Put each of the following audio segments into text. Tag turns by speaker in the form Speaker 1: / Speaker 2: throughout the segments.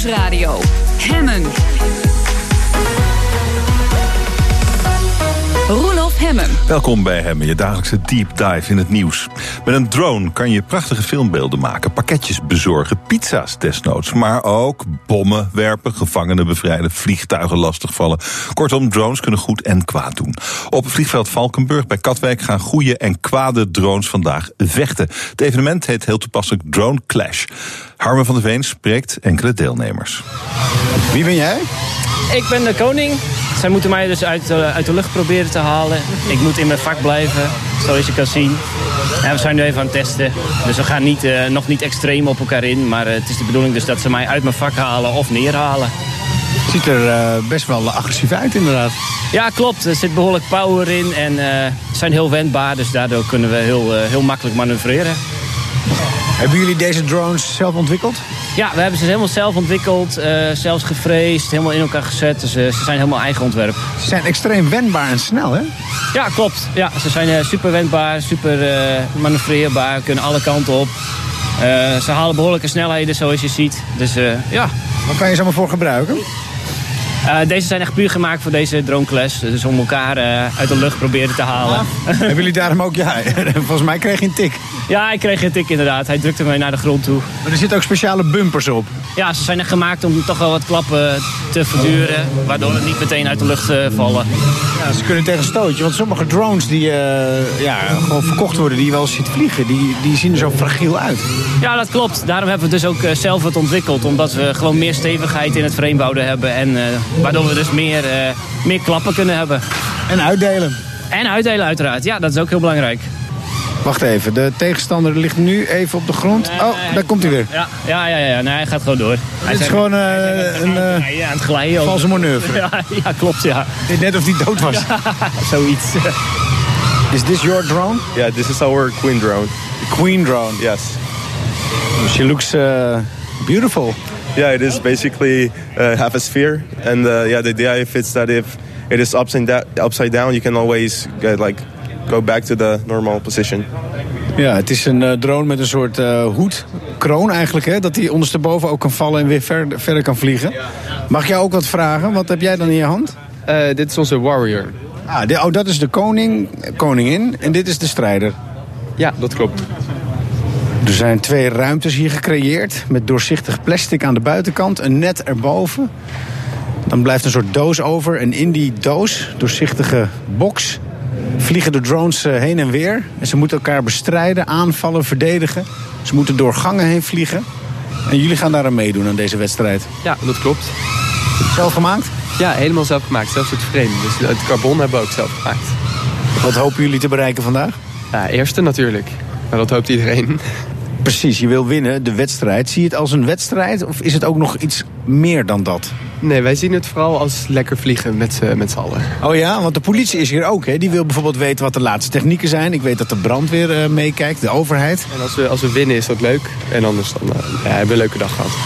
Speaker 1: Nieuwsradio. Hemmen. Roelof Hemmen.
Speaker 2: Welkom bij Hemmen, je dagelijkse deep dive in het nieuws. Met een drone kan je prachtige filmbeelden maken, pakketjes bezorgen, pizza's desnoods, maar ook bommen werpen, gevangenen bevrijden, vliegtuigen lastigvallen. Kortom, drones kunnen goed en kwaad doen. Op het vliegveld Valkenburg bij Katwijk gaan goede en kwade drones vandaag vechten. Het evenement heet heel toepasselijk Drone Clash. Harmen van der Veen spreekt enkele deelnemers.
Speaker 3: Wie ben jij?
Speaker 4: Ik ben de koning. Zij moeten mij dus uit de lucht proberen te halen. Ik moet in mijn vak blijven, zoals je kan zien. En we zijn nu even aan het testen. Dus we gaan nog niet extreem op elkaar in. Maar het is de bedoeling dus dat ze mij uit mijn vak halen of neerhalen.
Speaker 3: Ziet er best wel agressief uit inderdaad.
Speaker 4: Ja, klopt. Er zit behoorlijk power in. En ze zijn heel wendbaar. Dus daardoor kunnen we heel makkelijk manoeuvreren.
Speaker 3: Hebben jullie deze drones zelf ontwikkeld?
Speaker 4: Ja, we hebben ze helemaal zelf ontwikkeld. Zelfs gefreesd, helemaal in elkaar gezet. Dus ze zijn helemaal eigen ontwerp.
Speaker 3: Ze zijn extreem wendbaar en snel, hè?
Speaker 4: Ja, klopt. Ja, ze zijn super wendbaar, super manoeuvreerbaar. Kunnen alle kanten op. Ze halen behoorlijke snelheden, zoals je ziet. Dus ja.
Speaker 3: Wat kan je ze allemaal voor gebruiken?
Speaker 4: Deze zijn echt puur gemaakt voor deze drone clash. Dus om elkaar uit de lucht proberen te halen.
Speaker 3: Hebben jullie daarom ook... Ja, volgens mij kreeg je een tik.
Speaker 4: Ja, ik kreeg een tik inderdaad. Hij drukte mij naar de grond toe.
Speaker 3: Maar er zitten ook speciale bumpers op.
Speaker 4: Ja, ze zijn echt gemaakt om toch wel wat klappen te verduren. Waardoor het niet meteen uit de lucht vallen.
Speaker 3: Ja, ze kunnen tegen een stootje. Want sommige drones die gewoon verkocht worden, die je wel eens ziet vliegen, die zien er zo fragiel uit.
Speaker 4: Ja, dat klopt. Daarom hebben we dus ook zelf het ontwikkeld. Omdat we gewoon meer stevigheid in het framebouwen hebben. En waardoor we dus meer klappen kunnen hebben.
Speaker 3: En uitdelen.
Speaker 4: En uitdelen uiteraard. Ja, dat is ook heel belangrijk.
Speaker 3: Wacht even, de tegenstander ligt nu even op de grond. Daar komt hij weer.
Speaker 4: Ja. Nee, hij gaat gewoon door.
Speaker 3: Hij is gewoon
Speaker 4: aan het glijden.
Speaker 3: Valse manoeuvre.
Speaker 4: Ja, klopt, ja.
Speaker 3: Net of hij dood was.
Speaker 4: Ja, zoiets.
Speaker 3: Is this your drone?
Speaker 5: Yeah, this is our queen drone.
Speaker 3: The queen drone?
Speaker 5: Yes.
Speaker 3: She looks beautiful.
Speaker 5: Yeah, it is basically half a sphere. And the idea is that if it is upside down, you can always go back to the normal position.
Speaker 3: Ja, het is een drone met een soort hoed, kroon eigenlijk, hè, dat hij ondersteboven ook kan vallen en weer verder kan vliegen. Mag ik jou ook wat vragen? Wat heb jij dan in je hand?
Speaker 5: Dit is onze warrior.
Speaker 3: Dat is de koningin en dit is de strijder.
Speaker 5: Ja, dat klopt.
Speaker 3: Er zijn 2 ruimtes hier gecreëerd met doorzichtig plastic aan de buitenkant, een net erboven. Dan blijft een soort doos over en in die doos, doorzichtige box, vliegen de drones heen en weer. En ze moeten elkaar bestrijden, aanvallen, verdedigen. Ze moeten door gangen heen vliegen. En jullie gaan daar aan meedoen aan deze wedstrijd.
Speaker 6: Ja, dat klopt.
Speaker 3: Zelf gemaakt?
Speaker 6: Ja, helemaal zelf gemaakt. Zelfs het frame. Dus het carbon hebben we ook zelf gemaakt.
Speaker 3: Wat hopen jullie te bereiken vandaag?
Speaker 6: Ja, eerste natuurlijk. Maar dat hoopt iedereen.
Speaker 3: Precies, je wil winnen, de wedstrijd. Zie je het als een wedstrijd of is het ook nog iets meer dan dat?
Speaker 6: Nee, wij zien het vooral als lekker vliegen met z'n allen.
Speaker 3: Oh ja, want de politie is hier ook, hè? Die wil bijvoorbeeld weten wat de laatste technieken zijn. Ik weet dat de brandweer meekijkt, de overheid.
Speaker 6: En als we winnen is dat leuk. En anders dan hebben we een leuke dag gehad.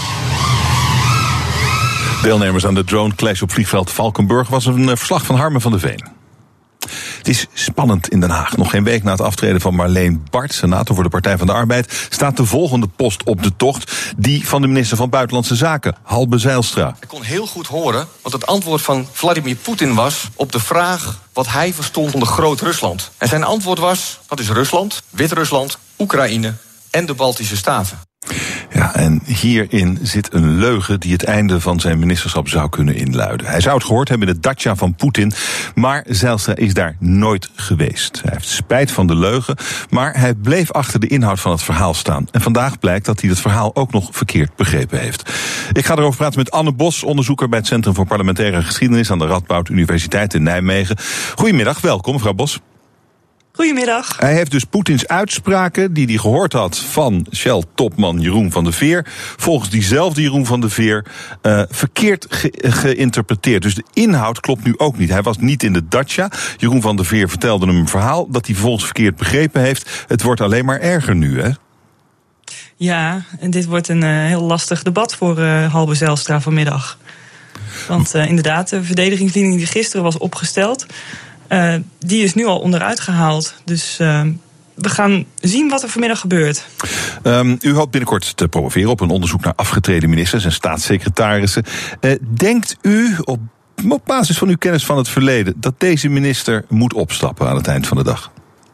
Speaker 2: Deelnemers aan de Drone Clash op vliegveld Valkenburg was een verslag van Harmen van der Veen. Het is spannend in Den Haag. Nog geen week na het aftreden van Marleen Bart, senator voor de Partij van de Arbeid, staat de volgende post op de tocht. Die van de minister van Buitenlandse Zaken, Halbe Zijlstra.
Speaker 7: Ik kon heel goed horen wat het antwoord van Vladimir Poetin was op de vraag wat hij verstond onder Groot-Rusland. En zijn antwoord was, dat is Rusland, Wit-Rusland, Oekraïne en de Baltische Staten.
Speaker 2: Ja, en hierin zit een leugen die het einde van zijn ministerschap zou kunnen inluiden. Hij zou het gehoord hebben in de dacha van Poetin, maar Zijlstra is daar nooit geweest. Hij heeft spijt van de leugen, maar hij bleef achter de inhoud van het verhaal staan. En vandaag blijkt dat hij het verhaal ook nog verkeerd begrepen heeft. Ik ga erover praten met Anne Bos, onderzoeker bij het Centrum voor Parlementaire Geschiedenis aan de Radboud Universiteit in Nijmegen. Goedemiddag, welkom mevrouw Bos.
Speaker 8: Goedemiddag.
Speaker 2: Hij heeft dus Poetins uitspraken die hij gehoord had van Shell-topman Jeroen van der Veer, volgens diezelfde Jeroen van der Veer verkeerd geïnterpreteerd. Dus de inhoud klopt nu ook niet. Hij was niet in de dacha. Jeroen van der Veer vertelde hem een verhaal dat hij vervolgens verkeerd begrepen heeft. Het wordt alleen maar erger nu, hè?
Speaker 8: Ja, en dit wordt een heel lastig debat voor Halbe Zijlstra vanmiddag. Want inderdaad, de verdedigingslinie die gisteren was opgesteld, die is nu al onderuit gehaald. Dus we gaan zien wat er vanmiddag gebeurt.
Speaker 2: U hoopt binnenkort te promoveren op een onderzoek naar afgetreden ministers en staatssecretarissen. Denkt u op basis van uw kennis van het verleden dat deze minister moet opstappen aan het eind van de dag?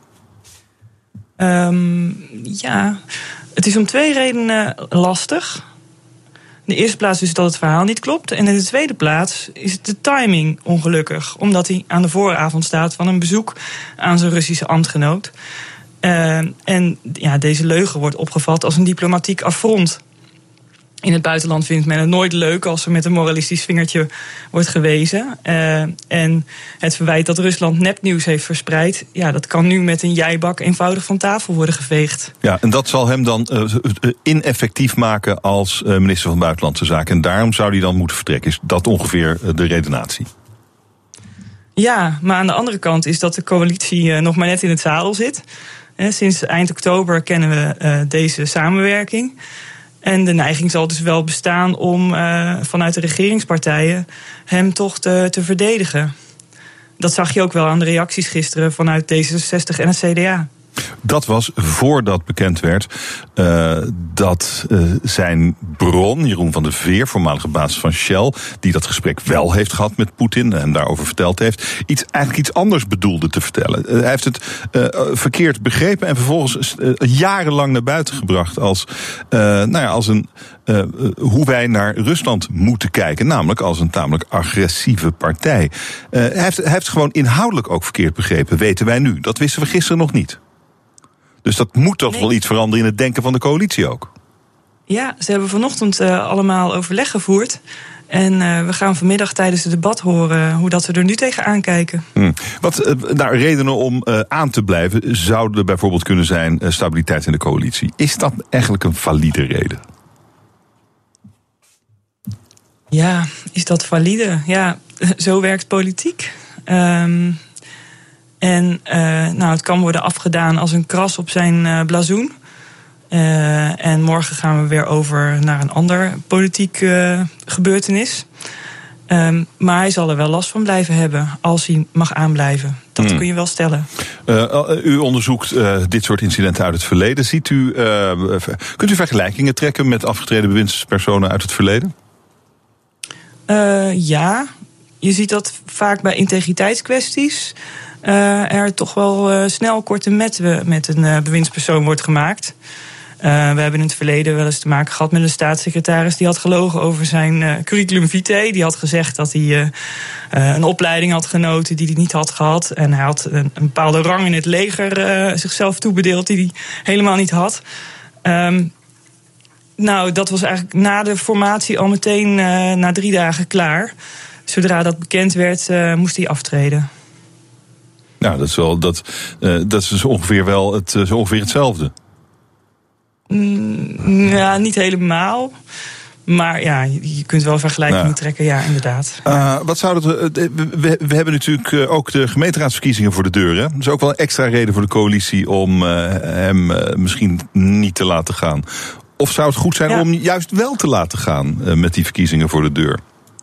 Speaker 8: Ja, het is om 2 redenen lastig. In de eerste plaats is dat het verhaal niet klopt. En in de tweede plaats is de timing ongelukkig. Omdat hij aan de vooravond staat van een bezoek aan zijn Russische ambtgenoot. En ja, deze leugen wordt opgevat als een diplomatiek affront. In het buitenland vindt men het nooit leuk als er met een moralistisch vingertje wordt gewezen. En het verwijt dat Rusland nepnieuws heeft verspreid, ja, dat kan nu met een jijbak eenvoudig van tafel worden geveegd.
Speaker 2: Ja, en dat zal hem dan ineffectief maken als minister van Buitenlandse Zaken. En daarom zou hij dan moeten vertrekken. Is dat ongeveer de redenatie?
Speaker 8: Ja, maar aan de andere kant is dat de coalitie nog maar net in het zadel zit. Sinds eind oktober kennen we deze samenwerking. En de neiging zal dus wel bestaan om vanuit de regeringspartijen hem toch te verdedigen. Dat zag je ook wel aan de reacties gisteren vanuit D66 en het CDA.
Speaker 2: Dat was voordat bekend werd dat zijn bron, Jeroen van der Veer, voormalige baas van Shell, die dat gesprek wel heeft gehad met Poetin en daarover verteld heeft, eigenlijk iets anders bedoelde te vertellen. Hij heeft het verkeerd begrepen en vervolgens jarenlang naar buiten gebracht als hoe wij naar Rusland moeten kijken, namelijk als een tamelijk agressieve partij. Hij heeft gewoon inhoudelijk ook verkeerd begrepen, weten wij nu. Dat wisten we gisteren nog niet. Dus dat moet toch wel iets veranderen in het denken van de coalitie ook?
Speaker 8: Ja, ze hebben vanochtend allemaal overleg gevoerd. En we gaan vanmiddag tijdens het debat horen hoe dat ze er nu tegenaan kijken. Wat
Speaker 2: redenen om aan te blijven zouden bijvoorbeeld kunnen zijn stabiliteit in de coalitie. Is dat eigenlijk een valide reden?
Speaker 8: Ja, is dat valide? Ja, zo werkt politiek. Het kan worden afgedaan als een kras op zijn blazoen. En morgen gaan we weer over naar een ander politiek gebeurtenis. Maar hij zal er wel last van blijven hebben als hij mag aanblijven. Dat kun je wel stellen.
Speaker 2: U onderzoekt dit soort incidenten uit het verleden. Kunt u vergelijkingen trekken met afgetreden bewindspersonen uit het verleden?
Speaker 8: Ja, je ziet dat vaak bij integriteitskwesties er toch wel snel korte metten met een bewindspersoon wordt gemaakt. We hebben in het verleden wel eens te maken gehad met een staatssecretaris die had gelogen over zijn curriculum vitae. Die had gezegd dat hij een opleiding had genoten die hij niet had gehad. En hij had een bepaalde rang in het leger zichzelf toebedeeld die hij helemaal niet had. Dat was eigenlijk na de formatie al meteen na 3 dagen klaar. Zodra dat bekend werd, moest hij aftreden.
Speaker 2: Nou, dat is dus ongeveer wel ongeveer hetzelfde.
Speaker 8: Ja, niet helemaal. Maar ja, je kunt wel vergelijkingen trekken, ja, inderdaad.
Speaker 2: We hebben natuurlijk ook de gemeenteraadsverkiezingen voor de deur. Hè? Dat is ook wel een extra reden voor de coalitie om hem misschien niet te laten gaan. Of zou het goed zijn om juist wel te laten gaan met die verkiezingen voor de deur?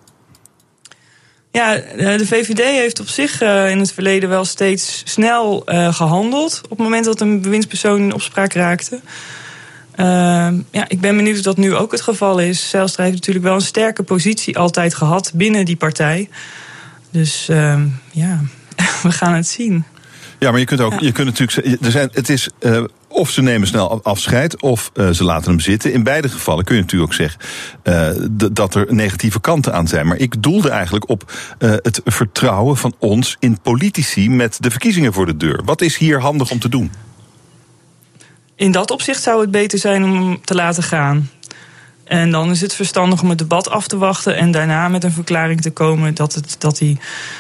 Speaker 2: Ja,
Speaker 8: de VVD heeft op zich in het verleden wel steeds snel gehandeld op het moment dat een bewindspersoon in opspraak raakte. Ik ben benieuwd of dat nu ook het geval is. Zijlstra heeft natuurlijk wel een sterke positie altijd gehad binnen die partij. Dus we gaan het zien. Ja, maar
Speaker 2: je kunt natuurlijk of ze nemen snel afscheid, of ze laten hem zitten. In beide gevallen kun je natuurlijk ook zeggen dat er negatieve kanten aan zijn. Maar ik doelde eigenlijk op het vertrouwen van ons in politici met de verkiezingen voor de deur. Wat is hier handig om te doen?
Speaker 8: In dat opzicht zou het beter zijn om hem te laten gaan. En dan is het verstandig om het debat af te wachten en daarna met een verklaring te komen dat hij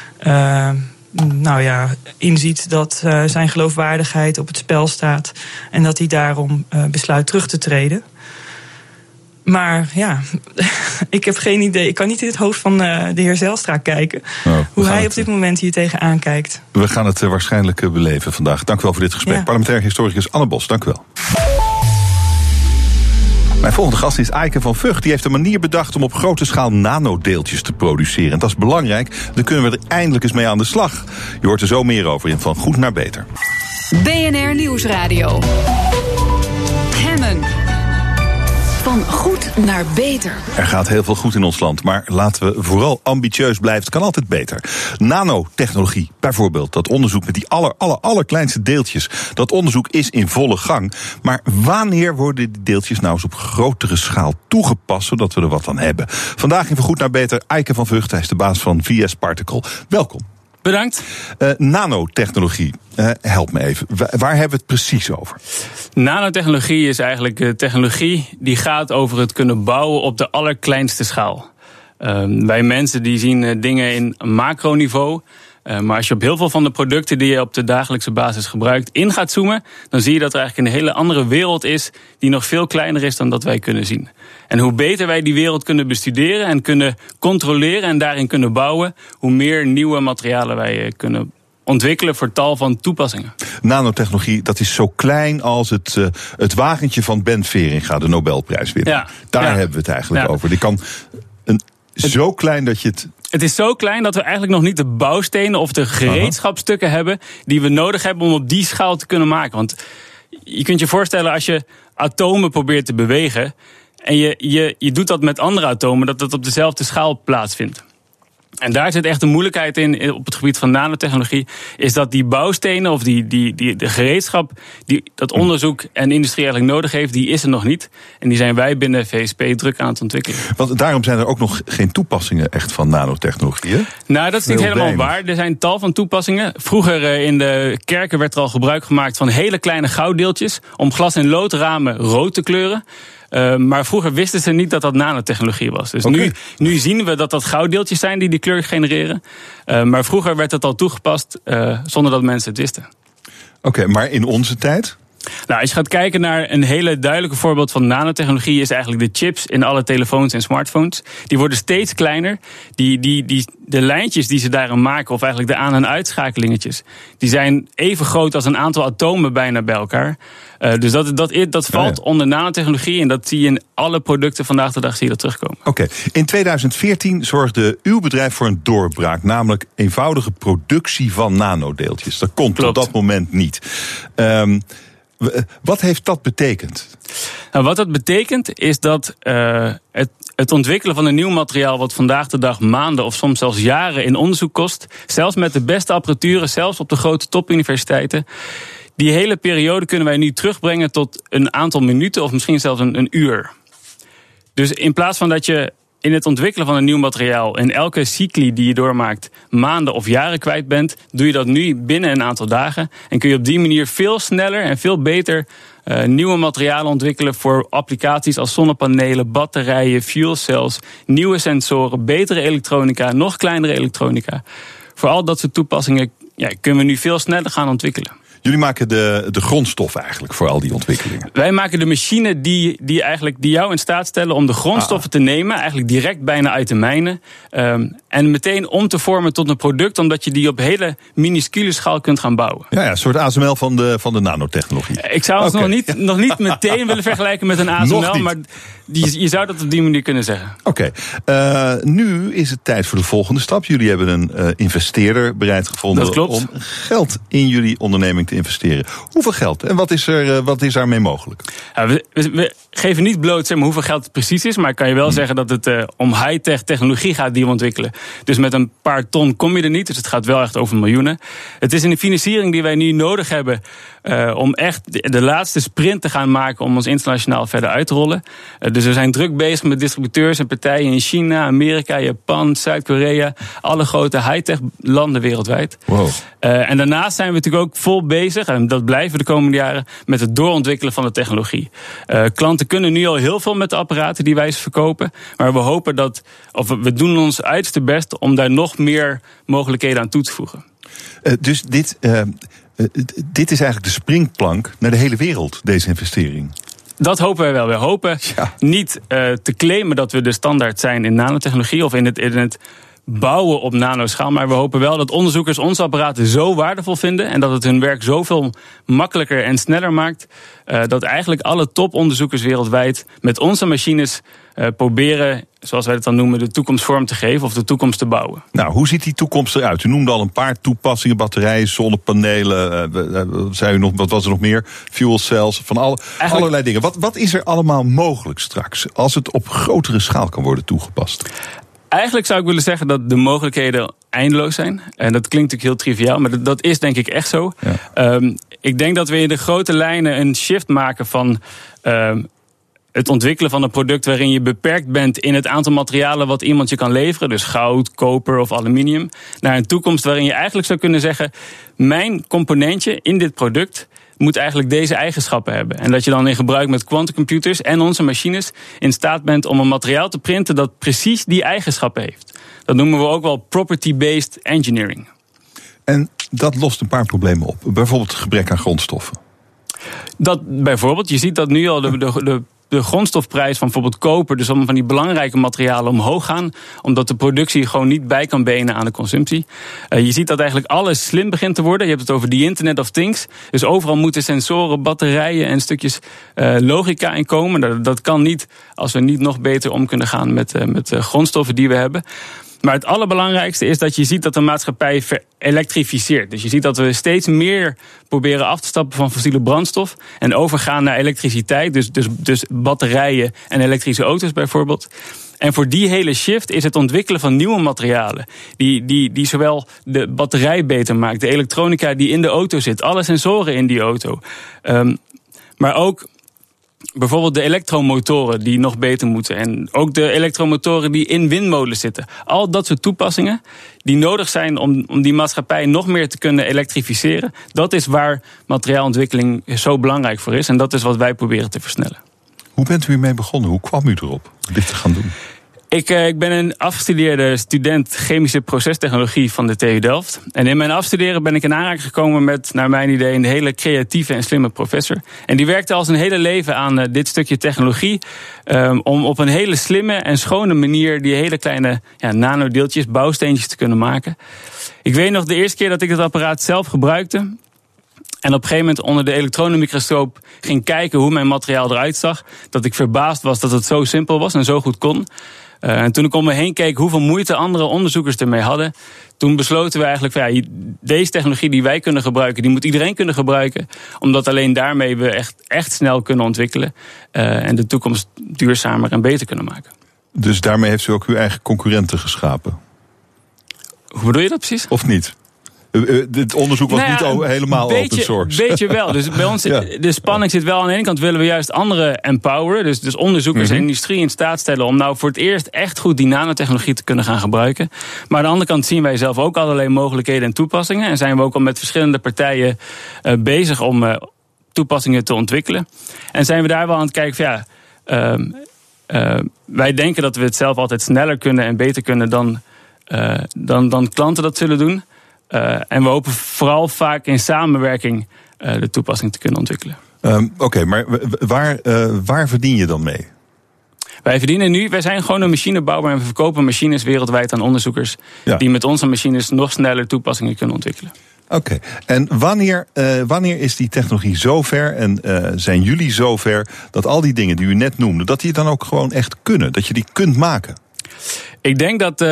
Speaker 8: inziet dat zijn geloofwaardigheid op het spel staat en dat hij daarom besluit terug te treden. Maar ja, ik heb geen idee. Ik kan niet in het hoofd van de heer Zijlstra kijken hoe hij op dit moment hier tegenaan kijkt.
Speaker 2: We gaan het waarschijnlijk beleven vandaag. Dank u wel voor dit gesprek. Ja. Parlementair historicus Anne Bos, dank u wel. Mijn volgende gast is Eike van Vught. Die heeft een manier bedacht om op grote schaal nanodeeltjes te produceren. En dat is belangrijk, dan kunnen we er eindelijk eens mee aan de slag. Je hoort er zo meer over in Van Goed naar Beter.
Speaker 1: BNR Nieuwsradio. Hemmen. Van goed naar beter.
Speaker 2: Er gaat heel veel goed in ons land, maar laten we vooral ambitieus blijven. Het kan altijd beter. Nanotechnologie bijvoorbeeld, dat onderzoek met die allerkleinste deeltjes. Dat onderzoek is in volle gang. Maar wanneer worden die deeltjes nou eens op grotere schaal toegepast, zodat we er wat aan hebben? Vandaag in Van Goed naar Beter, Eike van Vught. Hij is de baas van VS Particle. Welkom.
Speaker 9: Bedankt.
Speaker 2: Nanotechnologie, help me even. Waar hebben we het precies over?
Speaker 9: Nanotechnologie is eigenlijk technologie die gaat over het kunnen bouwen op de allerkleinste schaal. Wij mensen die zien dingen in macroniveau. Maar als je op heel veel van de producten die je op de dagelijkse basis gebruikt in gaat zoomen, dan zie je dat er eigenlijk een hele andere wereld is die nog veel kleiner is dan dat wij kunnen zien. En hoe beter wij die wereld kunnen bestuderen en kunnen controleren en daarin kunnen bouwen, hoe meer nieuwe materialen wij kunnen ontwikkelen voor tal van toepassingen. Nanotechnologie, dat is zo klein als het wagentje van Ben Veringa, de Nobelprijswinnaar. Ja, daar hebben we het eigenlijk over. Die kan zo klein dat je het... Het is zo klein dat we eigenlijk nog niet de bouwstenen of de gereedschapstukken hebben die we nodig hebben om op die schaal te kunnen maken. Want je kunt je voorstellen, als je atomen probeert te bewegen en je doet dat met andere atomen, dat dat op dezelfde schaal plaatsvindt. En daar zit echt de moeilijkheid in op het gebied van nanotechnologie, is dat die bouwstenen of de gereedschap die dat onderzoek en industrie eigenlijk nodig heeft, die is er nog niet. En die zijn wij binnen VSP druk aan het ontwikkelen. Want daarom zijn er ook nog geen toepassingen echt van nanotechnologie, hè? Nou, dat is niet helemaal waar. Er zijn tal van toepassingen. Vroeger in de kerken werd er al gebruik gemaakt van hele kleine gouddeeltjes om glas- en loodramen rood te kleuren. Maar vroeger wisten ze niet dat dat nanotechnologie was. Dus nu zien we dat gouddeeltjes zijn die kleur genereren. Maar vroeger werd het al toegepast zonder dat mensen het wisten. Oké, maar in onze tijd? Nou, als je gaat kijken naar een hele duidelijke voorbeeld van nanotechnologie, is eigenlijk de chips in alle telefoons en smartphones. Die worden steeds kleiner. De lijntjes die ze daarin maken, of eigenlijk de aan- en uitschakelingetjes, die zijn even groot als een aantal atomen bijna bij elkaar. Dus dat valt onder nanotechnologie en dat zie je in alle producten vandaag de dag zie je dat terugkomen. Oké. In 2014 zorgde uw bedrijf voor een doorbraak, namelijk eenvoudige productie van nanodeeltjes. Dat kon op dat moment niet. Wat heeft dat betekend? Nou, wat dat betekent is dat het ontwikkelen van een nieuw materiaal, wat vandaag de dag maanden of soms zelfs jaren in onderzoek kost, zelfs met de beste apparatuur, zelfs op de grote topuniversiteiten, die hele periode kunnen wij nu terugbrengen tot een aantal minuten of misschien zelfs een uur. Dus in plaats van dat je in het ontwikkelen van een nieuw materiaal in elke cycli die je doormaakt maanden of jaren kwijt bent, doe je dat nu binnen een aantal dagen. En kun je op die manier veel sneller en veel beter nieuwe materialen ontwikkelen voor applicaties als zonnepanelen, batterijen, fuel cells, nieuwe sensoren, betere elektronica, nog kleinere elektronica. Voor al dat soort toepassingen kunnen we nu veel sneller gaan ontwikkelen. Jullie maken de grondstof eigenlijk voor al die ontwikkelingen? Wij maken de machine die jou in staat stellen om de grondstoffen te nemen, eigenlijk direct bijna uit de mijnen, en meteen om te vormen tot een product, omdat je die op hele minuscule schaal kunt gaan bouwen. Ja, een soort ASML van de nanotechnologie. Ik zou het nog niet meteen willen vergelijken met een ASML, maar je zou dat op die manier kunnen zeggen. Oké. Nu is het tijd voor de volgende stap. Jullie hebben een investeerder bereid gevonden om geld in jullie onderneming te investeren. Hoeveel geld en wat is daarmee mogelijk? Ja, we geven niet bloot hoeveel geld het precies is, maar ik kan je wel zeggen dat het om high-tech technologie gaat die we ontwikkelen. Dus met een paar ton kom je er niet, dus het gaat wel echt over miljoenen. Het is een financiering die wij nu nodig hebben om echt de laatste sprint te gaan maken om ons internationaal verder uit te rollen. Dus we zijn druk bezig met distributeurs en partijen in China, Amerika, Japan, Zuid-Korea, alle grote high-tech landen wereldwijd. Wow. En daarnaast zijn we natuurlijk ook vol bezig, en dat blijven de komende jaren, met het doorontwikkelen van de technologie. Klanten kunnen nu al heel veel met de apparaten die wij verkopen, maar we hopen we doen ons uiterste best om daar nog meer mogelijkheden aan toe te voegen. Dus dit is eigenlijk de springplank naar de hele wereld, deze investering. Dat hopen wij wel. We hopen niet te claimen dat we de standaard zijn in nanotechnologie of in het bouwen op nanoschaal. Maar we hopen wel dat onderzoekers onze apparaten zo waardevol vinden en dat het hun werk zoveel makkelijker en sneller maakt, dat eigenlijk alle toponderzoekers wereldwijd met onze machines proberen, zoals wij het dan noemen, de toekomst vorm te geven of de toekomst te bouwen.
Speaker 2: Nou, hoe ziet die toekomst eruit? U noemde al een paar toepassingen, batterijen, zonnepanelen, zei u nog, wat was er nog meer? Fuel cells, van allerlei dingen. Wat is er allemaal mogelijk straks, als het op grotere schaal kan worden toegepast?
Speaker 9: Eigenlijk zou ik willen zeggen dat de mogelijkheden eindeloos zijn. En dat klinkt natuurlijk heel triviaal, maar dat is denk ik echt zo. Ja. Ik denk dat we in de grote lijnen een shift maken van het ontwikkelen van een product waarin je beperkt bent in het aantal materialen wat iemand je kan leveren, dus goud, koper of aluminium, naar een toekomst waarin je eigenlijk zou kunnen zeggen, mijn componentje in dit product moet eigenlijk deze eigenschappen hebben. En dat je dan in gebruik met quantumcomputers en onze machines in staat bent om een materiaal te printen dat precies die eigenschappen heeft. Dat noemen we ook wel property-based engineering. En
Speaker 2: dat lost een paar problemen op. Bijvoorbeeld het gebrek aan grondstoffen.
Speaker 9: Bijvoorbeeld, je ziet dat nu al de grondstofprijs van bijvoorbeeld koper, dus allemaal van die belangrijke materialen omhoog gaan, omdat de productie gewoon niet bij kan benen aan de consumptie. Je ziet dat eigenlijk alles slim begint te worden. Je hebt het over the Internet of Things. Dus overal moeten sensoren, batterijen en stukjes logica in komen. Dat kan niet als we niet nog beter om kunnen gaan met de grondstoffen die we hebben. Maar het allerbelangrijkste is dat je ziet dat de maatschappij verelektrificeert. Dus je ziet dat we steeds meer proberen af te stappen van fossiele brandstof en overgaan naar elektriciteit. Dus batterijen en elektrische auto's bijvoorbeeld. En voor die hele shift is het ontwikkelen van nieuwe materialen. Die zowel de batterij beter maakt, de elektronica die in de auto zit, alle sensoren in die auto. Maar ook bijvoorbeeld de elektromotoren die nog beter moeten. En ook de elektromotoren die in windmolens zitten. Al dat soort toepassingen die nodig zijn om die maatschappij nog meer te kunnen elektrificeren. Dat is waar materiaalontwikkeling zo belangrijk voor is. En dat is wat wij proberen te versnellen.
Speaker 2: Hoe bent u hiermee begonnen? Hoe kwam u erop dit te gaan doen?
Speaker 9: Ik ben een afgestudeerde student chemische procestechnologie van de TU Delft. En in mijn afstuderen ben ik in aanraking gekomen met, naar mijn idee, een hele creatieve en slimme professor. En die werkte al zijn hele leven aan dit stukje technologie. Om op een hele slimme en schone manier die hele kleine nanodeeltjes, bouwsteentjes te kunnen maken. Ik weet nog de eerste keer dat ik het apparaat zelf gebruikte. En op een gegeven moment onder de elektronenmicroscoop ging kijken hoe mijn materiaal eruit zag. Dat ik verbaasd was dat het zo simpel was en zo goed kon. En toen ik om me heen keek hoeveel moeite andere onderzoekers ermee hadden, toen besloten we eigenlijk van deze technologie die wij kunnen gebruiken, die moet iedereen kunnen gebruiken. Omdat alleen daarmee we echt snel kunnen ontwikkelen en de toekomst duurzamer en beter kunnen maken.
Speaker 2: Dus daarmee heeft u ook uw eigen concurrenten geschapen?
Speaker 9: Hoe bedoel je dat precies?
Speaker 2: Of niet? Het onderzoek was niet helemaal open source.
Speaker 9: Beetje wel. Dus bij ons de spanning zit wel. Aan de ene kant willen we juist anderen empoweren. Dus onderzoekers en industrie in staat stellen om nou voor het eerst echt goed die nanotechnologie te kunnen gaan gebruiken. Maar aan de andere kant zien wij zelf ook allerlei mogelijkheden en toepassingen. En zijn we ook al met verschillende partijen bezig om toepassingen te ontwikkelen. En zijn we daar wel aan het kijken van wij denken dat we het zelf altijd sneller kunnen en beter kunnen dan klanten dat zullen doen. En we hopen vooral vaak in samenwerking de toepassing te kunnen ontwikkelen.
Speaker 2: Oké, maar waar verdien je dan mee?
Speaker 9: Wij zijn gewoon een machinebouwer en we verkopen machines wereldwijd aan onderzoekers die met onze machines nog sneller toepassingen kunnen ontwikkelen.
Speaker 2: Oké, en wanneer is die technologie zover en zijn jullie zover dat al die dingen die u net noemde, dat die dan ook gewoon echt kunnen, dat je die kunt maken?
Speaker 9: Ik denk dat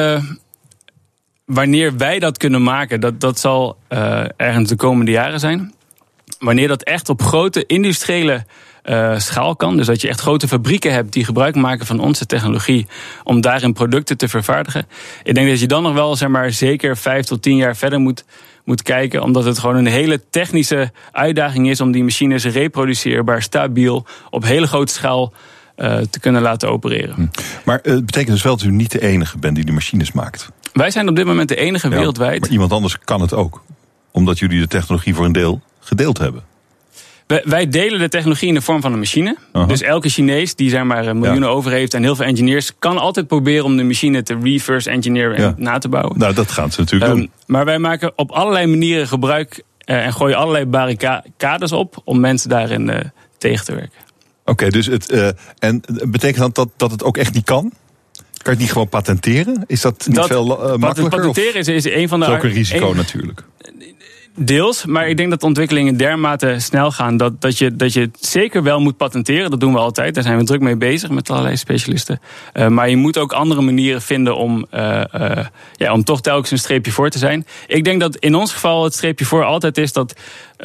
Speaker 9: wanneer wij dat kunnen maken, dat zal ergens de komende jaren zijn. Wanneer dat echt op grote industriële schaal kan, dus dat je echt grote fabrieken hebt die gebruik maken van onze technologie om daarin producten te vervaardigen. Ik denk dat je dan nog wel zeker 5 tot 10 jaar verder moet kijken, omdat het gewoon een hele technische uitdaging is om die machines reproduceerbaar, stabiel, op hele grote schaal te kunnen laten opereren.
Speaker 2: Maar het betekent dus wel dat u niet de enige bent die die machines maakt?
Speaker 9: Wij zijn op dit moment de enige wereldwijd.
Speaker 2: Maar iemand anders kan het ook, omdat jullie de technologie voor een deel gedeeld hebben.
Speaker 9: Wij delen de technologie in de vorm van een machine. Dus elke Chinees die miljoenen over heeft en heel veel engineers, kan altijd proberen om de machine te reverse engineeren en na te bouwen.
Speaker 2: Nou, dat gaan ze natuurlijk doen.
Speaker 9: Maar wij maken op allerlei manieren gebruik en gooien allerlei barricades op om mensen daarin tegen te werken.
Speaker 2: Oké, dus en betekent dat het ook echt niet kan? je het niet gewoon patenteren? Is dat niet veel makkelijker?
Speaker 9: Patenteren is een van de...
Speaker 2: Dat is ook een risico natuurlijk.
Speaker 9: Deels, maar ik denk dat de ontwikkelingen dermate snel gaan dat je het zeker wel moet patenteren. Dat doen we altijd, daar zijn we druk mee bezig met allerlei specialisten. Maar je moet ook andere manieren vinden om toch telkens een streepje voor te zijn. Ik denk dat in ons geval het streepje voor altijd is dat...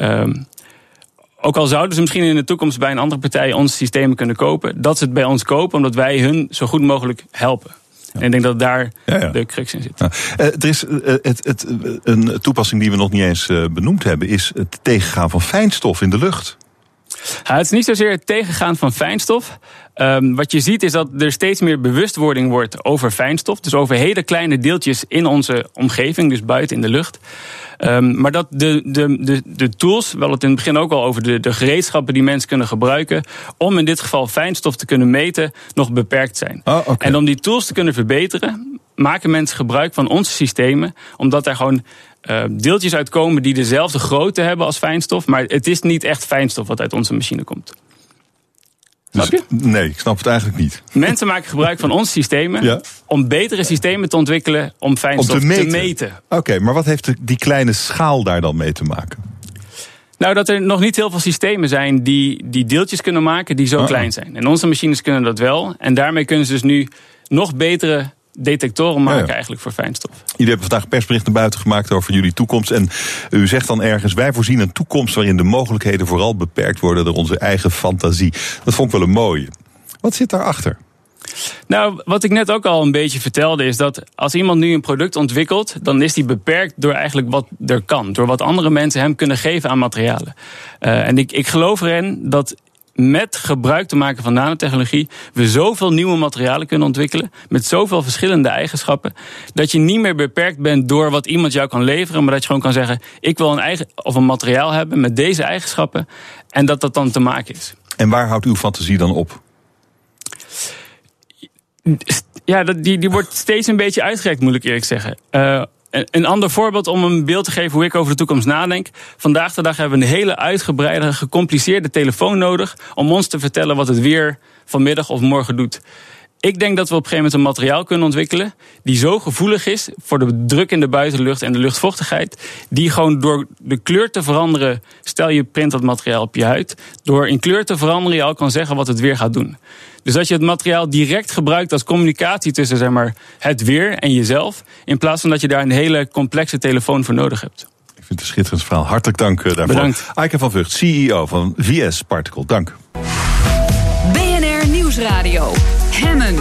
Speaker 9: ook al zouden ze misschien in de toekomst bij een andere partij onze systemen kunnen kopen, dat ze het bij ons kopen omdat wij hun zo goed mogelijk helpen. Ja. En ik denk dat daar de crux in zit.
Speaker 2: Ja. Er is een toepassing die we nog niet eens benoemd hebben, is het tegengaan van fijnstof in de lucht.
Speaker 9: Ja, het is niet zozeer het tegengaan van fijnstof. Wat je ziet is dat er steeds meer bewustwording wordt over fijnstof. Dus over hele kleine deeltjes in onze omgeving, dus buiten in de lucht. Maar dat de tools, we hadden het in het begin ook al over de gereedschappen die mensen kunnen gebruiken om in dit geval fijnstof te kunnen meten, nog beperkt zijn. En om die tools te kunnen verbeteren, maken mensen gebruik van onze systemen, omdat er gewoon deeltjes uitkomen die dezelfde grootte hebben als fijnstof, maar het is niet echt fijnstof wat uit onze machine komt. Snap je?
Speaker 2: Nee, ik snap het eigenlijk niet.
Speaker 9: Mensen maken gebruik van onze systemen om betere systemen te ontwikkelen om fijnstof te meten.
Speaker 2: Oké, maar wat heeft die kleine schaal daar dan mee te maken?
Speaker 9: Nou, dat er nog niet heel veel systemen zijn die deeltjes kunnen maken die zo klein zijn. En onze machines kunnen dat wel. En daarmee kunnen ze dus nu nog betere detectoren maken eigenlijk voor fijnstof. Jullie
Speaker 2: hebben vandaag een persbericht naar buiten gemaakt over jullie toekomst. En u zegt dan ergens, wij voorzien een toekomst waarin de mogelijkheden vooral beperkt worden door onze eigen fantasie. Dat vond ik wel een mooie. Wat zit daarachter?
Speaker 9: Nou, wat ik net ook al een beetje vertelde is dat als iemand nu een product ontwikkelt, dan is die beperkt door eigenlijk wat er kan. Door wat andere mensen hem kunnen geven aan materialen. En ik geloof erin dat met gebruik te maken van nanotechnologie we zoveel nieuwe materialen kunnen ontwikkelen met zoveel verschillende eigenschappen dat je niet meer beperkt bent door wat iemand jou kan leveren, maar dat je gewoon kan zeggen, ik wil een materiaal hebben met deze eigenschappen en dat dan te maken is.
Speaker 2: En waar houdt uw fantasie dan op?
Speaker 9: Ja, die wordt steeds een beetje uitgerekt, moet ik eerlijk zeggen. Een ander voorbeeld om een beeld te geven hoe ik over de toekomst nadenk. Vandaag de dag hebben we een hele uitgebreide, gecompliceerde telefoon nodig om ons te vertellen wat het weer vanmiddag of morgen doet. Ik denk dat we op een gegeven moment een materiaal kunnen ontwikkelen die zo gevoelig is voor de druk in de buitenlucht en de luchtvochtigheid, die gewoon door de kleur te veranderen, stel je print dat materiaal op je huid, door in kleur te veranderen je al kan zeggen wat het weer gaat doen. Dus dat je het materiaal direct gebruikt als communicatie tussen zeg maar, het weer en jezelf, in plaats van dat je daar een hele complexe telefoon voor nodig hebt.
Speaker 2: Ik vind het een schitterend verhaal. Hartelijk dank daarvoor.
Speaker 9: Bedankt.
Speaker 2: Eike van Vught, CEO van VS Particle. Dank.
Speaker 1: BNR Nieuwsradio. Hemmen.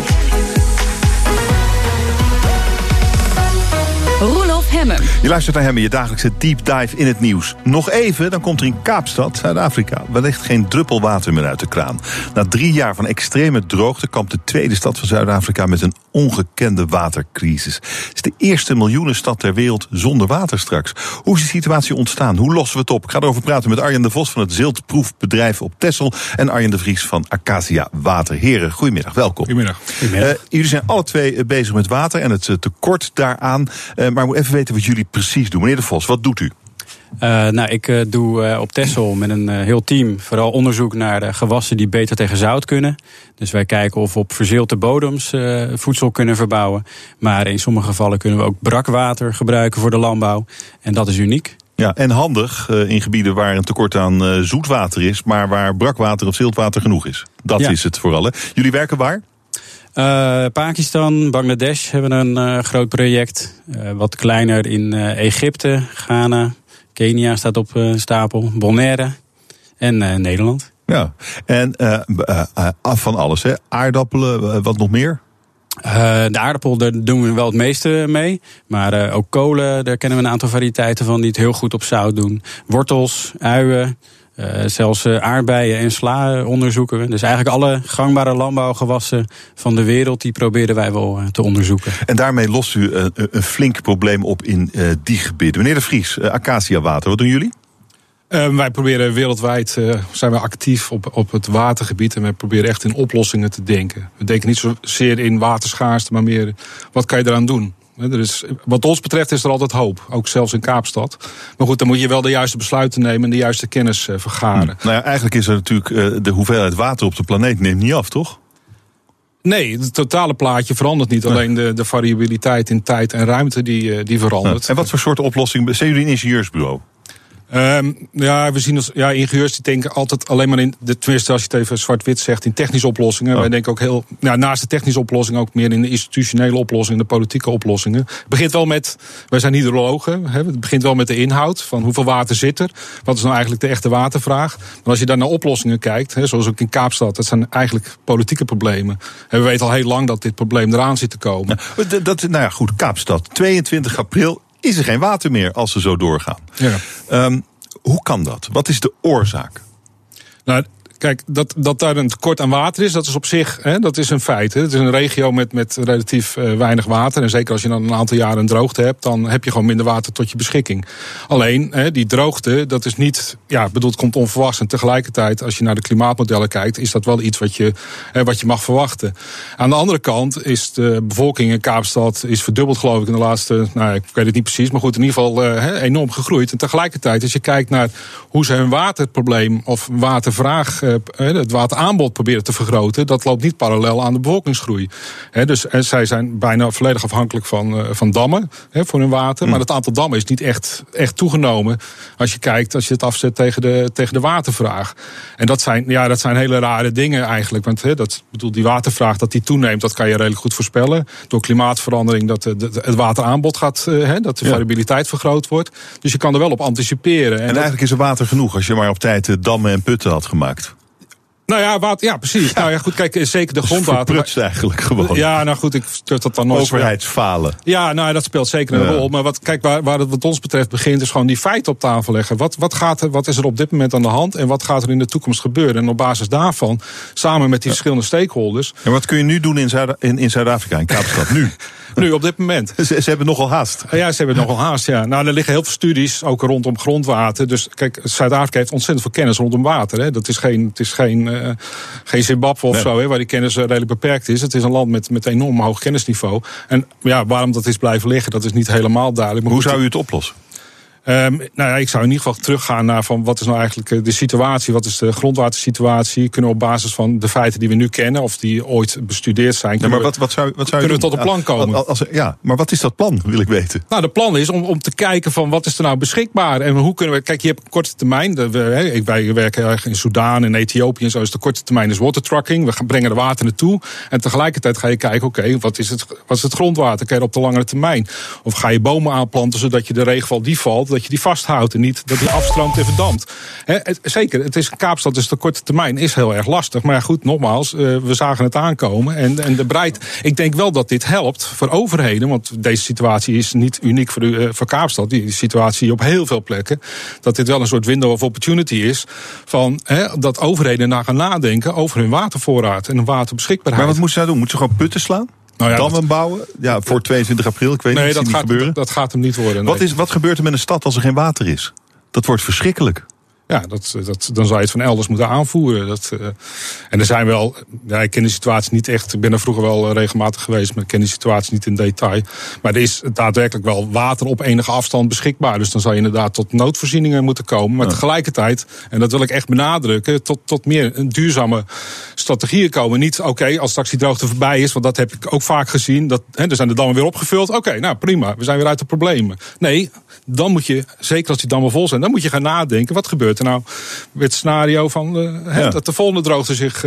Speaker 1: Roelof Hemmen.
Speaker 2: Je luistert naar Hemmen, je dagelijkse deep dive in het nieuws. Nog even, dan komt er in Kaapstad, Zuid-Afrika, wellicht geen druppel water meer uit de kraan. Na 3 jaar van extreme droogte kampt de tweede stad van Zuid-Afrika met een ongekende watercrisis. Het is de eerste miljoenenstad ter wereld zonder water straks. Hoe is de situatie ontstaan? Hoe lossen we het op? Ik ga erover praten met Arjen de Vos van het Ziltproefbedrijf op Texel en Arjen de Vries van Acacia Water. Heren, goedemiddag, welkom.
Speaker 10: Goedemiddag.
Speaker 2: Jullie zijn alle twee bezig met water en het tekort daaraan. Maar ik moet even weten wat jullie precies doen. Meneer de Vos, wat doet u?
Speaker 10: Ik doe op Texel met een heel team vooral onderzoek naar de gewassen die beter tegen zout kunnen. Dus wij kijken of we op verzilte bodems voedsel kunnen verbouwen. Maar in sommige gevallen kunnen we ook brakwater gebruiken voor de landbouw. En dat is uniek.
Speaker 2: Ja, en handig in gebieden waar een tekort aan zoetwater is, maar waar brakwater of ziltwater genoeg is. Dat is het vooral. Hè. Jullie werken waar?
Speaker 10: Pakistan, Bangladesh hebben een groot project. Wat kleiner in Egypte, Ghana, Kenia staat op stapel, Bonaire en Nederland.
Speaker 2: Ja, en af van alles, hè? Aardappelen, wat nog meer?
Speaker 10: De aardappel, daar doen we wel het meeste mee. Maar ook kolen, daar kennen we een aantal variëteiten van die het heel goed op zout doen. Wortels, uien. Zelfs aardbeien en sla onderzoeken we. Dus eigenlijk alle gangbare landbouwgewassen van de wereld, die proberen wij wel te onderzoeken.
Speaker 2: En daarmee lost u een flink probleem op in die gebieden. Meneer de Vries, Acacia Water, wat doen jullie?
Speaker 10: Wij proberen wereldwijd, zijn we actief op het watergebied. En wij proberen echt in oplossingen te denken. We denken niet zozeer in waterschaarste, maar meer wat kan je eraan doen? Wat ons betreft is er altijd hoop, ook zelfs in Kaapstad. Maar goed, dan moet je wel de juiste besluiten nemen en de juiste kennis vergaren.
Speaker 2: Nou ja, eigenlijk is er natuurlijk de hoeveelheid water op de planeet neemt niet af, toch?
Speaker 11: Nee, het totale plaatje verandert niet. Alleen de variabiliteit in tijd en ruimte die verandert.
Speaker 2: En wat voor soort oplossing? Zijn jullie een ingenieursbureau?
Speaker 11: We zien ingenieurs die denken altijd alleen maar in, tenminste als je het even zwart-wit zegt, in technische oplossingen. Wij denken ook naast de technische oplossingen ook meer in de institutionele oplossingen, de politieke oplossingen. Het begint wel met, wij zijn hydrologen, het begint wel met de inhoud van hoeveel water zit er. Wat is nou eigenlijk de echte watervraag? Maar als je dan naar oplossingen kijkt, zoals ook in Kaapstad, dat zijn eigenlijk politieke problemen. En we weten al heel lang dat dit probleem eraan zit te komen.
Speaker 2: Goed, Kaapstad, 22 april. Is er geen water meer als ze zo doorgaan? Ja. Hoe kan dat? Wat is de oorzaak?
Speaker 11: Nou, kijk, dat daar een tekort aan water is, dat is op zich, dat is een feit. Het is een regio met relatief weinig water. En zeker als je dan een aantal jaren een droogte hebt, dan heb je gewoon minder water tot je beschikking. Alleen, die droogte, dat is niet, het komt onverwachts. En tegelijkertijd, als je naar de klimaatmodellen kijkt, is dat wel iets wat je mag verwachten. Aan de andere kant is de bevolking in Kaapstad is verdubbeld, geloof ik, in de laatste, ik weet het niet precies, maar goed, in ieder geval enorm gegroeid. En tegelijkertijd, als je kijkt naar hoe ze hun waterprobleem of watervraag, het wateraanbod proberen te vergroten, dat loopt niet parallel aan de bevolkingsgroei. Dus zij zijn bijna volledig afhankelijk van dammen voor hun water. Maar het aantal dammen is niet echt toegenomen als je het afzet tegen de watervraag. En dat zijn hele rare dingen eigenlijk. Want die watervraag dat die toeneemt, dat kan je redelijk goed voorspellen. Door klimaatverandering dat het wateraanbod gaat, dat de variabiliteit vergroot wordt. Dus je kan er wel op anticiperen.
Speaker 2: En eigenlijk is er water genoeg als je maar op tijd dammen en putten had gemaakt.
Speaker 11: Precies. Nou ja, goed, kijk, zeker de grondwater.
Speaker 2: Verprutst eigenlijk gewoon.
Speaker 11: Ja, nou goed, ik stel dat dan nooit.
Speaker 2: Overheidsfalen.
Speaker 11: Ja, dat speelt zeker een rol. Maar waar het wat ons betreft begint, is gewoon die feiten op tafel leggen. Wat is er op dit moment aan de hand en wat gaat er in de toekomst gebeuren? En op basis daarvan, samen met die verschillende stakeholders.
Speaker 2: En wat kun je nu doen in Zuid-Afrika, in Kaapstad?
Speaker 11: Nu, op dit moment.
Speaker 2: Ze hebben nogal haast.
Speaker 11: Ja, ze hebben nogal haast, ja. Nou, er liggen heel veel studies, ook rondom grondwater. Dus kijk, Zuid-Afrika heeft ontzettend veel kennis rondom water. Hè. Dat is geen Zimbabwe of zo, waar die kennis redelijk beperkt is. Het is een land met enorm hoog kennisniveau. En waarom dat is blijven liggen, dat is niet helemaal duidelijk. Maar
Speaker 2: hoe zou u het oplossen?
Speaker 11: Ik zou in ieder geval teruggaan naar van wat is nou eigenlijk de situatie, wat is de grondwatersituatie? Kunnen we op basis van de feiten die we nu kennen, of die ooit bestudeerd zijn, kunnen we tot een plan komen?
Speaker 2: Maar wat is dat plan, wil ik weten?
Speaker 11: Nou, de plan is om te kijken van wat is er nou beschikbaar en hoe kunnen we. Kijk, je hebt korte termijn. Wij werken erg in Soedan en Ethiopië en zo. Dus de korte termijn is watertrucking. We brengen er water naartoe. En tegelijkertijd ga je kijken, wat is het grondwater? Kijk, op de langere termijn. Of ga je bomen aanplanten zodat je de regenval die valt, dat je die vasthoudt en niet dat die afstroomt en verdampt. Zeker, Kaapstad is de korte termijn is heel erg lastig. Maar goed, nogmaals, we zagen het aankomen. En ik denk wel dat dit helpt voor overheden, want deze situatie is niet uniek voor Kaapstad. Die situatie op heel veel plekken. Dat dit wel een soort window of opportunity is van dat overheden gaan nadenken over hun watervoorraad en hun waterbeschikbaarheid.
Speaker 2: Maar wat moeten ze nou doen? Moeten ze gewoon putten slaan? Dammen bouwen? Ja, voor 22 april, ik weet niet, dat gaat gebeuren.
Speaker 11: Dat gaat hem niet worden. Nee.
Speaker 2: Wat gebeurt er met een stad als er geen water is? Dat wordt verschrikkelijk.
Speaker 11: Ja, dan zou je het van elders moeten aanvoeren. En er zijn wel. Ja, ik ken de situatie niet echt. Ik ben er vroeger wel regelmatig geweest, maar ik ken die situatie niet in detail. Maar er is daadwerkelijk wel water op enige afstand beschikbaar. Dus dan zou je inderdaad tot noodvoorzieningen moeten komen. Maar tegelijkertijd, en dat wil ik echt benadrukken, tot meer een duurzame strategieën komen. Niet, als straks die droogte voorbij is, want dat heb ik ook vaak gezien. Er zijn de dammen weer opgevuld. Nou prima, we zijn weer uit de problemen. Nee, dan moet je, zeker als die dammen vol zijn, dan moet je gaan nadenken, wat gebeurt er nou met het scenario van dat de volgende droogte zich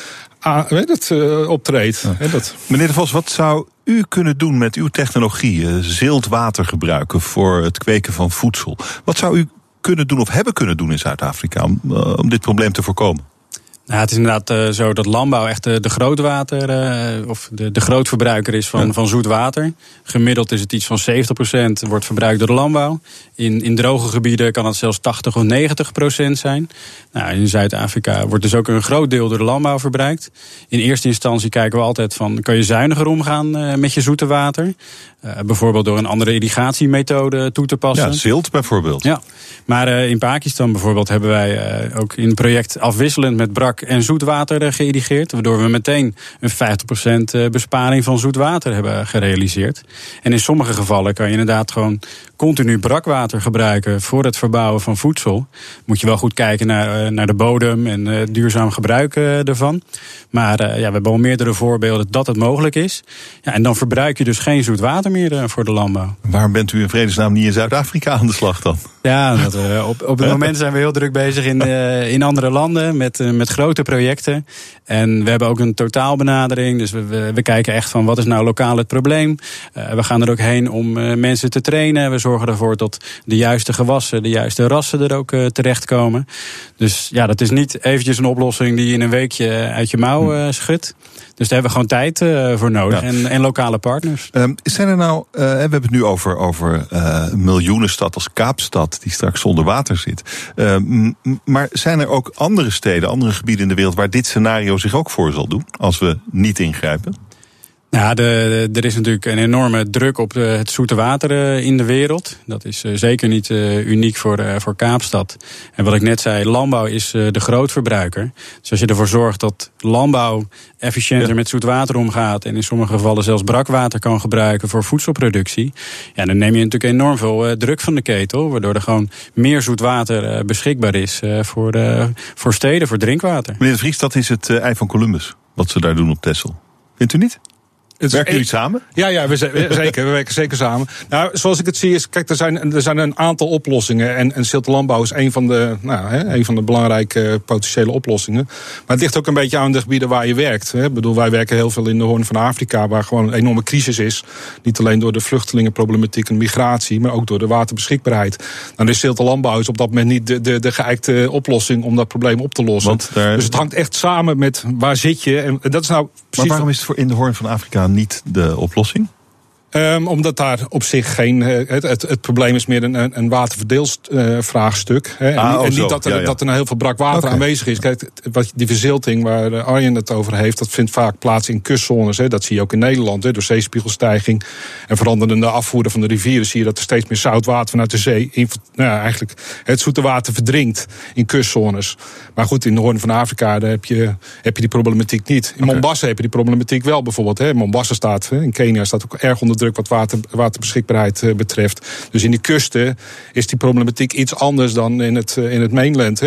Speaker 11: optreedt.
Speaker 2: Meneer De Vos, wat zou u kunnen doen met uw technologie, ziltwater gebruiken voor het kweken van voedsel? Wat zou u kunnen doen of hebben kunnen doen in Zuid-Afrika om dit probleem te voorkomen?
Speaker 10: Nou, het is inderdaad zo dat landbouw echt de grootwater of de grootverbruiker is van zoet water. Gemiddeld is het iets van 70% wordt verbruikt door de landbouw. In droge gebieden kan het zelfs 80 of 90% zijn. Nou, in Zuid-Afrika wordt dus ook een groot deel door de landbouw verbruikt. In eerste instantie kijken we altijd van, kan je zuiniger omgaan met je zoete water? Bijvoorbeeld door een andere irrigatiemethode toe te passen.
Speaker 2: Ja, zilt bijvoorbeeld.
Speaker 10: Ja, maar in Pakistan bijvoorbeeld hebben wij ook in het project afwisselend met brak en zoet water geïrrigeerd. Waardoor we meteen een 50% besparing van zoet water hebben gerealiseerd. En in sommige gevallen kan je inderdaad gewoon continu brakwater gebruiken voor het verbouwen van voedsel, moet je wel goed kijken naar de bodem en duurzaam gebruik ervan. Maar we hebben al meerdere voorbeelden dat het mogelijk is. Ja, en dan verbruik je dus geen zoet water meer voor de landbouw.
Speaker 2: Waarom bent u in vredesnaam niet in Zuid-Afrika aan de slag dan? Ja,
Speaker 10: op het moment zijn we heel druk bezig in andere landen met grote projecten. En we hebben ook een totaalbenadering. Dus we kijken echt van wat is nou lokaal het probleem. We gaan er ook heen om mensen te trainen. We zorgen ervoor dat de juiste gewassen, de juiste rassen er ook terechtkomen. Dus ja, dat is niet eventjes een oplossing die je in een weekje uit je mouw schudt. Dus daar hebben we gewoon tijd voor nodig en lokale partners.
Speaker 2: Zijn er nou, we hebben het nu over een miljoenenstad als Kaapstad die straks zonder water zit. Maar zijn er ook andere steden, andere gebieden in de wereld waar dit scenario zich ook voor zal doen als we niet ingrijpen?
Speaker 10: Ja, er is natuurlijk een enorme druk op het zoete water in de wereld. Dat is zeker niet uniek voor Kaapstad. En wat ik net zei, landbouw is de grootverbruiker. Dus als je ervoor zorgt dat landbouw efficiënter met zoet water omgaat en in sommige gevallen zelfs brakwater kan gebruiken voor voedselproductie, ja, dan neem je natuurlijk enorm veel druk van de ketel, waardoor er gewoon meer zoet water beschikbaar is voor steden, voor drinkwater.
Speaker 2: Meneer de Vries, dat is het ei van Columbus, wat ze daar doen op Texel. Vindt u niet? Werken jullie samen?
Speaker 11: Ja, zeker. We werken zeker samen. Nou, zoals ik het zie is, kijk, er zijn een aantal oplossingen. En zilte landbouw is een van de belangrijke potentiële oplossingen. Maar het ligt ook een beetje aan de gebieden waar je werkt. Ik bedoel, wij werken heel veel in de Hoorn van Afrika, waar gewoon een enorme crisis is. Niet alleen door de vluchtelingenproblematiek en migratie, maar ook door de waterbeschikbaarheid. Nou, dus zilte landbouw is op dat moment niet de geëikte oplossing om dat probleem op te lossen. Dus het hangt echt samen met waar zit je. En dat is nou precies.
Speaker 2: Maar waarom is het voor in de Hoorn van Afrika niet de oplossing?
Speaker 11: Omdat daar op zich geen. Het probleem is meer een waterverdeelvraagstuk. En niet dat er nou heel veel brak water aanwezig is. Kijk, die verzilting waar Arjen het over heeft, dat vindt vaak plaats in kustzones. Dat zie je ook in Nederland. Door zeespiegelstijging en veranderende afvoeren van de rivieren zie je dat er steeds meer zout water vanuit de zee eigenlijk het zoete water verdrinkt in kustzones. Maar goed, in de Hoorn van Afrika daar heb je die problematiek niet. In Mombasa heb je die problematiek wel bijvoorbeeld. Mombasa staat, in Kenia staat ook erg onder druk wat waterbeschikbaarheid betreft. Dus in die kusten is die problematiek iets anders dan in het mainland.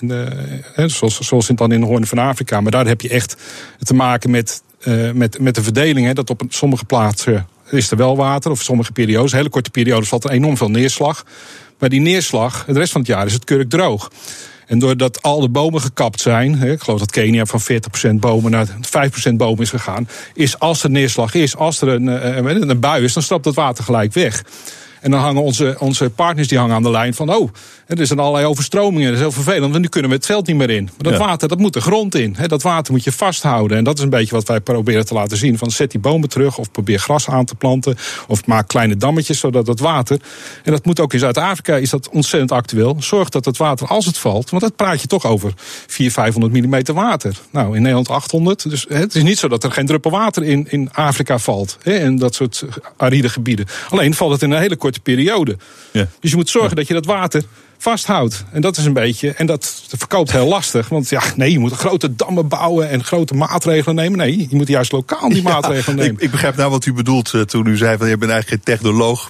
Speaker 11: Zoals het dan in de Hoorn van Afrika. Maar daar heb je echt te maken met de verdeling. Dat op sommige plaatsen is er wel water, of sommige periodes, hele korte periodes, valt er enorm veel neerslag. Maar die neerslag, de rest van het jaar is het kurkdroog. En doordat al de bomen gekapt zijn, ik geloof dat Kenia van 40% bomen naar 5% bomen is gegaan, is als er neerslag is, als er een bui is, dan stapt dat water gelijk weg. En dan hangen onze partners die hangen aan de lijn van, er zijn allerlei overstromingen, dat is heel vervelend, want nu kunnen we het veld niet meer in. Maar dat water, dat moet de grond in. Dat water moet je vasthouden. En dat is een beetje wat wij proberen te laten zien. Van zet die bomen terug, of probeer gras aan te planten, of maak kleine dammetjes, zodat dat water, en dat moet ook in Zuid-Afrika, is dat ontzettend actueel. Zorg dat het water, als het valt, want dat praat je toch over 400-500 millimeter water. Nou, in Nederland 800. Dus het is niet zo dat er geen druppel water in Afrika valt. En dat soort aride gebieden. Alleen valt het in een hele korte periode. Ja. Dus je moet zorgen dat je dat water vasthoudt. En dat is een beetje, en dat verkoopt heel lastig. Want je moet grote dammen bouwen en grote maatregelen nemen. Nee, je moet juist lokaal die maatregelen nemen.
Speaker 2: Ik begrijp nou wat u bedoelt toen u zei van je bent eigenlijk geen technoloog.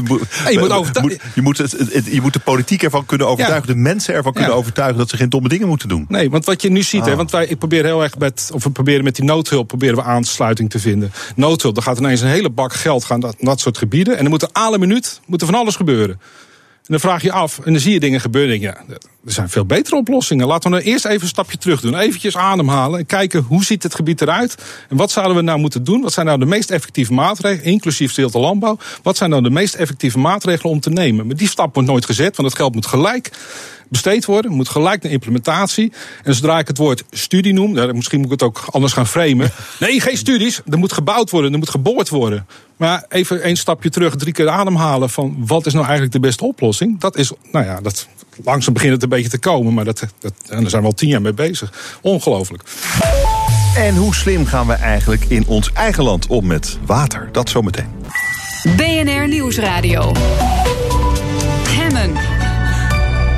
Speaker 2: Je moet de politiek ervan kunnen overtuigen, de mensen ervan kunnen overtuigen dat ze geen domme dingen moeten doen.
Speaker 11: Nee, want wat je nu ziet, ik probeer heel erg we proberen met die noodhulp aansluiting te vinden. Noodhulp, er gaat ineens een hele bak geld gaan naar dat soort gebieden. En er moet alle minuut van alles gebeuren. En dan vraag je af, en dan zie je dingen gebeuren. Er zijn veel betere oplossingen. Laten we nou eerst even een stapje terug doen. Eventjes ademhalen en kijken, hoe ziet het gebied eruit? En wat zouden we nou moeten doen? Wat zijn nou de meest effectieve maatregelen, inclusief zilte landbouw? Wat zijn nou de meest effectieve maatregelen om te nemen? Maar die stap wordt nooit gezet, want het geld moet gelijk besteed worden, moet gelijk naar implementatie. En zodra ik het woord studie noem, misschien moet ik het ook anders gaan framen. Nee, geen studies. Er moet gebouwd worden, er moet geboord worden. Maar even een stapje terug, 3 keer ademhalen van wat is nou eigenlijk de beste oplossing? Dat is, langzaam begint het een beetje te komen, maar en daar zijn we al 10 jaar mee bezig. Ongelooflijk.
Speaker 2: En hoe slim gaan we eigenlijk in ons eigen land om met water? Dat zometeen.
Speaker 1: BNR Nieuwsradio. Hemmen.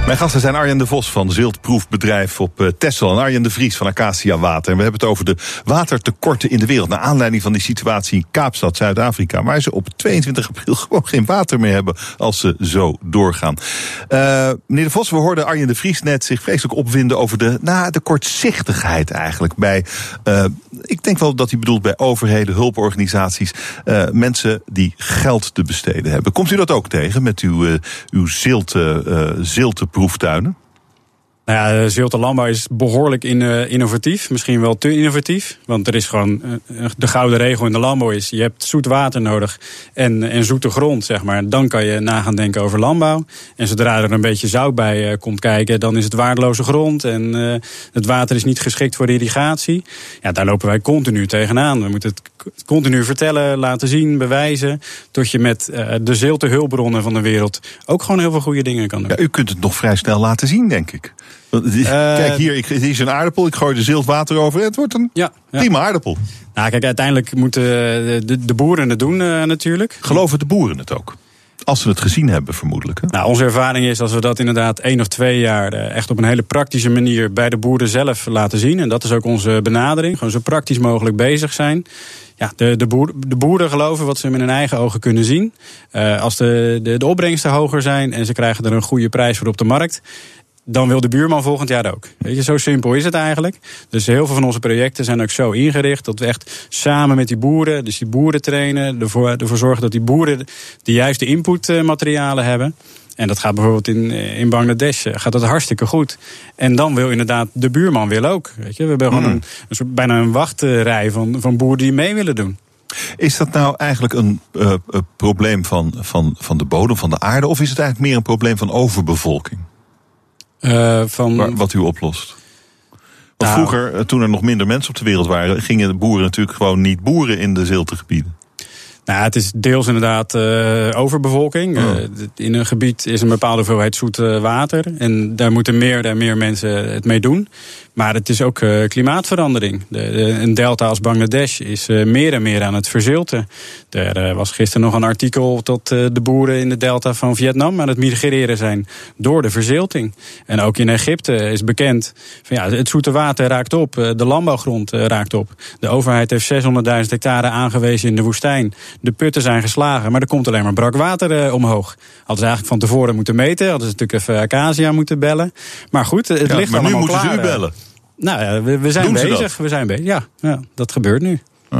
Speaker 2: Mijn gasten zijn Arjen de Vos van Ziltproefbedrijf op Texel en Arjen de Vries van Acacia Water. En we hebben het over de watertekorten in de wereld. Naar aanleiding van die situatie in Kaapstad, Zuid-Afrika. Waar ze op 22 april gewoon geen water meer hebben als ze zo doorgaan. Meneer de Vos, we hoorden Arjen de Vries net zich vreselijk opwinden over de kortzichtigheid eigenlijk. Bij, ik denk wel dat hij bedoelt bij overheden, hulporganisaties, mensen die geld te besteden hebben. Komt u dat ook tegen met uw zilteproeftuinen?
Speaker 10: Nou ja, Zilte Landbouw is behoorlijk innovatief. Misschien wel te innovatief. Want er is gewoon de gouden regel in de landbouw is: je hebt zoet water nodig en zoete grond, zeg maar. Dan kan je na gaan denken over landbouw. En zodra er een beetje zout bij komt kijken, dan is het waardeloze grond. En het water is niet geschikt voor irrigatie. Ja, daar lopen wij continu tegenaan. We moeten het continu vertellen, laten zien, bewijzen. Tot je met de zilte hulpbronnen van de wereld ook gewoon heel veel goede dingen kan doen.
Speaker 2: Ja, u kunt het nog vrij snel laten zien, denk ik. Kijk, hier is een aardappel, ik gooi er ziltwater over. Het wordt een prima aardappel.
Speaker 10: Nou, kijk, uiteindelijk moeten de boeren het doen natuurlijk.
Speaker 2: Geloven de boeren het ook? Als ze het gezien hebben, vermoedelijk. Hè?
Speaker 10: Nou, onze ervaring is als we dat inderdaad 1 of 2 jaar echt op een hele praktische manier bij de boeren zelf laten zien. En dat is ook onze benadering. Gewoon zo praktisch mogelijk bezig zijn. Ja, de boeren geloven wat ze met hun eigen ogen kunnen zien. Als de opbrengsten hoger zijn en ze krijgen er een goede prijs voor op de markt, dan wil de buurman volgend jaar ook. Weet je, zo simpel is het eigenlijk. Dus heel veel van onze projecten zijn ook zo ingericht dat we echt samen met die boeren, dus die boeren trainen, ervoor zorgen dat die boeren de juiste inputmaterialen hebben. En dat gaat bijvoorbeeld in Bangladesh gaat dat hartstikke goed. En dan wil inderdaad de buurman wil ook. Weet je? We hebben gewoon bijna een wachtrij van boeren die mee willen doen.
Speaker 2: Is dat nou eigenlijk een probleem van de bodem, van de aarde, of is het eigenlijk meer een probleem van overbevolking? Wat u oplost? Want vroeger, toen er nog minder mensen op de wereld waren, gingen de boeren natuurlijk gewoon niet boeren in de ziltegebieden.
Speaker 10: Nou, het is deels inderdaad overbevolking. In een gebied is een bepaalde hoeveelheid zoet water. En daar moeten meer mensen het mee doen. Maar het is ook klimaatverandering. Een delta als Bangladesh is meer en meer aan het verzilten. Er was gisteren nog een artikel dat de boeren in de delta van Vietnam aan het migreren zijn door de verzilting. En ook in Egypte is bekend van het zoete water raakt op, de landbouwgrond raakt op. De overheid heeft 600.000 hectare aangewezen in de woestijn. De putten zijn geslagen, maar er komt alleen maar brak water omhoog. Hadden ze eigenlijk van tevoren moeten meten, hadden ze natuurlijk even Acacia moeten bellen. Maar goed, het ligt allemaal klaar. Maar nu moeten ze u bellen. Nou ja, we zijn bezig. We zijn bezig. Ja, dat gebeurt nu.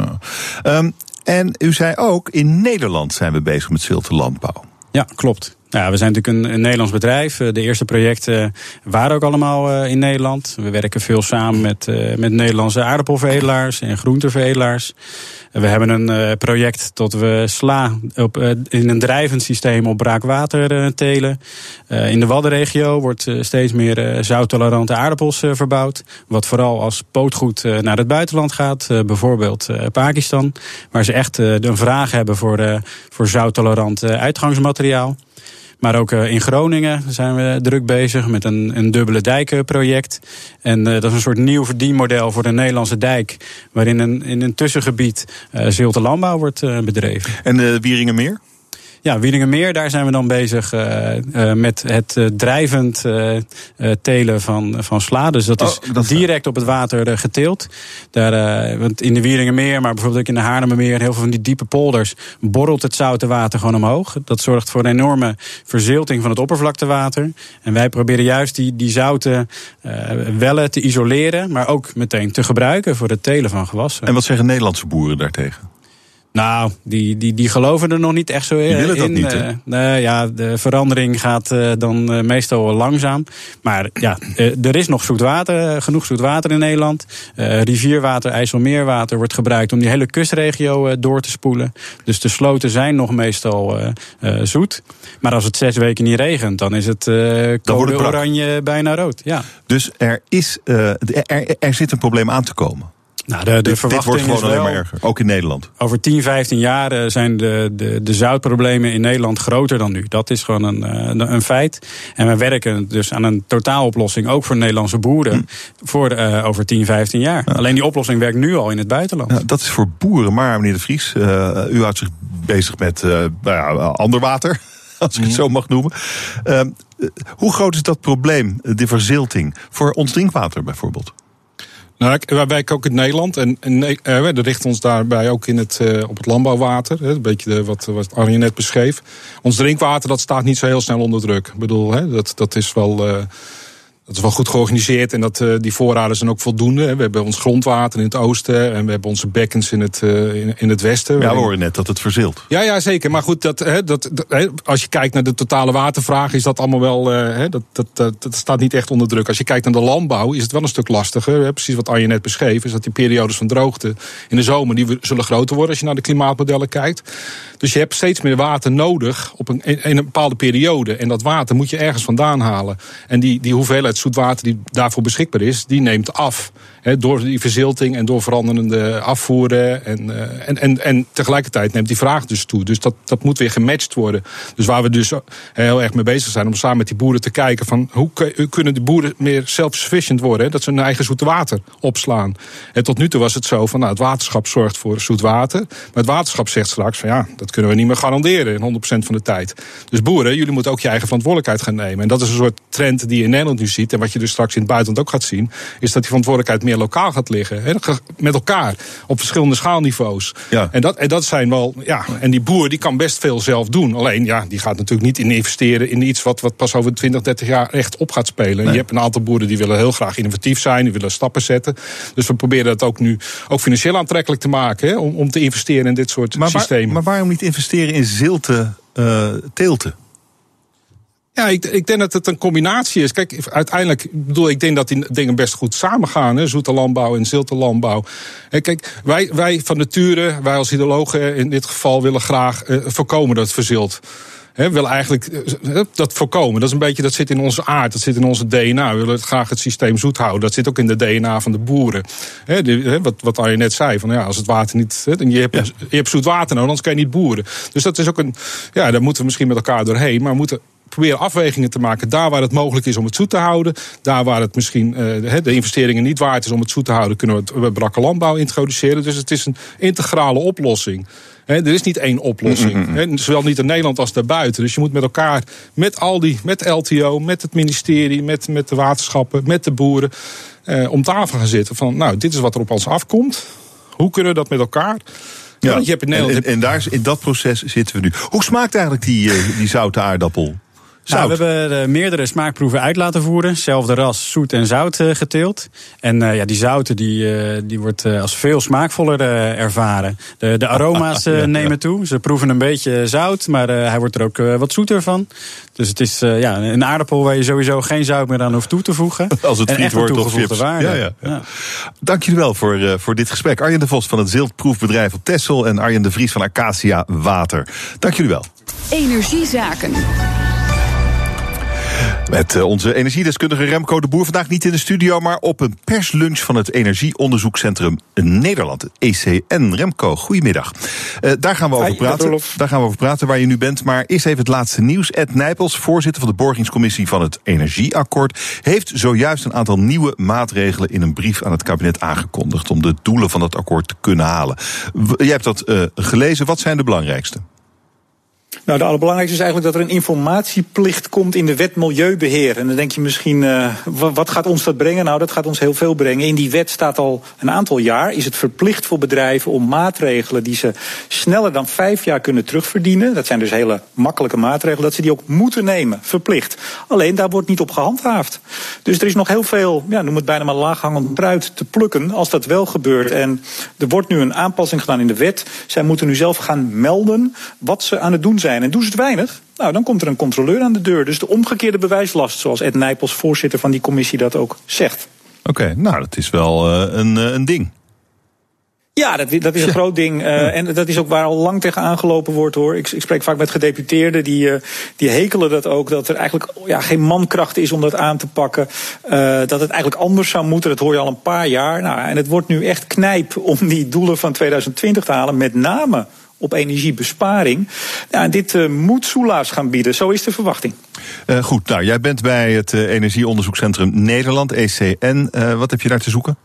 Speaker 2: En u zei ook, in Nederland zijn we bezig met ziltelandbouw.
Speaker 10: Ja, klopt. Ja, we zijn natuurlijk een Nederlands bedrijf. De eerste projecten waren ook allemaal in Nederland. We werken veel samen met Nederlandse aardappelveredelaars en groenteveredelaars. We hebben een project dat we sla in een drijvend systeem op braakwater telen. In de Waddenregio wordt steeds meer zouttolerante aardappels verbouwd. Wat vooral als pootgoed naar het buitenland gaat. Bijvoorbeeld Pakistan. Waar ze echt een vraag hebben voor zouttolerant uitgangsmateriaal. Maar ook in Groningen zijn we druk bezig met een dubbele dijkproject. En dat is een soort nieuw verdienmodel voor de Nederlandse dijk, waarin in een tussengebied zilte landbouw wordt bedreven.
Speaker 2: En Wieringermeer?
Speaker 10: Ja, Wieringermeer, daar zijn we dan bezig met het drijvend telen van sla. Dus dat is direct op het water geteeld. Want in de Wieringermeer, maar bijvoorbeeld ook in de Haarlemmermeer, heel veel van die diepe polders, borrelt het zoute water gewoon omhoog. Dat zorgt voor een enorme verzilting van het oppervlaktewater. En wij proberen juist die zoute wellen te isoleren, maar ook meteen te gebruiken voor het telen van gewassen.
Speaker 2: En wat zeggen Nederlandse boeren daartegen?
Speaker 10: Nou, die geloven er nog niet echt zo in.
Speaker 2: Die willen dat niet, hè?
Speaker 10: De verandering gaat dan meestal langzaam. Maar ja, er is nog zoet water, genoeg zoet water in Nederland. Rivierwater, IJsselmeerwater wordt gebruikt om die hele kustregio door te spoelen. Dus de sloten zijn nog meestal zoet. Maar als het 6 weken niet regent, dan is het code oranje bijna rood. Ja.
Speaker 2: Dus er zit een probleem aan te komen.
Speaker 10: Nou, de verwachting
Speaker 2: dit wordt gewoon
Speaker 10: is wel,
Speaker 2: alleen maar erger, ook in Nederland.
Speaker 10: Over 10, 15 jaar zijn de zoutproblemen in Nederland groter dan nu. Dat is gewoon een feit. En we werken dus aan een totaaloplossing, ook voor Nederlandse boeren, voor over 10, 15 jaar. Ja. Alleen die oplossing werkt nu al in het buitenland.
Speaker 2: Ja, dat is voor boeren, maar meneer de Vries, u houdt zich bezig met ander water. als ik het zo mag noemen. Hoe groot is dat probleem, de verzilting, voor ons drinkwater bijvoorbeeld?
Speaker 11: Nou, wij werken ook in Nederland en we richten ons daarbij ook op het landbouwwater. Een beetje wat Arjen net beschreef. Ons drinkwater, dat staat niet zo heel snel onder druk. Ik bedoel, dat is wel... Dat is wel goed georganiseerd en die voorraden zijn ook voldoende. We hebben ons grondwater in het oosten en we hebben onze bekkens in het westen.
Speaker 2: Ja, we horen net dat het verzilt.
Speaker 11: Ja, zeker. Maar goed, als je kijkt naar de totale watervraag, is dat allemaal wel... Dat staat niet echt onder druk. Als je kijkt naar de landbouw, is het wel een stuk lastiger. Precies wat Arjen net beschreef, is dat die periodes van droogte in de zomer, die zullen groter worden als je naar de klimaatmodellen kijkt. Dus je hebt steeds meer water nodig op een bepaalde periode. En dat water moet je ergens vandaan halen. En die hoeveelheid zoetwater die daarvoor beschikbaar is, die neemt af. Door die verzilting en door veranderende afvoeren. En tegelijkertijd neemt die vraag dus toe. Dus dat moet weer gematcht worden. Dus waar we dus heel erg mee bezig zijn om samen met die boeren te kijken van hoe kunnen de boeren meer self-sufficient worden. Dat ze hun eigen zoete water opslaan. En tot nu toe was het zo van het waterschap zorgt voor zoet water. Maar het waterschap zegt straks van dat kunnen we niet meer garanderen in 100% van de tijd. Dus boeren, jullie moeten ook je eigen verantwoordelijkheid gaan nemen. En dat is een soort trend die je in Nederland nu ziet. En wat je dus straks in het buitenland ook gaat zien, is dat die verantwoordelijkheid meer lokaal gaat liggen. Met elkaar. Op verschillende schaalniveaus. Ja. En dat zijn wel... En die boer die kan best veel zelf doen. Alleen, die gaat natuurlijk niet investeren in iets wat pas over 20, 30 jaar echt op gaat spelen. Nee. Je hebt een aantal boeren die willen heel graag innovatief zijn. Die willen stappen zetten. Dus we proberen dat ook nu ook financieel aantrekkelijk te maken. Om te investeren in dit soort systemen. Maar
Speaker 2: waarom niet investeren in zilte teelten?
Speaker 11: Ja, ik denk dat het een combinatie is. Kijk, uiteindelijk, ik denk dat die dingen best goed samengaan. Zoete landbouw en zilte landbouw. Kijk, wij van nature, wij als hydrologen in dit geval, willen graag voorkomen dat het verzilt. We willen eigenlijk dat voorkomen. Dat is een beetje, dat zit in onze aard, dat zit in onze DNA. We willen graag het systeem zoet houden. Dat zit ook in de DNA van de boeren. Wat Arjen net zei, van als het water niet... Je hebt zoet water nodig, anders kan je niet boeren. Dus dat is ook daar moeten we misschien met elkaar doorheen, maar we moeten proberen afwegingen te maken daar waar het mogelijk is om het zoet te houden. Daar waar het misschien de investeringen niet waard is om het zoet te houden, kunnen we brakke landbouw introduceren. Dus het is een integrale oplossing. Er is niet één oplossing. Zowel niet in Nederland als daarbuiten. Dus je moet met elkaar, met LTO, met het ministerie, met de waterschappen, met de boeren, om tafel gaan zitten van, dit is wat er op ons afkomt. Hoe kunnen we dat met elkaar?
Speaker 2: Ja, je hebt in Nederland in dat proces zitten we nu. Hoe smaakt eigenlijk die zoute aardappel?
Speaker 10: Nou, we hebben meerdere smaakproeven uit laten voeren. Zelfde ras, zoet en zout geteeld. En die zoute die wordt als veel smaakvoller ervaren. De aroma's nemen toe. Ze proeven een beetje zout, maar hij wordt er ook wat zoeter van. Dus het is een aardappel waar je sowieso geen zout meer aan hoeft toe te voegen.
Speaker 2: Als het friet wordt of chips.
Speaker 10: Ja.
Speaker 2: Dank jullie wel voor dit gesprek. Arjen de Vos van het Ziltproefbedrijf op Texel en Arjen de Vries van Acacia Water. Dank jullie wel.
Speaker 1: Energiezaken.
Speaker 2: Met onze energiedeskundige Remco de Boer vandaag niet in de studio, maar op een perslunch van het Energieonderzoekscentrum Nederland, het ECN. Remco, goedemiddag. Daar gaan we over praten waar je nu bent. Maar eerst even het laatste nieuws. Ed Nijpels, voorzitter van de borgingscommissie van het Energieakkoord, heeft zojuist een aantal nieuwe maatregelen in een brief aan het kabinet aangekondigd om de doelen van dat akkoord te kunnen halen. Jij hebt dat gelezen. Wat zijn de belangrijkste?
Speaker 12: Nou, de allerbelangrijkste is eigenlijk dat er een informatieplicht komt in de wet Milieubeheer. En dan denk je misschien, wat gaat ons dat brengen? Nou, dat gaat ons heel veel brengen. In die wet staat al een aantal jaar, is het verplicht voor bedrijven om maatregelen die ze sneller dan 5 jaar kunnen terugverdienen. Dat zijn dus hele makkelijke maatregelen, dat ze die ook moeten nemen, verplicht. Alleen, daar wordt niet op gehandhaafd. Dus er is nog heel veel, noem het bijna maar laaghangend fruit te plukken als dat wel gebeurt. En er wordt nu een aanpassing gedaan in de wet. Zij moeten nu zelf gaan melden wat ze aan het doen zijn. En doen ze het weinig, nou, dan komt er een controleur aan de deur. Dus de omgekeerde bewijslast, zoals Ed Nijpels, voorzitter van die commissie, dat ook zegt.
Speaker 2: Oké, nou, dat is wel een ding.
Speaker 12: Ja, dat is een groot ding. En dat is ook waar al lang tegen aangelopen wordt, hoor. Ik spreek vaak met gedeputeerden, die hekelen dat ook. Dat er eigenlijk geen mankracht is om dat aan te pakken. Dat het eigenlijk anders zou moeten. Dat hoor je al een paar jaar. Nou, en het wordt nu echt knijp om die doelen van 2020 te halen. Met name op energiebesparing. Ja, en dit moet soelaas gaan bieden. Zo is de verwachting.
Speaker 2: Goed, nou, jij bent bij het Energieonderzoekscentrum Nederland, ECN. Wat heb je daar te zoeken?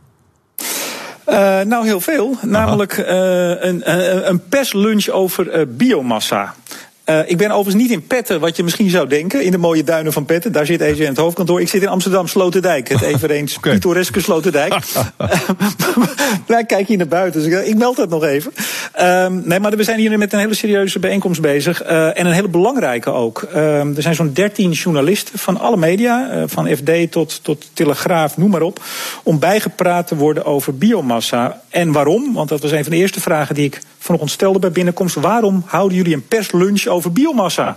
Speaker 12: Nou, heel veel. Namelijk een perslunch over biomassa. Ik ben overigens niet in Petten, wat je misschien zou denken, in de mooie duinen van Petten. Daar zit ECN het hoofdkantoor. Ik zit in Amsterdam Sloterdijk, het eveneens pittoreske Sloterdijk. Daar kijk je naar buiten, dus ik meld dat nog even. Nee, maar we zijn hier met een hele serieuze bijeenkomst bezig. En een hele belangrijke ook. Er zijn zo'n 13 journalisten van alle media, van FD tot Telegraaf, noem maar op, om bijgepraat te worden over biomassa. En waarom? Want dat was een van de eerste vragen die ik vanochtend stelde bij binnenkomst. Waarom houden jullie een perslunch over biomassa?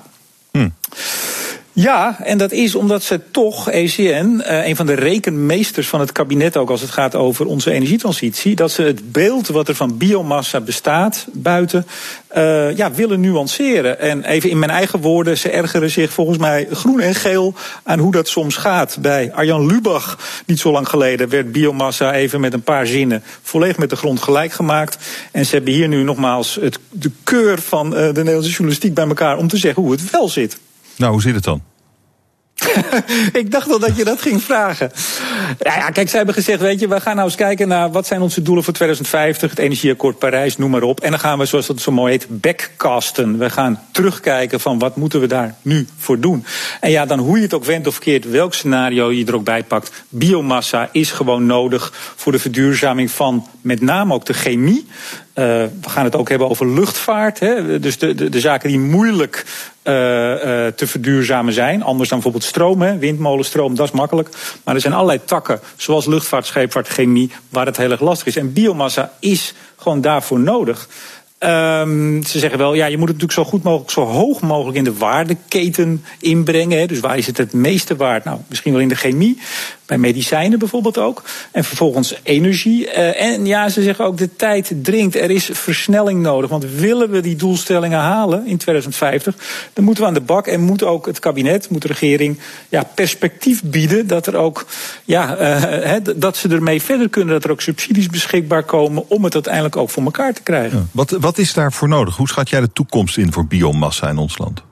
Speaker 12: Ja, en dat is omdat ze toch, ECN, een van de rekenmeesters van het kabinet ook als het gaat over onze energietransitie, dat ze het beeld wat er van biomassa bestaat buiten, willen nuanceren. En even in mijn eigen woorden, ze ergeren zich volgens mij groen en geel aan hoe dat soms gaat. Bij Arjan Lubach, niet zo lang geleden, werd biomassa even met een paar zinnen volledig met de grond gelijk gemaakt. En ze hebben hier nu nogmaals de keur van de Nederlandse journalistiek bij elkaar om te zeggen hoe het wel zit.
Speaker 2: Nou, hoe zit het dan?
Speaker 12: Ik dacht al dat je dat ging vragen. Ja, kijk, zij hebben gezegd, weet je, we gaan nou eens kijken naar wat zijn onze doelen voor 2050, het Energieakkoord Parijs, noem maar op. En dan gaan we, zoals dat zo mooi heet, backcasten. We gaan terugkijken van wat moeten we daar nu voor doen. En ja, dan hoe je het ook wendt of verkeerd, welk scenario je er ook bij pakt, biomassa is gewoon nodig voor de verduurzaming van met name ook de chemie. We gaan het ook hebben over luchtvaart. Hè? Dus de zaken die moeilijk te verduurzamen zijn. Anders dan bijvoorbeeld stroom. Hè? Windmolenstroom, dat is makkelijk. Maar er zijn allerlei takken, zoals luchtvaart, scheepvaart, chemie, waar het heel erg lastig is. En biomassa is gewoon daarvoor nodig. Ze zeggen wel, ja, je moet het natuurlijk zo goed mogelijk, zo hoog mogelijk in de waardeketen inbrengen. Hè. Dus waar is het meeste waard? Nou, misschien wel in de chemie, bij medicijnen bijvoorbeeld ook. En vervolgens energie. En ja, ze zeggen ook, de tijd dringt. Er is versnelling nodig. Want willen we die doelstellingen halen in 2050, dan moeten we aan de bak. En moet ook het kabinet, moet de regering perspectief bieden. Dat er ook, dat ze ermee verder kunnen. Dat er ook subsidies beschikbaar komen om het uiteindelijk ook voor elkaar te krijgen.
Speaker 2: Ja. Wat is daarvoor nodig? Hoe schat jij de toekomst in voor biomassa in ons land?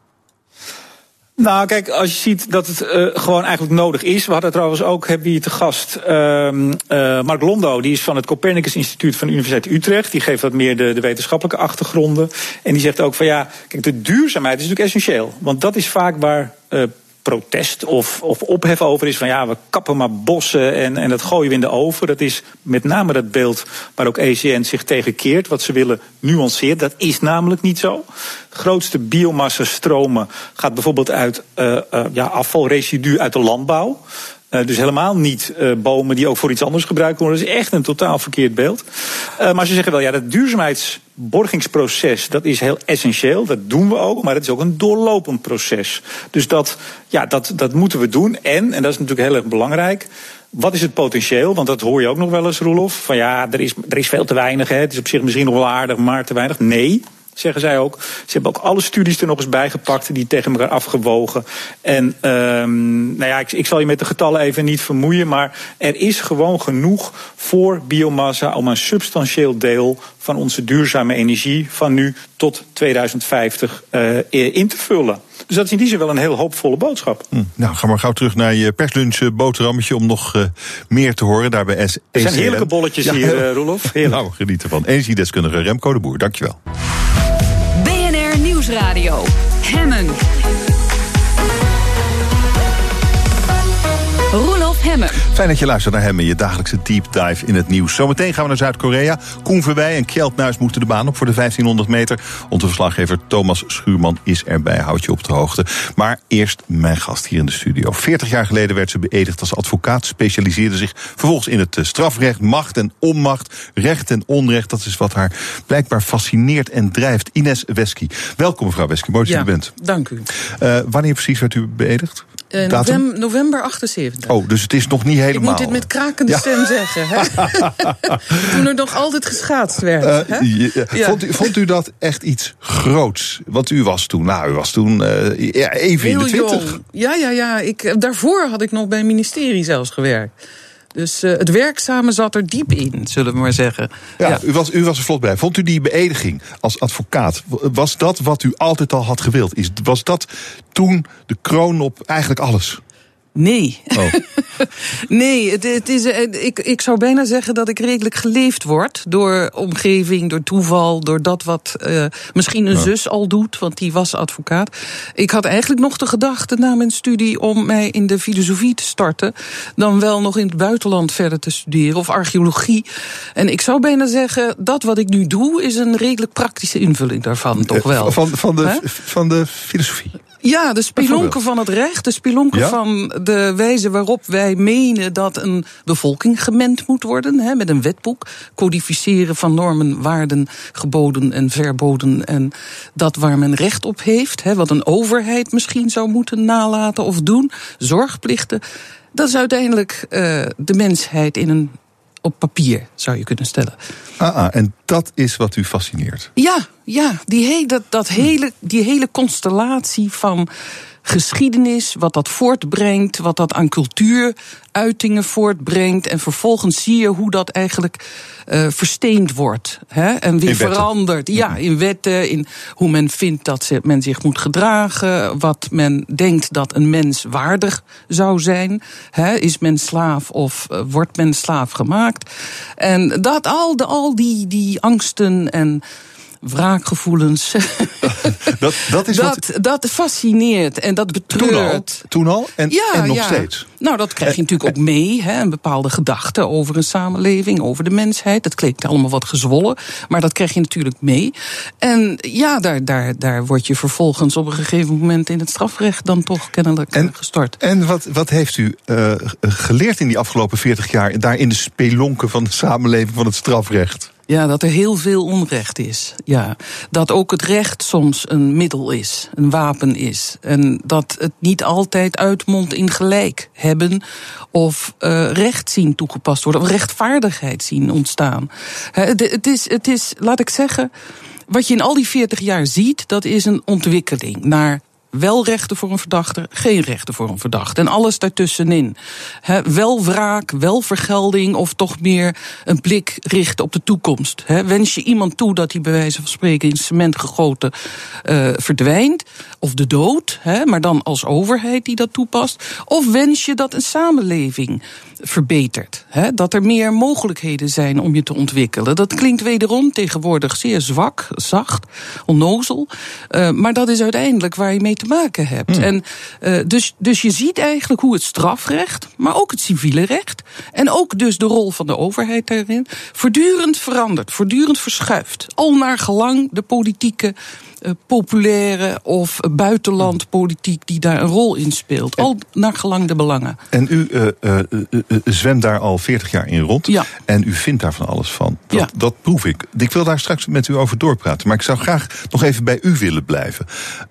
Speaker 12: Nou, kijk, als je ziet dat het gewoon eigenlijk nodig is. We hadden trouwens ook, hebben we hier te gast, Mark Londo, die is van het Copernicus Instituut van de Universiteit Utrecht. Die geeft wat meer de wetenschappelijke achtergronden. En die zegt ook van kijk, de duurzaamheid is natuurlijk essentieel. Want dat is vaak waar protest of ophef over is van we kappen maar bossen en dat gooien we in de oven. Dat is met name dat beeld waar ook ECN zich tegen keert, wat ze willen nuanceren. Dat is namelijk niet zo. De grootste biomassa-stromen gaat bijvoorbeeld uit afvalresidu uit de landbouw. Dus helemaal niet bomen die ook voor iets anders gebruikt worden. Dat is echt een totaal verkeerd beeld. Maar ze zeggen wel, dat duurzaamheidsborgingsproces, dat is heel essentieel. Dat doen we ook, maar het is ook een doorlopend proces. Dus dat moeten we doen. En dat is natuurlijk heel erg belangrijk, wat is het potentieel? Want dat hoor je ook nog wel eens, Roelof. Van er is veel te weinig. Hè. Het is op zich misschien nog wel aardig, maar te weinig. Nee, zeggen zij ook. Ze hebben ook alle studies er nog eens bijgepakt, die tegen elkaar afgewogen. En ik zal je met de getallen even niet vermoeien, maar er is gewoon genoeg voor biomassa om een substantieel deel van onze duurzame energie van nu tot 2050 in te vullen. Dus dat is in die zin wel een heel hoopvolle boodschap.
Speaker 2: Nou, ga maar gauw terug naar je perslunch boterhammetje om nog meer te horen daar bij ECN.
Speaker 12: Er zijn heerlijke bolletjes hier, Roelof. Heerlijk.
Speaker 2: Nou, geniet ervan. Energiedeskundige Remco de Boer, dankjewel.
Speaker 1: BNR Nieuwsradio. Hemmen. Roelof Hemmen.
Speaker 2: Fijn dat je luistert naar Hemmen, je dagelijkse deep dive in het nieuws. Zometeen gaan we naar Zuid-Korea. Koen Verwij en Kjeld Nuis moeten de baan op voor de 1500 meter. Onze verslaggever Thomas Schuurman is erbij, houdt je op de hoogte. Maar eerst mijn gast hier in de studio. 40 jaar geleden werd ze beëdigd als advocaat. Specialiseerde zich vervolgens in het strafrecht, macht en onmacht, recht en onrecht. Dat is wat haar blijkbaar fascineert en drijft. Ines Wesky. Welkom mevrouw Wesky, mooi dat u er bent.
Speaker 13: Dank u.
Speaker 2: Wanneer precies werd u beëdigd?
Speaker 13: November 78.
Speaker 2: Oh, dus het is nog niet helemaal.
Speaker 13: Ik moet dit met krakende stem zeggen. Hè? Toen er nog altijd geschaatst werd.
Speaker 2: Vond u dat echt iets groots? Want u was toen, even in de 20.
Speaker 13: Jong. Daarvoor had ik nog bij het ministerie zelfs gewerkt. Dus het werkzame zat er diep in, zullen we maar zeggen.
Speaker 2: Ja. U was er vlot bij. Vond u die beëdiging als advocaat, was dat wat u altijd al had gewild? Was dat toen de kroon op eigenlijk alles?
Speaker 13: Nee.
Speaker 2: Oh.
Speaker 13: Nee, het is, ik zou bijna zeggen dat ik redelijk geleefd word door omgeving, door toeval, door dat wat misschien een zus al doet, want die was advocaat. Ik had eigenlijk nog de gedachte na mijn studie om mij in de filosofie te starten, dan wel nog in het buitenland verder te studeren, of archeologie. En ik zou bijna zeggen, dat wat ik nu doe is een redelijk praktische invulling daarvan, toch wel.
Speaker 2: Van de filosofie?
Speaker 13: Ja, de spelonken van het recht, de spelonken van de wijze waarop wij menen dat een bevolking gemend moet worden, met een wetboek, codificeren van normen, waarden, geboden en verboden en dat waar men recht op heeft, wat een overheid misschien zou moeten nalaten of doen, zorgplichten. Dat is uiteindelijk de mensheid op papier, zou je kunnen stellen.
Speaker 2: En dat is wat u fascineert?
Speaker 13: Ja, die hele constellatie van geschiedenis, wat dat voortbrengt, wat dat aan cultuuruitingen voortbrengt. En vervolgens zie je hoe dat eigenlijk versteend wordt. En weer verandert. Ja, in wetten, in hoe men vindt dat men zich moet gedragen. Wat men denkt dat een mens waardig zou zijn. Is men slaaf of wordt men slaaf gemaakt? En dat al die angsten en wraakgevoelens. Dat fascineert en dat betreurt.
Speaker 2: Toen al en nog steeds.
Speaker 13: Nou, dat krijg je natuurlijk ook mee. Een bepaalde gedachte over een samenleving, over de mensheid. Dat klinkt allemaal wat gezwollen, maar dat krijg je natuurlijk mee. En ja, daar word je vervolgens op een gegeven moment in het strafrecht dan toch kennelijk gestart.
Speaker 2: En wat heeft u geleerd in die afgelopen 40 jaar... daar in de spelonken van de samenleving van het strafrecht?
Speaker 13: Ja, dat er heel veel onrecht is. Ja, dat ook het recht soms een middel is, een wapen is. En dat het niet altijd uitmondt in gelijk hebben of recht zien toegepast worden, of rechtvaardigheid zien ontstaan. Het is, laat ik zeggen, wat je in al die 40 jaar ziet, dat is een ontwikkeling naar wel rechten voor een verdachte, geen rechten voor een verdachte. En alles daartussenin. Wel wraak, wel vergelding of toch meer een blik richten op de toekomst. Wens je iemand toe dat hij bij wijze van spreken in cement gegoten verdwijnt, of de dood, maar dan als overheid die dat toepast. Of wens je dat een samenleving verbetert. Dat er meer mogelijkheden zijn om je te ontwikkelen. Dat klinkt wederom tegenwoordig zeer zwak, zacht, onnozel. Maar dat is uiteindelijk waar je mee te maken hebt. En dus je ziet eigenlijk hoe het strafrecht, maar ook het civiele recht, en ook dus de rol van de overheid daarin, voortdurend verandert, voortdurend verschuift. Al naar gelang de politieke, populaire of buitenlandpolitiek die daar een rol in speelt. Al naar gelang de belangen.
Speaker 2: En u zwemt daar al 40 jaar in rond.
Speaker 13: Ja.
Speaker 2: En u vindt daar van alles van. Dat proef ik. Ik wil daar straks met u over doorpraten. Maar ik zou graag nog even bij u willen blijven.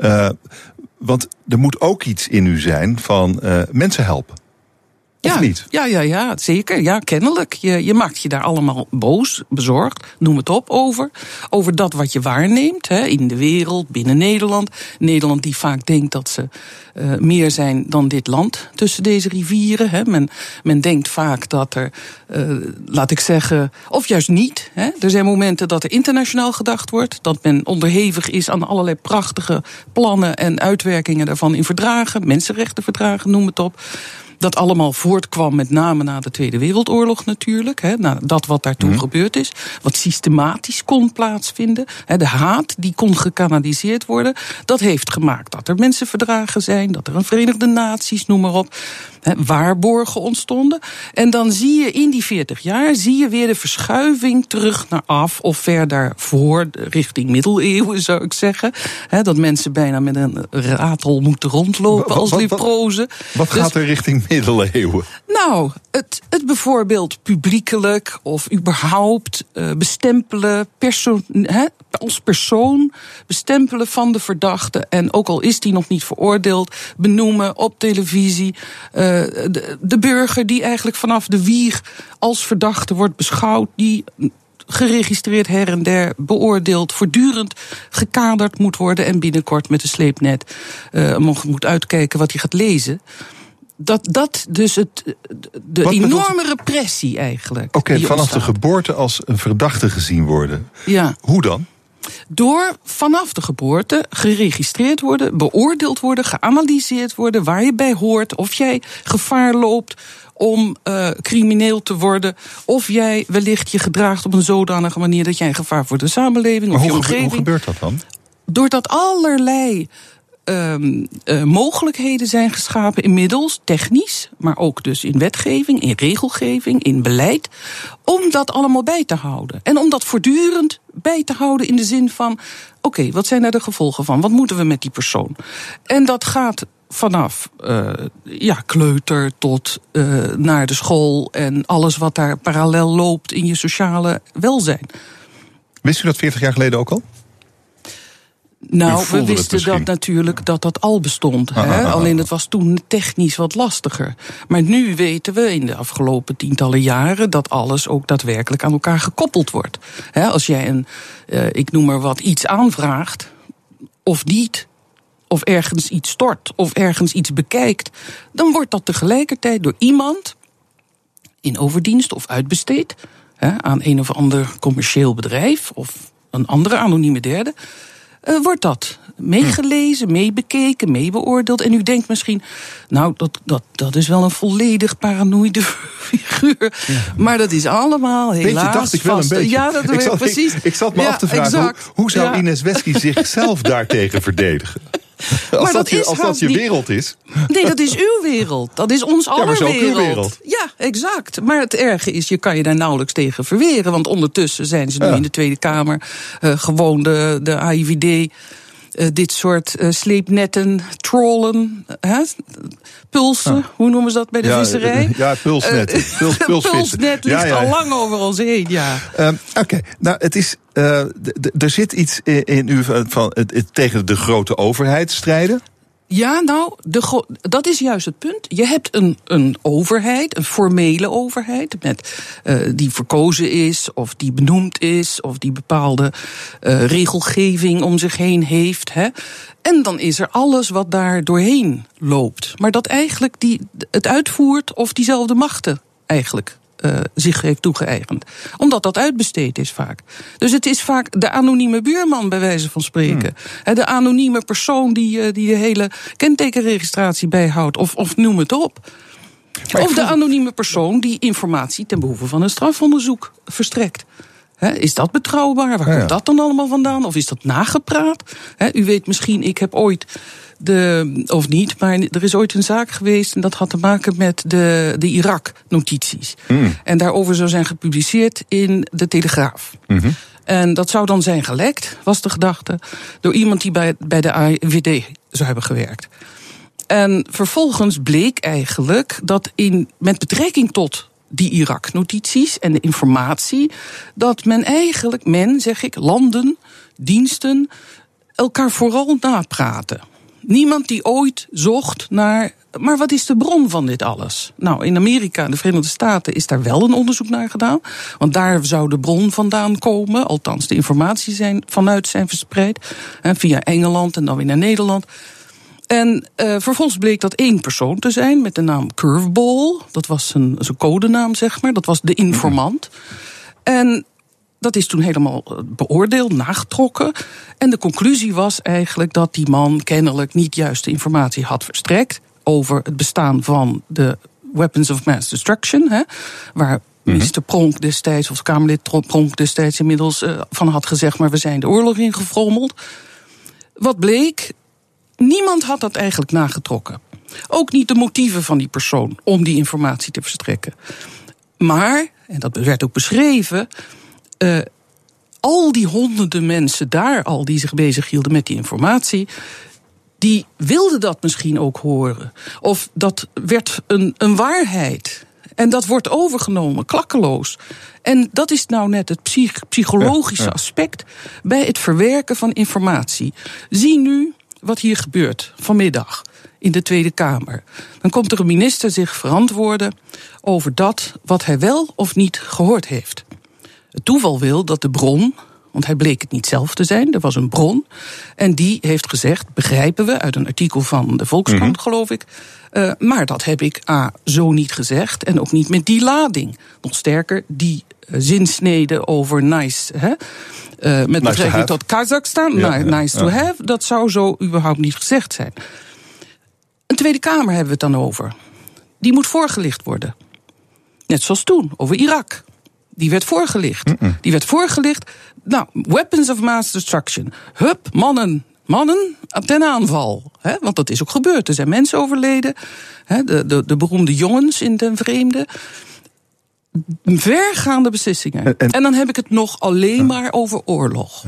Speaker 2: Want er moet ook iets in u zijn van mensen helpen. Of niet?
Speaker 13: Ja, zeker. Ja, kennelijk. Je maakt je daar allemaal boos, bezorgd, noem het op, over dat wat je waarneemt, in de wereld, binnen Nederland. Nederland die vaak denkt dat ze meer zijn dan dit land tussen deze rivieren. Men denkt vaak dat er, laat ik zeggen, of juist niet. Er zijn momenten dat er internationaal gedacht wordt, dat men onderhevig is aan allerlei prachtige plannen en uitwerkingen daarvan in verdragen, mensenrechtenverdragen, noem het op. Dat allemaal voortkwam met name na de Tweede Wereldoorlog natuurlijk. Na dat wat daartoe gebeurd is. Wat systematisch kon plaatsvinden. De haat die kon gekanaliseerd worden. Dat heeft gemaakt dat er mensenverdragen zijn. Dat er een Verenigde Naties, noem maar op. Waarborgen ontstonden. En dan zie je in die 40 jaar weer de verschuiving terug naar af of verder voor, richting middeleeuwen zou ik zeggen. Dat mensen bijna met een ratel moeten rondlopen als leprozen.
Speaker 2: Wat gaat er richting middeleeuwen?
Speaker 13: Nou, het bijvoorbeeld publiekelijk of überhaupt bestempelen als persoon, bestempelen van de verdachte. En ook al is die nog niet veroordeeld, benoemen op televisie. De burger die eigenlijk vanaf de wieg als verdachte wordt beschouwd, die geregistreerd her en der, beoordeeld, voortdurend gekaderd moet worden en binnenkort met een sleepnet moet uitkijken wat hij gaat lezen. Dat dus de enorme repressie eigenlijk.
Speaker 2: Oké, vanaf de geboorte als een verdachte gezien worden.
Speaker 13: Ja.
Speaker 2: Hoe dan?
Speaker 13: Door vanaf de geboorte geregistreerd worden, beoordeeld worden, geanalyseerd worden, waar je bij hoort, of jij gevaar loopt om crimineel te worden, of jij wellicht je gedraagt op een zodanige manier dat jij een gevaar voor de samenleving of je omgeving.
Speaker 2: Hoe gebeurt dat dan?
Speaker 13: Doordat allerlei mogelijkheden zijn geschapen inmiddels, technisch, maar ook dus in wetgeving, in regelgeving, in beleid, om dat allemaal bij te houden. En om dat voortdurend bij te houden in de zin van, oké, wat zijn daar de gevolgen van? Wat moeten we met die persoon? En dat gaat vanaf kleuter tot naar de school en alles wat daar parallel loopt in je sociale welzijn.
Speaker 2: Wist u dat 40 jaar geleden ook al?
Speaker 13: Nou, we wisten dat natuurlijk dat al bestond. Alleen het was toen technisch wat lastiger. Maar nu weten we in de afgelopen tientallen jaren dat alles ook daadwerkelijk aan elkaar gekoppeld wordt. Als jij ik noem maar wat, iets aanvraagt, of niet, of ergens iets stort, of ergens iets bekijkt, dan wordt dat tegelijkertijd door iemand in overdienst of uitbesteed aan een of ander commercieel bedrijf of een andere anonieme derde. Wordt dat meegelezen, meebekeken, meebeoordeeld. En u denkt misschien, nou, dat is wel een volledig paranoïde figuur. Ja. Maar dat is allemaal helaas
Speaker 2: beetje dacht ik wel
Speaker 13: vast.
Speaker 2: Een beetje.
Speaker 13: Ja, dat weet ik precies.
Speaker 2: Ik zat me af te vragen, hoe zou Ines Wesky zichzelf daartegen verdedigen? Als dat je wereld is.
Speaker 13: Nee, dat is uw wereld. Dat is ons aller wereld. Ja, exact. Maar het erge is, je kan je daar nauwelijks tegen verweren. Want ondertussen zijn ze nu in de Tweede Kamer gewoon de AIVD dit soort sleepnetten, trollen, pulsen, hoe noemen ze dat bij de visserij?
Speaker 2: Ja, pulsnetten.
Speaker 13: Pulsnet ligt al lang over ons heen, ja.
Speaker 2: Oké, nou, het is, er zit iets in u van tegen de grote overheid strijden.
Speaker 13: Ja, nou, dat is juist het punt. Je hebt een overheid, een formele overheid, die verkozen is, of die benoemd is, of die bepaalde regelgeving om zich heen heeft. En dan is er alles wat daar doorheen loopt. Maar dat eigenlijk het uitvoert of diezelfde machten eigenlijk zich heeft toegeëigend. Omdat dat uitbesteed is vaak. Dus het is vaak de anonieme buurman, bij wijze van spreken. De anonieme persoon die de hele kentekenregistratie bijhoudt. Of noem het op. Of de anonieme persoon die informatie ten behoeve van een strafonderzoek verstrekt. Is dat betrouwbaar? Waar komt dat dan allemaal vandaan? Of is dat nagepraat? U weet misschien, ik heb ooit of niet, maar er is ooit een zaak geweest en dat had te maken met de Irak-notities. En daarover zou zijn gepubliceerd in de Telegraaf. En dat zou dan zijn gelekt, was de gedachte, door iemand die bij de AIVD zou hebben gewerkt. En vervolgens bleek eigenlijk dat met betrekking tot die Irak-notities en de informatie, dat landen, diensten, elkaar vooral napraten. Niemand die ooit zocht naar, maar wat is de bron van dit alles? Nou, in Amerika, de Verenigde Staten, is daar wel een onderzoek naar gedaan. Want daar zou de bron vandaan komen. Althans, de informatie vanuit zijn verspreid. Via Engeland en dan weer naar Nederland. En vervolgens bleek dat 1 persoon te zijn met de naam Curveball. Dat was zijn codenaam, zeg maar. Dat was de informant. En dat is toen helemaal beoordeeld, nagetrokken. En de conclusie was eigenlijk dat die man kennelijk niet juiste informatie had verstrekt over het bestaan van de Weapons of Mass Destruction. Waar minister Pronk destijds, of Kamerlid Pronk destijds inmiddels van had gezegd, maar we zijn de oorlog ingefrommeld. Wat bleek? Niemand had dat eigenlijk nagetrokken. Ook niet de motieven van die persoon om die informatie te verstrekken. Maar, en dat werd ook beschreven, al die honderden mensen daar al die zich bezighielden met die informatie, die wilden dat misschien ook horen. Of dat werd een waarheid. En dat wordt overgenomen, klakkeloos. En dat is nou net het psychologische aspect bij het verwerken van informatie. Zie nu wat hier gebeurt vanmiddag in de Tweede Kamer. Dan komt er een minister zich verantwoorden over dat wat hij wel of niet gehoord heeft. Het toeval wil dat de bron Want hij bleek het niet zelf te zijn. Er was een bron. En die heeft gezegd, begrijpen we, uit een artikel van de Volkskrant, geloof ik. Maar dat heb ik zo niet gezegd. En ook niet met die lading. Nog sterker, die zinsnede over nice, met betrekking tot Kazachstan, nice to have, dat zou zo überhaupt niet gezegd zijn. Een Tweede Kamer hebben we het dan over. Die moet voorgelicht worden. Net zoals toen, over Irak. Die werd voorgelicht. Die werd voorgelicht. Nou, weapons of mass destruction. Hup, mannen ten aanval. Want dat is ook gebeurd. Er zijn mensen overleden. De beroemde jongens in den vreemde. Vergaande beslissingen. En dan heb ik het nog alleen maar over oorlog.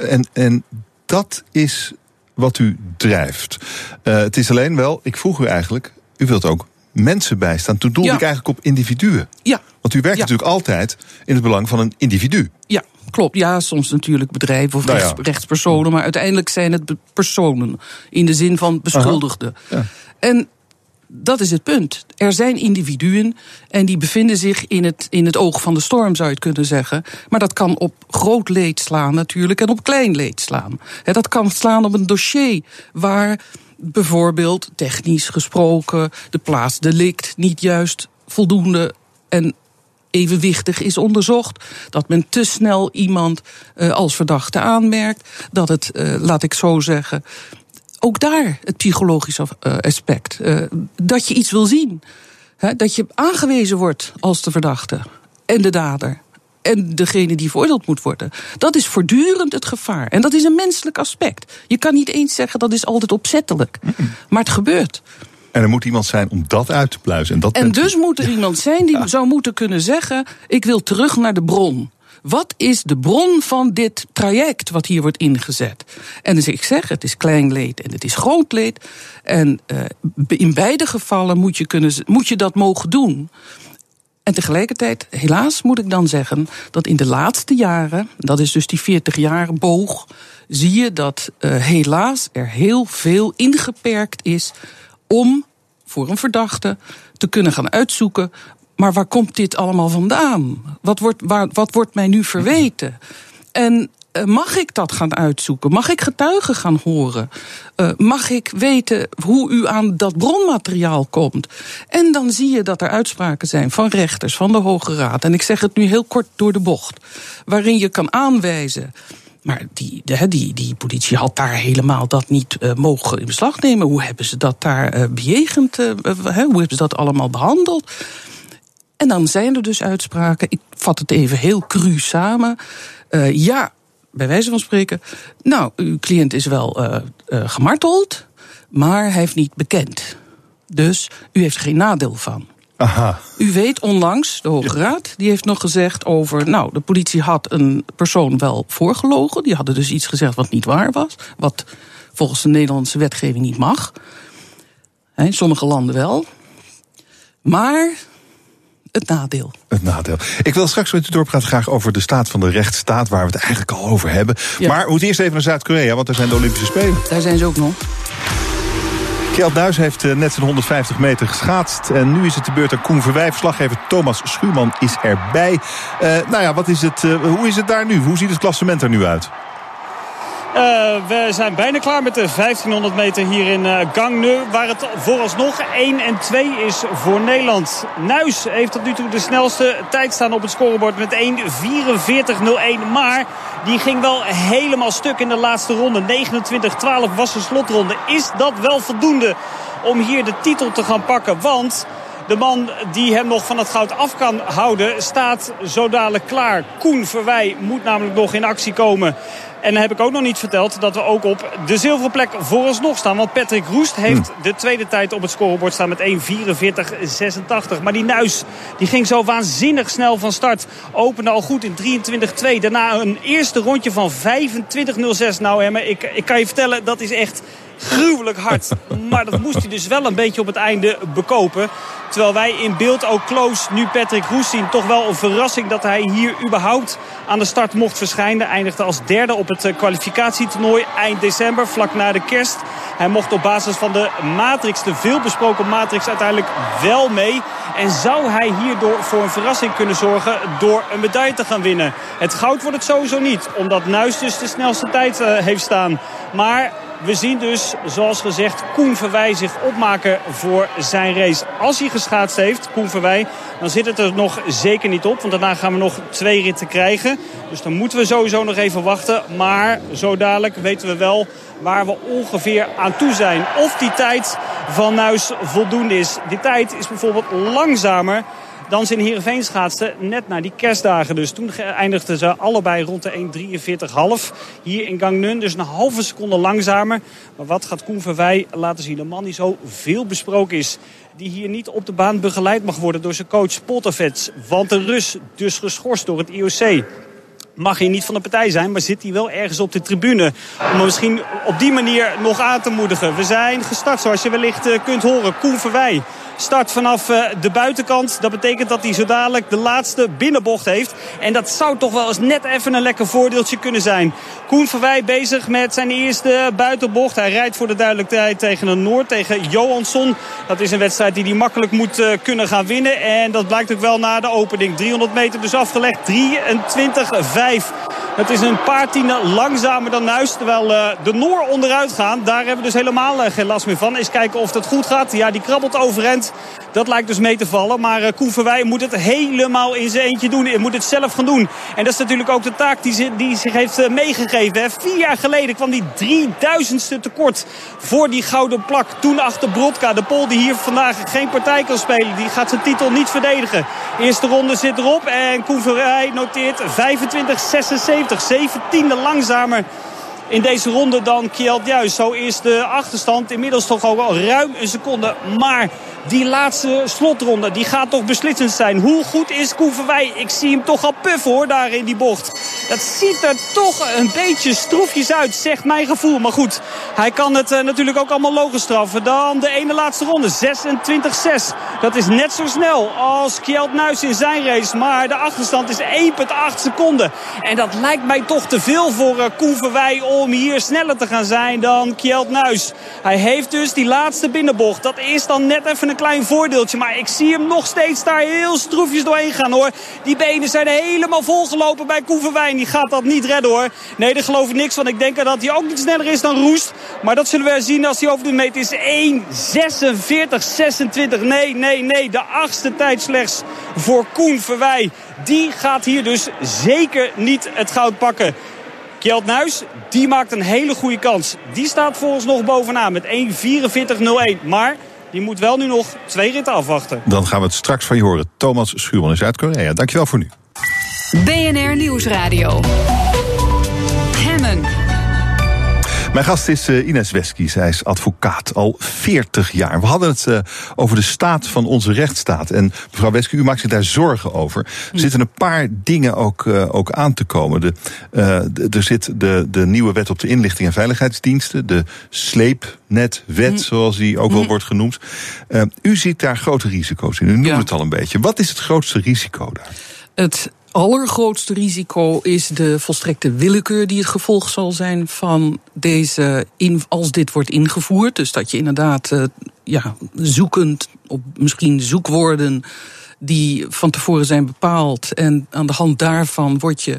Speaker 2: En dat is wat u drijft. Het is alleen wel, ik vroeg u eigenlijk, u wilt ook mensen bijstaan. Toen doelde ik eigenlijk op individuen.
Speaker 13: Ja.
Speaker 2: Want u werkt natuurlijk altijd in het belang van een individu.
Speaker 13: Ja, klopt. Ja, soms natuurlijk bedrijven of rechtspersonen. Maar uiteindelijk zijn het personen. In de zin van beschuldigden. Ja. En dat is het punt. Er zijn individuen en die bevinden zich in het oog van de storm, zou je het kunnen zeggen. Maar dat kan op groot leed slaan natuurlijk en op klein leed slaan. Dat kan slaan op een dossier waar bijvoorbeeld technisch gesproken de plaatsdelict niet juist voldoende en evenwichtig is onderzocht. Dat men te snel iemand als verdachte aanmerkt. Dat het, laat ik zo zeggen, ook daar het psychologische aspect. Dat je iets wil zien. Dat je aangewezen wordt als de verdachte en de dader. En degene die veroordeeld moet worden. Dat is voortdurend het gevaar. En dat is een menselijk aspect. Je kan niet eens zeggen dat is altijd opzettelijk. Maar het gebeurt.
Speaker 2: En er moet iemand zijn om dat uit te pluizen. En
Speaker 13: dus moet er iemand zijn die zou moeten kunnen zeggen, ik wil terug naar de bron. Wat is de bron van dit traject wat hier wordt ingezet? En dus ik zeg, het is klein leed en het is groot leed. En in beide gevallen moet je dat mogen doen. En tegelijkertijd, helaas moet ik dan zeggen, dat in de laatste jaren, dat is dus die 40 jaar boog, zie je dat helaas er heel veel ingeperkt is om voor een verdachte te kunnen gaan uitzoeken, maar waar komt dit allemaal vandaan? Wat wordt mij nu verweten? En mag ik dat gaan uitzoeken? Mag ik getuigen gaan horen? Mag ik weten hoe u aan dat bronmateriaal komt? En dan zie je dat er uitspraken zijn van rechters, van de Hoge Raad. En ik zeg het nu heel kort door de bocht. Waarin je kan aanwijzen, maar die politie had daar helemaal dat niet mogen in beslag nemen. Hoe hebben ze dat daar bejegend? Hoe hebben ze dat allemaal behandeld? En dan zijn er dus uitspraken. Ik vat het even heel cru samen. Bij wijze van spreken, nou, uw cliënt is wel gemarteld, maar hij heeft niet bekend. Dus u heeft er geen nadeel van.
Speaker 2: Aha.
Speaker 13: U weet onlangs, de Hoge Raad, die heeft nog gezegd over, nou, de politie had een persoon wel voorgelogen. Die hadden dus iets gezegd wat niet waar was. Wat volgens de Nederlandse wetgeving niet mag. In sommige landen wel. Maar het nadeel.
Speaker 2: Het nadeel. Ik wil straks met u doorpraten graag over de staat van de rechtsstaat, waar we het eigenlijk al over hebben. Ja. Maar we moeten eerst even naar Zuid-Korea, want daar zijn de Olympische Spelen.
Speaker 13: Daar zijn ze ook nog.
Speaker 2: Kjeld Nuis heeft net zijn 150 meter geschaatst. En nu is het de beurt aan Koen Verwij. Verslaggever Thomas Schuurman is erbij. Hoe is het daar nu? Hoe ziet het klassement er nu uit?
Speaker 14: We zijn bijna klaar met de 1500 meter hier in Gangneung, waar het vooralsnog 1 en 2 is voor Nederland. Nuis heeft tot nu toe de snelste tijd staan op het scorebord met 1:44.01. Maar die ging wel helemaal stuk in de laatste ronde. 29:12 was de slotronde. Is dat wel voldoende om hier de titel te gaan pakken? Want de man die hem nog van het goud af kan houden staat zo dadelijk klaar. Koen Verwij moet namelijk nog in actie komen. En dan heb ik ook nog niet verteld dat we ook op de zilveren plek vooralsnog staan. Want Patrick Roest heeft de tweede tijd op het scorebord staan met 1:44.86. Maar die Nuis die ging zo waanzinnig snel van start. Opende al goed in 23:2. Daarna een eerste rondje van 25:06. Nou Emma, ik kan je vertellen, dat is echt gruwelijk hard. Maar dat moest hij dus wel een beetje op het einde bekopen. Terwijl wij in beeld ook close nu Patrick Roest zien. Toch wel een verrassing dat hij hier überhaupt aan de start mocht verschijnen. Eindigde als derde op het kwalificatietoernooi eind december, vlak na de kerst. Hij mocht op basis van de Matrix, de veelbesproken Matrix, uiteindelijk wel mee. En zou hij hierdoor voor een verrassing kunnen zorgen door een medaille te gaan winnen? Het goud wordt het sowieso niet, omdat Nuis dus de snelste tijd heeft staan. Maar we zien dus, zoals gezegd, Koen Verwij zich opmaken voor zijn race. Als hij geschaatst heeft, Koen Verwij, dan zit het er nog zeker niet op. Want daarna gaan we nog 2 ritten krijgen. Dus dan moeten we sowieso nog even wachten. Maar zo dadelijk weten we wel waar we ongeveer aan toe zijn. Of die tijd van Nuis voldoende is. Die tijd is bijvoorbeeld langzamer dan ze in Heerenveen schaatsten, net na die kerstdagen. Dus toen eindigden ze allebei rond de 1:43,5 hier in Gangneung. Dus een halve seconde langzamer. Maar wat gaat Koen Verwij laten zien? Een man die zo veel besproken is, die hier niet op de baan begeleid mag worden door zijn coach Poltervets. Want de Rus, dus geschorst door het IOC, mag hier niet van de partij zijn, maar zit hij wel ergens op de tribune om hem misschien op die manier nog aan te moedigen. We zijn gestart, zoals je wellicht kunt horen. Koen Verwij start vanaf de buitenkant. Dat betekent dat hij zo dadelijk de laatste binnenbocht heeft. En dat zou toch wel eens net even een lekker voordeeltje kunnen zijn. Koen Verwij bezig met zijn eerste buitenbocht. Hij rijdt voor de duidelijkheid tegen een Noord, tegen Johansson. Dat is een wedstrijd die hij makkelijk moet kunnen gaan winnen. En dat blijkt ook wel na de opening. 300 meter dus afgelegd. 23:5. Het is een paar tienden langzamer dan Nuis. Terwijl de Noor onderuit gaan. Daar hebben we dus helemaal geen last meer van. Eens kijken of dat goed gaat. Ja, die krabbelt overeind. Dat lijkt dus mee te vallen. Maar Koen Verwij moet het helemaal in zijn eentje doen. Hij moet het zelf gaan doen. En dat is natuurlijk ook de taak die zich heeft meegegeven. 4 jaar geleden kwam hij 3000ste tekort voor die gouden plak. Toen achter Brodka, de Pool die hier vandaag geen partij kan spelen. Die gaat zijn titel niet verdedigen. Eerste ronde zit erop. En Koen Verwij noteert 25:76. 17e langzamer in deze ronde dan Kjeld Nuis. Zo is de achterstand inmiddels toch ook al ruim een seconde. Maar die laatste slotronde, die gaat toch beslissend zijn. Hoe goed is Koen Verwij? Ik zie hem toch al puffen hoor, daar in die bocht. Dat ziet er toch een beetje stroefjes uit, zegt mijn gevoel. Maar goed, hij kan het natuurlijk ook allemaal logisch straffen. Dan de ene laatste ronde, 26:6. Dat is net zo snel als Kjeld Nuis in zijn race. Maar de achterstand is 1,8 seconden. En dat lijkt mij toch te veel voor Koen Verwij om hier sneller te gaan zijn dan Kjeld Nuis. Hij heeft dus die laatste binnenbocht. Dat is dan net even een klein voordeeltje. Maar ik zie hem nog steeds daar heel stroefjes doorheen gaan hoor. Die benen zijn helemaal volgelopen bij Koen Verwij. Die gaat dat niet redden hoor. Nee, daar geloof ik niks van. Ik denk dat hij ook niet sneller is dan Roest. Maar dat zullen we zien als hij over de meet is. 1:46,26. Nee. De 8e tijd slechts voor Koen Verwij. Die gaat hier dus zeker niet het goud pakken. Kjeld Nuis, die maakt een hele goede kans. Die staat volgens nog bovenaan met 1:44,01. Maar die moet wel nu nog 2 ritten afwachten.
Speaker 2: Dan gaan we het straks van je horen. Thomas Schuurman in Zuid-Korea. Dankjewel voor nu.
Speaker 1: BNR Nieuwsradio. Hemmen.
Speaker 2: Mijn gast is Ines Wesky. Zij is advocaat, al 40 jaar. We hadden het over de staat van onze rechtsstaat. En mevrouw Wesky, u maakt zich daar zorgen over. Er zitten een paar dingen ook aan te komen. Er zit de nieuwe wet op de inlichting en veiligheidsdiensten. De sleepnetwet, zoals die ook wel wordt genoemd. U ziet daar grote risico's in. U noemt het al een beetje. Wat is het grootste risico daar?
Speaker 13: Het allergrootste risico is de volstrekte willekeur die het gevolg zal zijn van deze, als dit wordt ingevoerd. Dus dat je inderdaad zoekend op misschien zoekwoorden die van tevoren zijn bepaald en aan de hand daarvan word je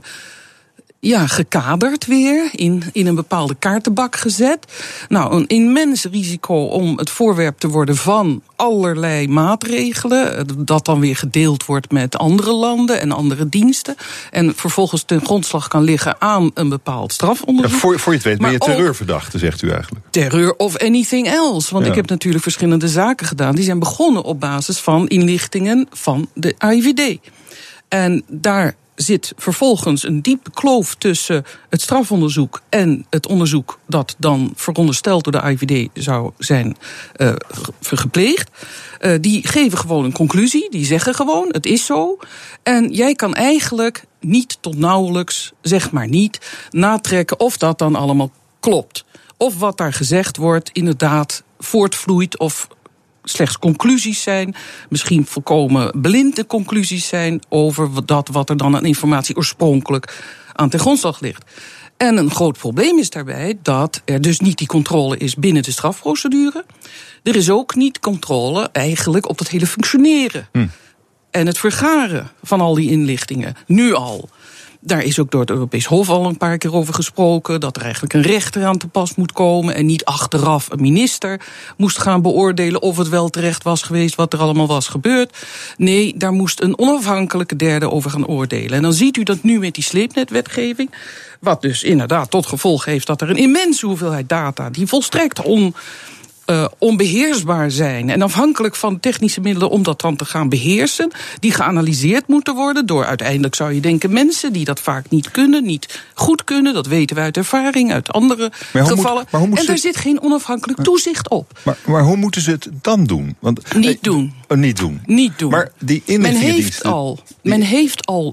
Speaker 13: gekaderd weer, in een bepaalde kaartenbak gezet. Nou, een immens risico om het voorwerp te worden van allerlei maatregelen, dat dan weer gedeeld wordt met andere landen en andere diensten, en vervolgens ten grondslag kan liggen aan een bepaald strafonderzoek.
Speaker 2: Voor je het weet ben je terreurverdachte, zegt u eigenlijk.
Speaker 13: Terreur of anything else. Want ik heb natuurlijk verschillende zaken gedaan. Die zijn begonnen op basis van inlichtingen van de AIVD. En daar zit vervolgens een diepe kloof tussen het strafonderzoek en het onderzoek dat dan verondersteld door de AIVD zou zijn gepleegd. Die geven gewoon een conclusie, die zeggen gewoon, het is zo. En jij kan eigenlijk niet tot nauwelijks, zeg maar niet, natrekken of dat dan allemaal klopt. Of wat daar gezegd wordt inderdaad voortvloeit of slechts conclusies zijn, misschien volkomen blinde conclusies zijn over dat wat er dan aan informatie oorspronkelijk aan ten grondslag ligt. En een groot probleem is daarbij dat er dus niet die controle is binnen de strafprocedure. Er is ook niet controle eigenlijk op dat hele functioneren. En het vergaren van al die inlichtingen, nu al. Daar is ook door het Europees Hof al een paar keer over gesproken, dat er eigenlijk een rechter aan te pas moet komen en niet achteraf een minister moest gaan beoordelen of het wel terecht was geweest wat er allemaal was gebeurd. Nee, daar moest een onafhankelijke derde over gaan oordelen. En dan ziet u dat nu met die sleepnetwetgeving, wat dus inderdaad tot gevolg heeft dat er een immense hoeveelheid data die volstrekt onbeheersbaar zijn en afhankelijk van technische middelen om dat dan te gaan beheersen, die geanalyseerd moeten worden door uiteindelijk, zou je denken, mensen die dat vaak niet kunnen, niet goed kunnen. Dat weten we uit ervaring, uit andere gevallen. En daar zit geen onafhankelijk toezicht op.
Speaker 2: Maar hoe moeten ze het dan doen? Want,
Speaker 13: niet doen.
Speaker 2: Niet doen. Maar die inlichtingendiensten...
Speaker 13: Men heeft al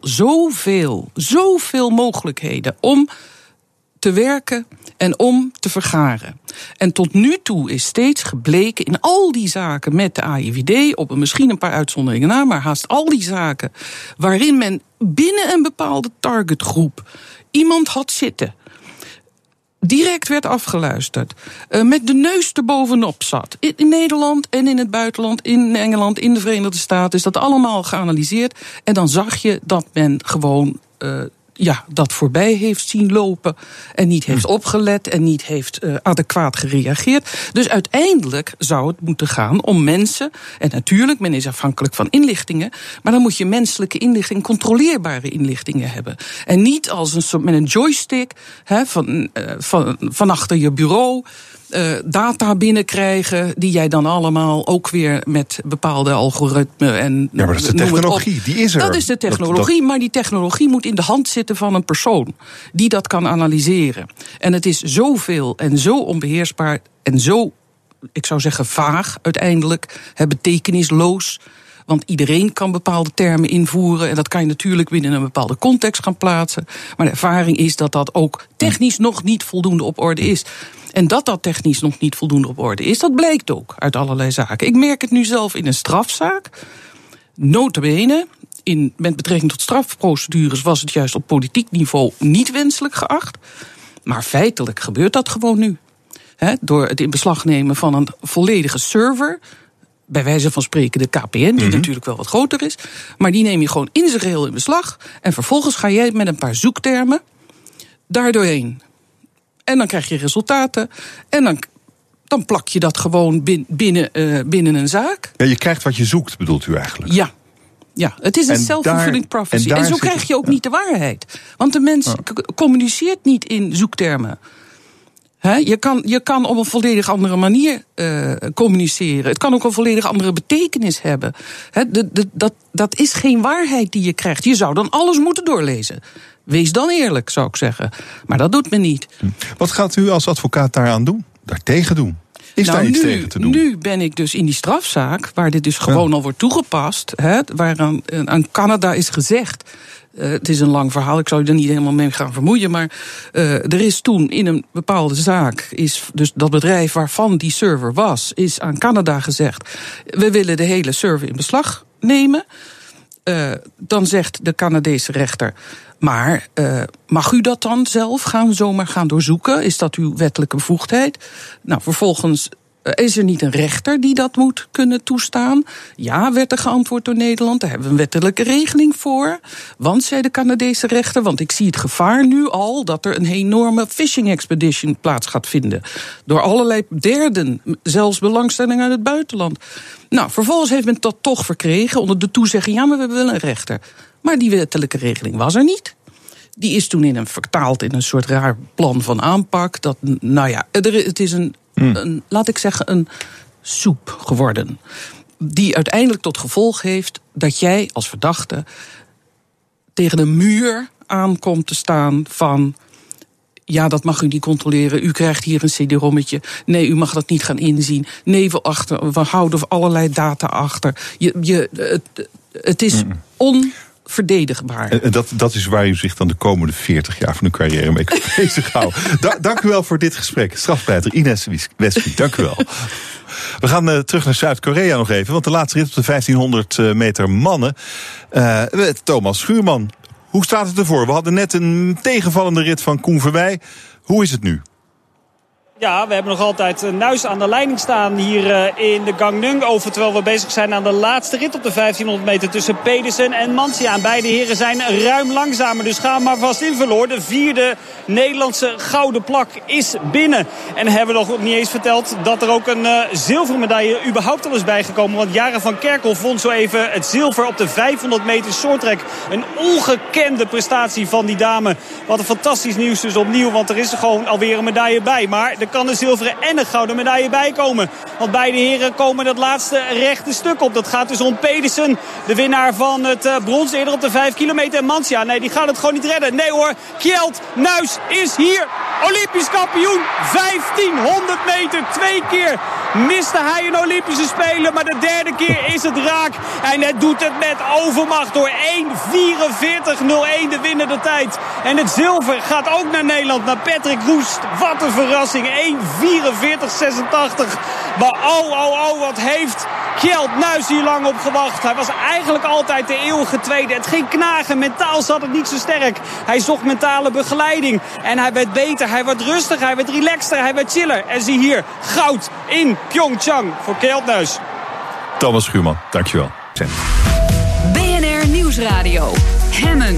Speaker 13: zoveel mogelijkheden om te werken en om te vergaren. En tot nu toe is steeds gebleken in al die zaken met de AIVD, op misschien een paar uitzonderingen na, maar haast al die zaken waarin men binnen een bepaalde targetgroep iemand had zitten, direct werd afgeluisterd, met de neus erbovenop zat. In Nederland en in het buitenland, in Engeland, in de Verenigde Staten, is dat allemaal geanalyseerd. En dan zag je dat men gewoon dat voorbij heeft zien lopen en niet heeft opgelet en niet heeft adequaat gereageerd. Dus uiteindelijk zou het moeten gaan om mensen, en natuurlijk, men is afhankelijk van inlichtingen, maar dan moet je menselijke inlichting, controleerbare inlichtingen hebben. En niet als een soort met een joystick van achter je bureau data binnenkrijgen die jij dan allemaal ook weer met bepaalde algoritmen en
Speaker 2: ja, maar dat is de technologie, die is er.
Speaker 13: Dat is de technologie, maar die technologie moet in de hand zitten van een persoon die dat kan analyseren. En het is zoveel en zo onbeheersbaar en zo, ik zou zeggen, vaag uiteindelijk, betekenisloos. Want iedereen kan bepaalde termen invoeren en dat kan je natuurlijk binnen een bepaalde context gaan plaatsen. Maar de ervaring is dat dat ook technisch nog niet voldoende op orde is. En dat technisch nog niet voldoende op orde is, dat blijkt ook uit allerlei zaken. Ik merk het nu zelf in een strafzaak. Nota bene, met betrekking tot strafprocedures was het juist op politiek niveau niet wenselijk geacht. Maar feitelijk gebeurt dat gewoon nu. Door het in beslag nemen van een volledige server, bij wijze van spreken de KPN, die natuurlijk wel wat groter is, maar die neem je gewoon in zijn geheel in beslag en vervolgens ga jij met een paar zoektermen daardoorheen. En dan krijg je resultaten en dan plak je dat gewoon binnen een zaak.
Speaker 2: Ja, je krijgt wat je zoekt, bedoelt u eigenlijk?
Speaker 13: Ja, het is een self-fulfilling prophecy. En zo krijg je ook niet de waarheid. Want de mens communiceert niet in zoektermen. Je kan op een volledig andere manier communiceren. Het kan ook een volledig andere betekenis hebben. Dat is geen waarheid die je krijgt. Je zou dan alles moeten doorlezen. Wees dan eerlijk, zou ik zeggen. Maar dat doet men niet.
Speaker 2: Wat gaat u als advocaat daaraan doen? Daartegen doen? Is daar iets tegen te doen?
Speaker 13: Nu ben ik dus in die strafzaak, waar dit dus gewoon al wordt toegepast, waar aan Canada is gezegd. Het is een lang verhaal, ik zou je er niet helemaal mee gaan vermoeien, maar er is toen in een bepaalde zaak, dus dat bedrijf waarvan die server was, is aan Canada gezegd, we willen de hele server in beslag nemen. Dan zegt de Canadese rechter, maar mag u dat dan zelf zomaar gaan doorzoeken? Is dat uw wettelijke bevoegdheid? Nou, vervolgens is er niet een rechter die dat moet kunnen toestaan? Ja, werd er geantwoord door Nederland. Daar hebben we een wettelijke regeling voor. Want, zei de Canadese rechter, want ik zie het gevaar nu al dat er een enorme fishing expedition plaats gaat vinden. Door allerlei derden, zelfs belangstelling uit het buitenland. Nou, vervolgens heeft men dat toch verkregen onder de toezegging, ja, maar we hebben wel een rechter. Maar die wettelijke regeling was er niet. Die is toen vertaald in een soort raar plan van aanpak. Dat, nou ja, het is laat ik zeggen, een soep geworden. Die uiteindelijk tot gevolg heeft dat jij als verdachte tegen een muur aankomt te staan van, ja, dat mag u niet controleren. U krijgt hier een CD-rommetje. Nee, u mag dat niet gaan inzien. Nee, we houden allerlei data achter. Het is onverdedigbaar.
Speaker 2: En dat is waar u zich dan de komende 40 jaar van uw carrière mee kunt bezighoudt. Dank u wel voor dit gesprek. Strafpleiter Ines Westby, dank u wel. We gaan terug naar Zuid-Korea nog even, want de laatste rit op de 1500 meter mannen. Thomas Schuurman. Hoe staat het ervoor? We hadden net een tegenvallende rit van Koen Verwij. Hoe is het nu?
Speaker 14: Ja, we hebben nog altijd Nuis aan de leiding staan hier in de Gangnung. Terwijl we bezig zijn aan de laatste rit op de 1500 meter tussen Pedersen en Mancia. En beide heren zijn ruim langzamer, dus ga maar vast invullen hoor. De 4e Nederlandse gouden plak is binnen. En hebben we nog niet eens verteld dat er ook een zilveren medaille überhaupt al is bijgekomen. Want Jara van Kerkhoff won zo even het zilver op de 500 meter shorttrack. Een ongekende prestatie van die dame. Wat een fantastisch nieuws dus opnieuw, want er is er gewoon alweer een medaille bij. Maar er kan een zilveren en een gouden medaille bij komen. Want beide heren komen dat laatste rechte stuk op. Dat gaat dus om Pedersen, de winnaar van het brons eerder op de 5 kilometer. En Mancia, nee, die gaat het gewoon niet redden. Nee hoor, Kjeld Nuis is hier. Olympisch kampioen. 1500 meter, 2 keer miste hij een Olympische Spelen. Maar de derde keer is het raak. En hij doet het met overmacht door 1:44.01 de winnende tijd. En het zilver gaat ook naar Nederland, naar Patrick Roest. Wat een verrassing. 1:44.86. Maar wat heeft Kjeld Nuis hier lang op gewacht. Hij was eigenlijk altijd de eeuwige tweede. Het ging knagen. Mentaal zat het niet zo sterk. Hij zocht mentale begeleiding. En hij werd beter. Hij werd rustiger. Hij werd relaxter. Hij werd chiller. En zie hier, goud in Pyeongchang voor Kjeld Nuis.
Speaker 2: Thomas Schuurman, dankjewel.
Speaker 1: BNR Nieuwsradio. Hemmen.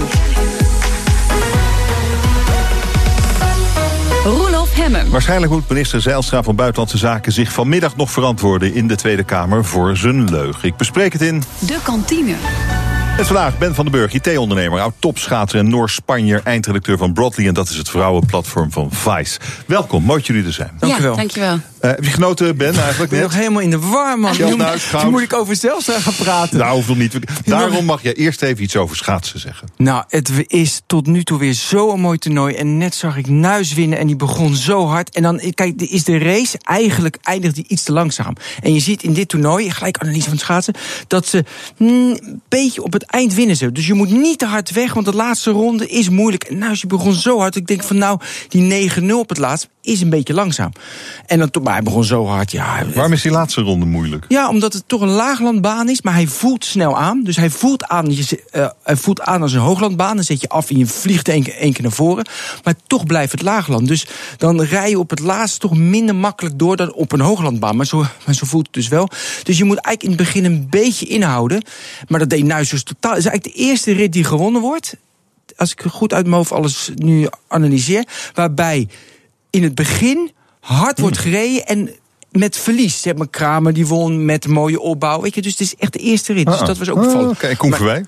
Speaker 1: Roelof Hemmen.
Speaker 2: Waarschijnlijk moet minister Zijlstra van Buitenlandse Zaken zich vanmiddag nog verantwoorden in de Tweede Kamer voor zijn leugen. Ik bespreek het in
Speaker 1: de kantine.
Speaker 2: Met vandaag Ben van den Burg, IT-ondernemer, oud-topschaatser en Noors-Spanjer, eindredacteur van Broadly. En dat is het vrouwenplatform van Vice. Welkom, mooi dat jullie er zijn.
Speaker 15: Dankjewel. Ja, dankjewel.
Speaker 2: Heb je genoten, Ben, eigenlijk?
Speaker 15: Ik ben nog helemaal in de war, man. Nu moet ik over Zijlstra gaan praten.
Speaker 2: Nou, hoeft nog niet. Daarom mag je eerst even iets over schaatsen zeggen.
Speaker 15: Nou, het is tot nu toe weer zo'n mooi toernooi. En net zag ik Nuis winnen en die begon zo hard. En dan, kijk, is de race eigenlijk eindigt die iets te langzaam. En je ziet in dit toernooi, gelijk analyse van het schaatsen, dat ze een beetje op het eind winnen ze. Dus je moet niet te hard weg, want de laatste ronde is moeilijk. En Nuis die begon zo hard. Ik denk van nou, die 9-0 op het laatst is een beetje langzaam. En dan, maar hij begon zo hard. Ja.
Speaker 2: Waarom is die laatste ronde moeilijk?
Speaker 15: Ja, omdat het toch een laaglandbaan is, maar hij voelt snel aan. Dus hij voelt aan als een hooglandbaan. Dan zet je af en je vliegt één keer naar voren. Maar toch blijft het laagland. Dus dan rij je op het laatst toch minder makkelijk door dan op een hooglandbaan. Maar zo voelt het dus wel. Dus je moet eigenlijk in het begin een beetje inhouden. Maar dat deed Nuis dus totaal. Het is eigenlijk de eerste rit die gewonnen wordt. Als ik goed uit mijn hoofd alles nu analyseer. Waarbij in het begin hard wordt gereden en met verlies. Zeg maar, Kramer die won met een mooie opbouw. Weet je, dus het is echt de eerste rit. Dus dat was ook opvallend.
Speaker 2: Oké, Koen Verwij?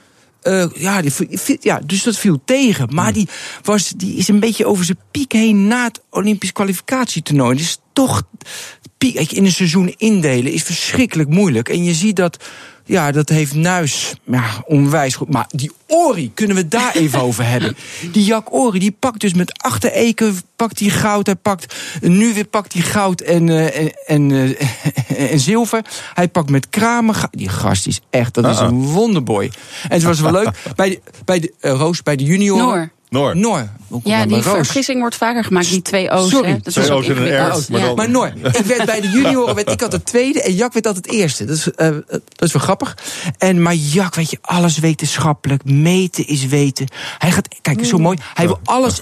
Speaker 15: Dus dat viel tegen. Maar die is een beetje over zijn piek heen na het Olympisch kwalificatietoernooi. Dus toch, piek in een seizoen indelen is verschrikkelijk moeilijk. En je ziet dat, ja, dat heeft Nuis onwijs goed. Maar die Ori, kunnen we het daar even over hebben? Die Jack Ori, die pakt dus met Achtereken pakt hij goud. Hij pakt nu weer goud en zilver. Hij pakt met Kramer. Die gast is echt, dat is een wonderboy. En het was wel leuk bij de junioren. Noor.
Speaker 16: Ja, die vergissing wordt vaker gemaakt, die 2 O's.
Speaker 15: Sorry,
Speaker 16: dat 2 O's en een R.
Speaker 15: Ja. Maar Noor, ik werd bij de junioren, ik had het tweede en Jack werd altijd eerste. Dat is wel grappig. Maar Jack, weet je, alles wetenschappelijk. Meten is weten. Hij gaat, kijk, zo mooi. Hij wil alles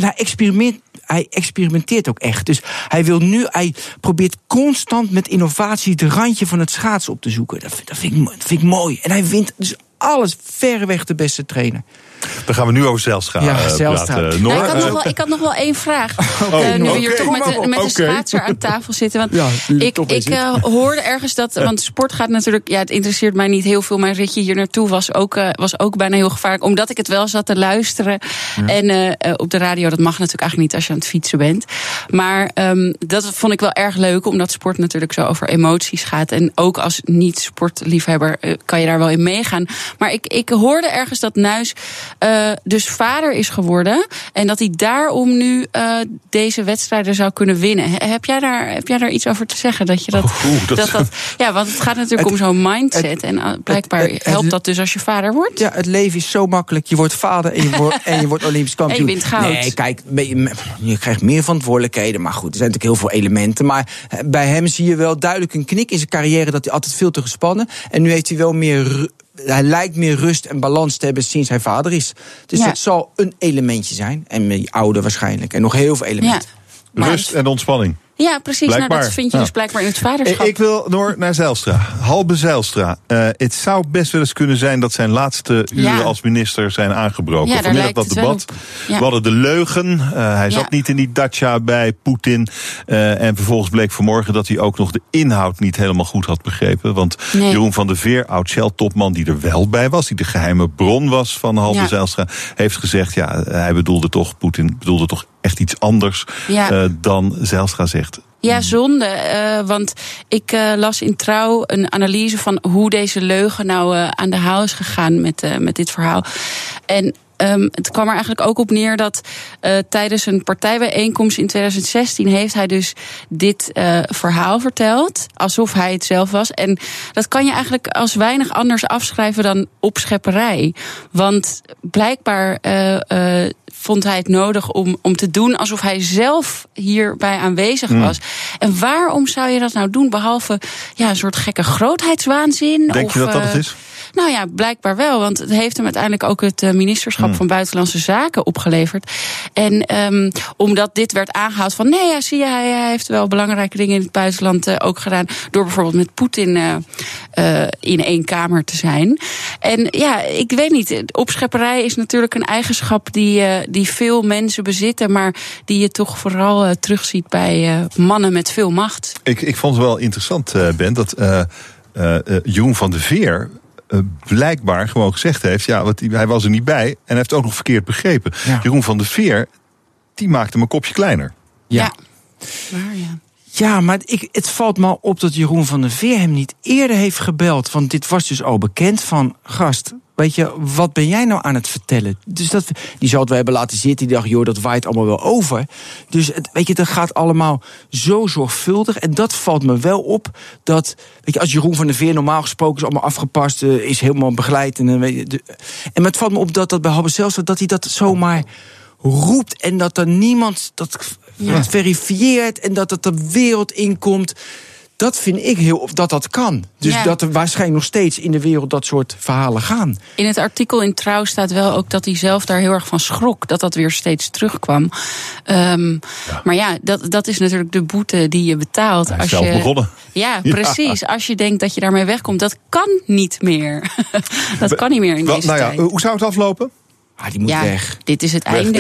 Speaker 15: hij experimenteert ook echt. Dus hij probeert constant met innovatie het randje van het schaatsen op te zoeken. Dat vind ik mooi. En hij wint dus alles verreweg de beste trainer.
Speaker 2: Dan gaan we nu over Zijlstra praten.
Speaker 16: Ik had nog wel één vraag. Nu we hier toch met een schaatser aan tafel zitten. Want ik hoorde ergens dat, want sport gaat natuurlijk, het interesseert mij niet heel veel. Mijn ritje hier naartoe was ook bijna heel gevaarlijk. Omdat ik het wel zat te luisteren. Ja. En op de radio, dat mag natuurlijk eigenlijk niet als je aan het fietsen bent. Maar dat vond ik wel erg leuk, omdat sport natuurlijk zo over emoties gaat. En ook als niet-sportliefhebber kan je daar wel in meegaan. Maar ik hoorde ergens dat Nuis dus vader is geworden. En dat hij daarom nu deze wedstrijden zou kunnen winnen. Heb jij daar iets over te zeggen? Dat je ja, want het gaat natuurlijk om zo'n mindset. En blijkbaar helpt dat dus als je vader wordt.
Speaker 15: Ja, het leven is zo makkelijk. Je wordt vader en je wordt Olympisch kampioen.
Speaker 16: En je wint goud.
Speaker 15: Nee, kijk, je krijgt meer verantwoordelijkheden. Maar goed, er zijn natuurlijk heel veel elementen. Maar bij hem zie je wel duidelijk een knik in zijn carrière. Dat hij altijd veel te gespannen. En nu heeft hij wel meer hij lijkt meer rust en balans te hebben sinds hij vader is. Dus dat zal een elementje zijn. En met die ouder waarschijnlijk. En nog heel veel elementen.
Speaker 2: Ja. Rust en ontspanning.
Speaker 16: Ja, precies. Nou, dat vind je dus blijkbaar in het vaderschap.
Speaker 2: Ik wil door naar Zijlstra. Halbe Zijlstra. Het zou best wel eens kunnen zijn dat zijn laatste uren als minister zijn aangebroken.
Speaker 16: Ja,
Speaker 2: vanmiddag dat debat. We hadden de leugen. Hij zat niet in die dacha bij Poetin. En vervolgens bleek vanmorgen dat hij ook nog de inhoud niet helemaal goed had begrepen. Want Jeroen van der Veer, oud-Shell-topman die er wel bij was, die de geheime bron was van Halbe Zijlstra, heeft gezegd, hij bedoelde toch, Poetin bedoelde toch echt iets anders dan Zijlstra zegt.
Speaker 16: Ja, zonde. Want ik las in Trouw een analyse van hoe deze leugen nou aan de haal is gegaan met dit verhaal. En het kwam er eigenlijk ook op neer dat tijdens een partijbijeenkomst in 2016 heeft hij dus dit verhaal verteld, alsof hij het zelf was. En dat kan je eigenlijk als weinig anders afschrijven dan opschepperij. Want blijkbaar vond hij het nodig om te doen alsof hij zelf hierbij aanwezig was. En waarom zou je dat nou doen, behalve een soort gekke grootheidswaanzin?
Speaker 2: Denk je dat het is?
Speaker 16: Nou ja, blijkbaar wel, want het heeft hem uiteindelijk ook het ministerschap van Buitenlandse Zaken opgeleverd. En omdat dit werd aangehaald van, zie je, hij heeft wel belangrijke dingen in het buitenland ook gedaan, door bijvoorbeeld met Poetin in één kamer te zijn. En ik weet niet, opschepperij is natuurlijk een eigenschap die veel mensen bezitten, maar die je toch vooral terugziet bij mannen met veel macht. Ik
Speaker 2: vond het wel interessant, Ben, dat Jeroen van der Veer blijkbaar gewoon gezegd heeft, want hij was er niet bij en hij heeft ook nog verkeerd begrepen. Ja. Jeroen van der Veer, die maakte hem een kopje kleiner.
Speaker 15: Ja. Ja, maar het valt me op dat Jeroen van der Veer hem niet eerder heeft gebeld. Want dit was dus al bekend van, gast, weet je, wat ben jij nou aan het vertellen? Dus die zou het wel hebben laten zitten. Die dacht, joh, dat waait allemaal wel over. Dus dat gaat allemaal zo zorgvuldig. En dat valt me wel op. Dat, als Jeroen van der Veer normaal gesproken is allemaal afgepast, is helemaal begeleid. En het valt me op dat bij Halbe Zijlstra, dat hij dat zomaar roept. En dat er niemand dat verifieert. En dat het de wereld inkomt. Dat vind ik dat kan. Dus dat er waarschijnlijk nog steeds in de wereld dat soort verhalen gaan.
Speaker 16: In het artikel in Trouw staat wel ook dat hij zelf daar heel erg van schrok. Dat weer steeds terugkwam. Maar dat is natuurlijk de boete die je betaalt.
Speaker 2: Hij is zelf begonnen.
Speaker 16: Ja, precies. Als je denkt dat je daarmee wegkomt. Dat kan niet meer. Dat kan niet meer in deze tijd.
Speaker 2: Hoe zou het aflopen?
Speaker 15: Die moet weg.
Speaker 16: Dit is het einde.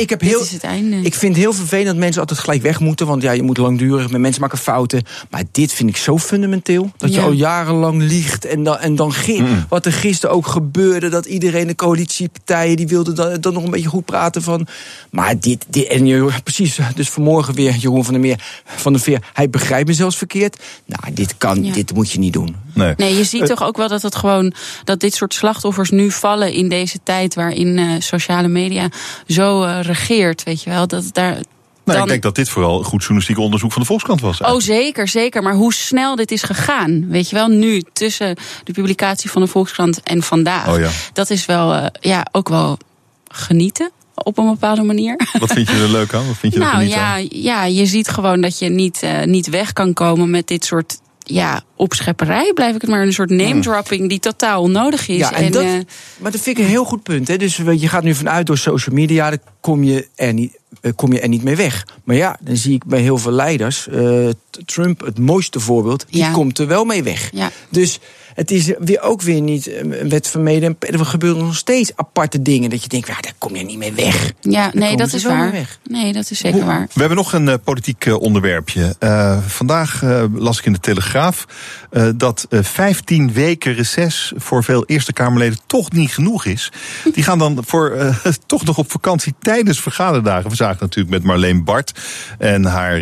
Speaker 15: Ik vind het heel vervelend dat mensen altijd gelijk weg moeten. Want je moet langdurig, mensen maken fouten. Maar dit vind ik zo fundamenteel. Dat je al jarenlang liegt. En dan wat er gisteren ook gebeurde. Dat iedereen, de coalitiepartijen, die wilden dan nog een beetje goed praten van. Maar precies. Dus vanmorgen weer Jeroen van der Veer. Hij begrijpt me zelfs verkeerd. Nou, dit moet je niet doen.
Speaker 16: Nee, je ziet toch ook wel dat dit soort slachtoffers nu vallen in deze tijd waarin sociale media zo regeert, weet je wel. Ik
Speaker 2: denk dat dit vooral goed journalistiek onderzoek van de Volkskrant was.
Speaker 16: Eigenlijk. Oh, zeker. Maar hoe snel dit is gegaan, weet je wel, nu tussen de publicatie van de Volkskrant en vandaag. Oh ja. Dat is wel, ook wel genieten. Op een bepaalde manier.
Speaker 2: Wat vind je er leuk aan? Wat vind je er niet aan?
Speaker 16: Ja, je ziet gewoon dat je niet weg kan komen met dit soort opschepperij, blijf ik het maar, een soort name-dropping die totaal onnodig is.
Speaker 15: Ja, maar dat vind ik een heel goed punt. Hè? Dus je gaat nu vanuit door social media, dan kom je er niet mee weg. Maar dan zie ik bij heel veel leiders, Trump het mooiste voorbeeld, die komt er wel mee weg. Ja. Dus het is weer niet een wet van mede. Er gebeuren nog steeds aparte dingen dat je denkt, daar kom je niet mee weg.
Speaker 16: Ja, nee, dat is waar. Nee, dat is zeker waar.
Speaker 2: We hebben nog een politiek onderwerpje. Vandaag las ik in de Telegraaf dat 15 weken reces voor veel Eerste Kamerleden toch niet genoeg is. Die gaan dan toch nog op vakantie tijdens vergaderdagen. We zagen natuurlijk met Marleen Bart en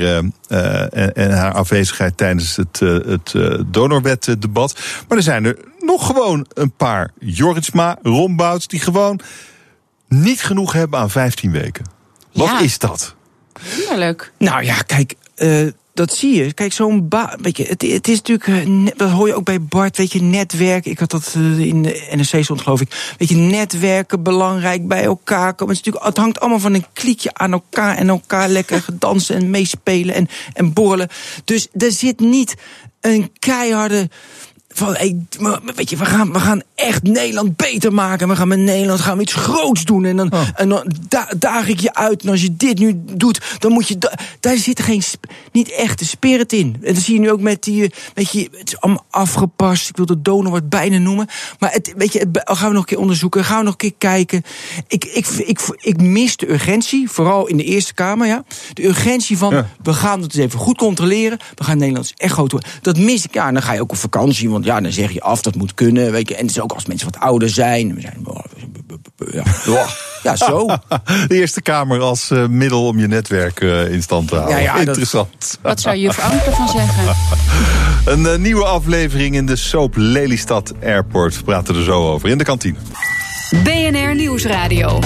Speaker 2: haar afwezigheid tijdens het donorwetdebat. Maar er zijn er nog gewoon een paar. Jorritsma, Rombouts, die gewoon niet genoeg hebben aan 15 weken. Wat is dat?
Speaker 16: Wonderlijk.
Speaker 15: Nou ja, kijk, dat zie je. Kijk, het is natuurlijk, dat hoor je ook bij Bart, weet je, netwerk. Ik had dat in de NRC stond, geloof ik. Weet je, netwerken, belangrijk, bij elkaar komen. Het hangt allemaal van een kliekje aan elkaar en elkaar lekker dansen en meespelen en borrelen. Dus er zit niet een keiharde van, weet je, we gaan echt Nederland beter maken. We gaan met Nederland iets groots doen. En dan daag ik je uit. En als je dit nu doet, dan moet je... Daar zit niet echt de spirit in. En dat zie je nu ook met die... Weet je, het is allemaal afgepast. Ik wil de donorwoord bijna noemen. Maar gaan we nog een keer onderzoeken. Gaan we nog een keer kijken. Ik mis de urgentie. Vooral in de Eerste Kamer, ja. De urgentie van, we gaan het eens even goed controleren. We gaan Nederland echt groot worden. Dat mis ik, ja. En dan ga je ook op vakantie. Want ja, dan zeg je af, dat moet kunnen. Weet je. En het is ook als mensen wat ouder zijn. We zijn ja, zo.
Speaker 2: De Eerste Kamer als middel om je netwerk in stand te houden. Ja, interessant.
Speaker 16: Wat zou juf Anke ervan zeggen?
Speaker 2: Een nieuwe aflevering in de soap Lelystad Airport. We praten er zo over in de kantine.
Speaker 1: BNR Nieuwsradio.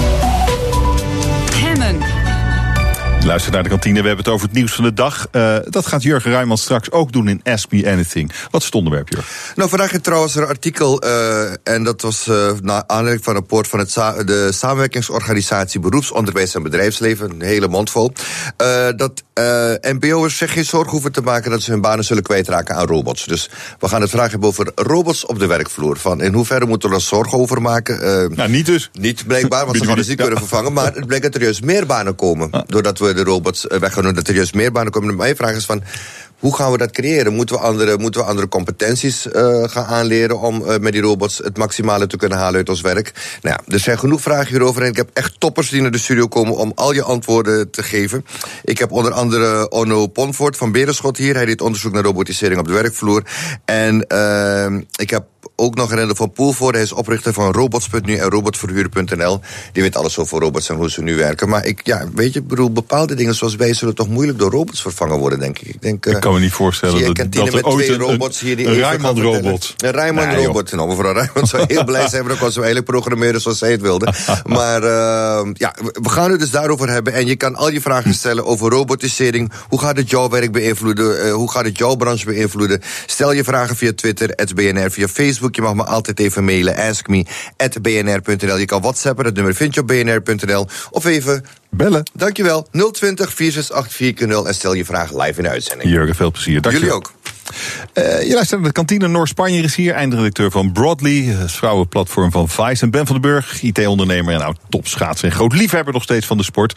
Speaker 1: Hemmen.
Speaker 2: Luister naar de kantine, we hebben het over het nieuws van de dag. Dat gaat Jurgen Rijmans straks ook doen in Ask Me Anything. Wat is het onderwerp, Jurgen?
Speaker 17: Nou, vandaag is trouwens een artikel, en dat was naar aanleiding van een rapport van de samenwerkingsorganisatie Beroepsonderwijs en Bedrijfsleven, een hele mond vol, dat mbo'ers zich geen zorgen hoeven te maken dat ze hun banen zullen kwijtraken aan robots. Dus we gaan het vragen hebben over robots op de werkvloer. Van in hoeverre moeten we er zorgen over maken?
Speaker 2: Nou, niet dus.
Speaker 17: Niet blijkbaar, want ze gaan dus niet kunnen vervangen, maar het blijkt dat er juist meer banen komen, doordat we de robots weggaan, dat er juist meer banen komen. Mijn vraag is van, hoe gaan we dat creëren? Moeten we andere competenties gaan aanleren om met die robots het maximale te kunnen halen uit ons werk? Nou ja, er zijn genoeg vragen hierover en ik heb echt toppers die naar de studio komen om al je antwoorden te geven. Ik heb onder andere Onno Ponvoort van Berenschot hier. Hij deed onderzoek naar robotisering op de werkvloer. En ik heb ook nog Rendel van Poel voor. Hij is oprichter van robots.nu en robotverhuur.nl. Die weet alles over robots en hoe ze nu werken. Maar ik bedoel, bepaalde dingen zoals wij zullen toch moeilijk door robots vervangen worden, denk ik. Ik kan
Speaker 2: me niet voorstellen dat er ooit een Rijnmond-robot.
Speaker 17: Een Rijnmond-robot. Nou, mevrouw Rijnmond zou heel blij zijn, maar dan kon ze eigenlijk programmeren zoals zij het wilde. Maar we gaan het dus daarover hebben. En je kan al je vragen stellen over robotisering. Hoe gaat het jouw werk beïnvloeden? Hoe gaat het jouw branche beïnvloeden? Stel je vragen via Twitter, @BNR, via Facebook. Je mag me altijd even mailen, askme@bnr.nl. Je kan WhatsAppen, het nummer vind je op bnr.nl. Of even
Speaker 2: bellen.
Speaker 17: Dankjewel, 020 468 4x0 en stel je vraag live in de uitzending.
Speaker 2: Jurgen, veel plezier. Dank
Speaker 17: jullie ook.
Speaker 2: Je luistert naar de kantine. Noor Spanje is hier, eindredacteur van Broadly, het vrouwenplatform van Vice. En Ben van den Burg, IT-ondernemer en oud-topschaatser en groot liefhebber nog steeds van de sport.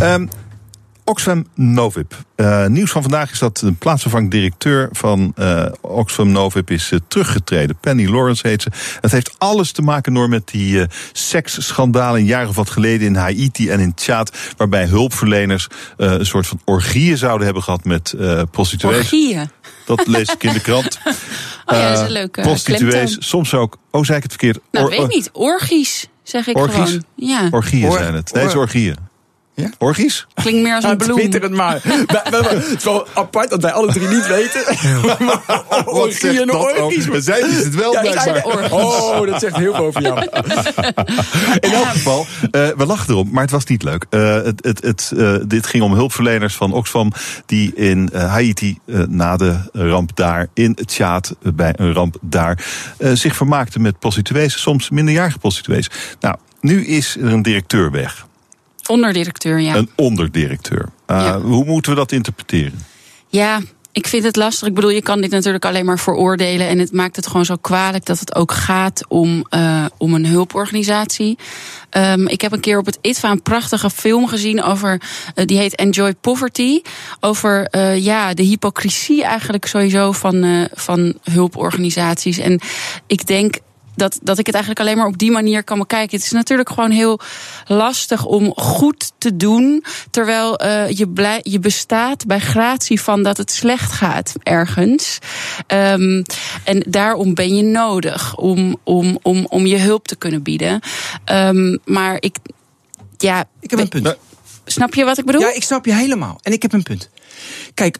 Speaker 2: Oxfam Novib. Nieuws van vandaag is dat de plaatsvervangend directeur van Oxfam Novib is teruggetreden. Penny Lawrence heet ze. Dat heeft alles te maken, Noor, met die seksschandalen een jaar of wat geleden in Haiti en in Tjaad, waarbij hulpverleners een soort van orgieën zouden hebben gehad met prostituees.
Speaker 16: Orgieën?
Speaker 2: Dat lees ik in de krant.
Speaker 16: Dat is een leuke
Speaker 2: prostituees, soms ook, zei ik het verkeerd?
Speaker 16: Nou, weet niet, orgies, zeg ik
Speaker 2: orgies?
Speaker 16: Gewoon. Ja.
Speaker 2: Orgieën zijn het. Nee, het is orgieën. Ja? Orgies?
Speaker 16: Klinkt meer als een bloem.
Speaker 15: Twitter het maar. Het is wel apart dat wij alle drie niet weten. Orgieën en orgies.
Speaker 2: Zij is het wel blijkbaar.
Speaker 15: Dat zegt heel veel over jou.
Speaker 2: In elk geval, we lachen erom, maar het was niet leuk. Dit ging om hulpverleners van Oxfam die in Haiti na de ramp daar, in Tjaad bij een ramp daar, zich vermaakten met prostituees, soms minderjarige prostituees. Nou, nu is er een directeur weg.
Speaker 16: Onderdirecteur, ja.
Speaker 2: Een onderdirecteur. Hoe moeten we dat interpreteren?
Speaker 16: Ja, ik vind het lastig. Ik bedoel, je kan dit natuurlijk alleen maar veroordelen. En het maakt het gewoon zo kwalijk dat het ook gaat om een hulporganisatie. Ik heb een keer op het ITVA een prachtige film gezien over, die heet Enjoy Poverty. Over de hypocrisie eigenlijk sowieso van hulporganisaties. En ik denk dat ik het eigenlijk alleen maar op die manier kan bekijken. Het is natuurlijk gewoon heel lastig om goed te doen, terwijl je bestaat bij gratie van dat het slecht gaat ergens. En daarom ben je nodig om je hulp te kunnen bieden. Maar ik
Speaker 15: heb een punt.
Speaker 16: Snap je wat ik bedoel?
Speaker 15: Ja, ik snap je helemaal. En ik heb een punt. Kijk,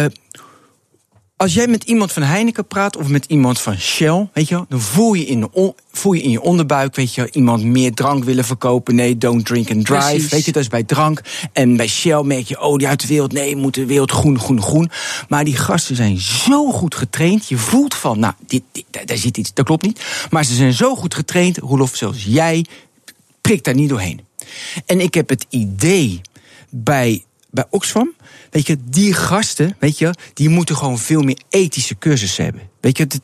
Speaker 15: als jij met iemand van Heineken praat of met iemand van Shell, weet je wel, dan voel je in je onderbuik, weet je, iemand meer drank willen verkopen. Nee, don't drink and drive. Precies. Weet je, dat is bij drank. En bij Shell merk je, die uit de wereld, nee, moet de wereld groen. Maar die gasten zijn zo goed getraind. Je voelt van, daar zit iets, dat klopt niet. Maar ze zijn zo goed getraind, Roelof, zoals jij, prikt daar niet doorheen. En ik heb het idee bij Oxfam weet je, die gasten, weet je, die moeten gewoon veel meer ethische cursussen hebben. Weet je,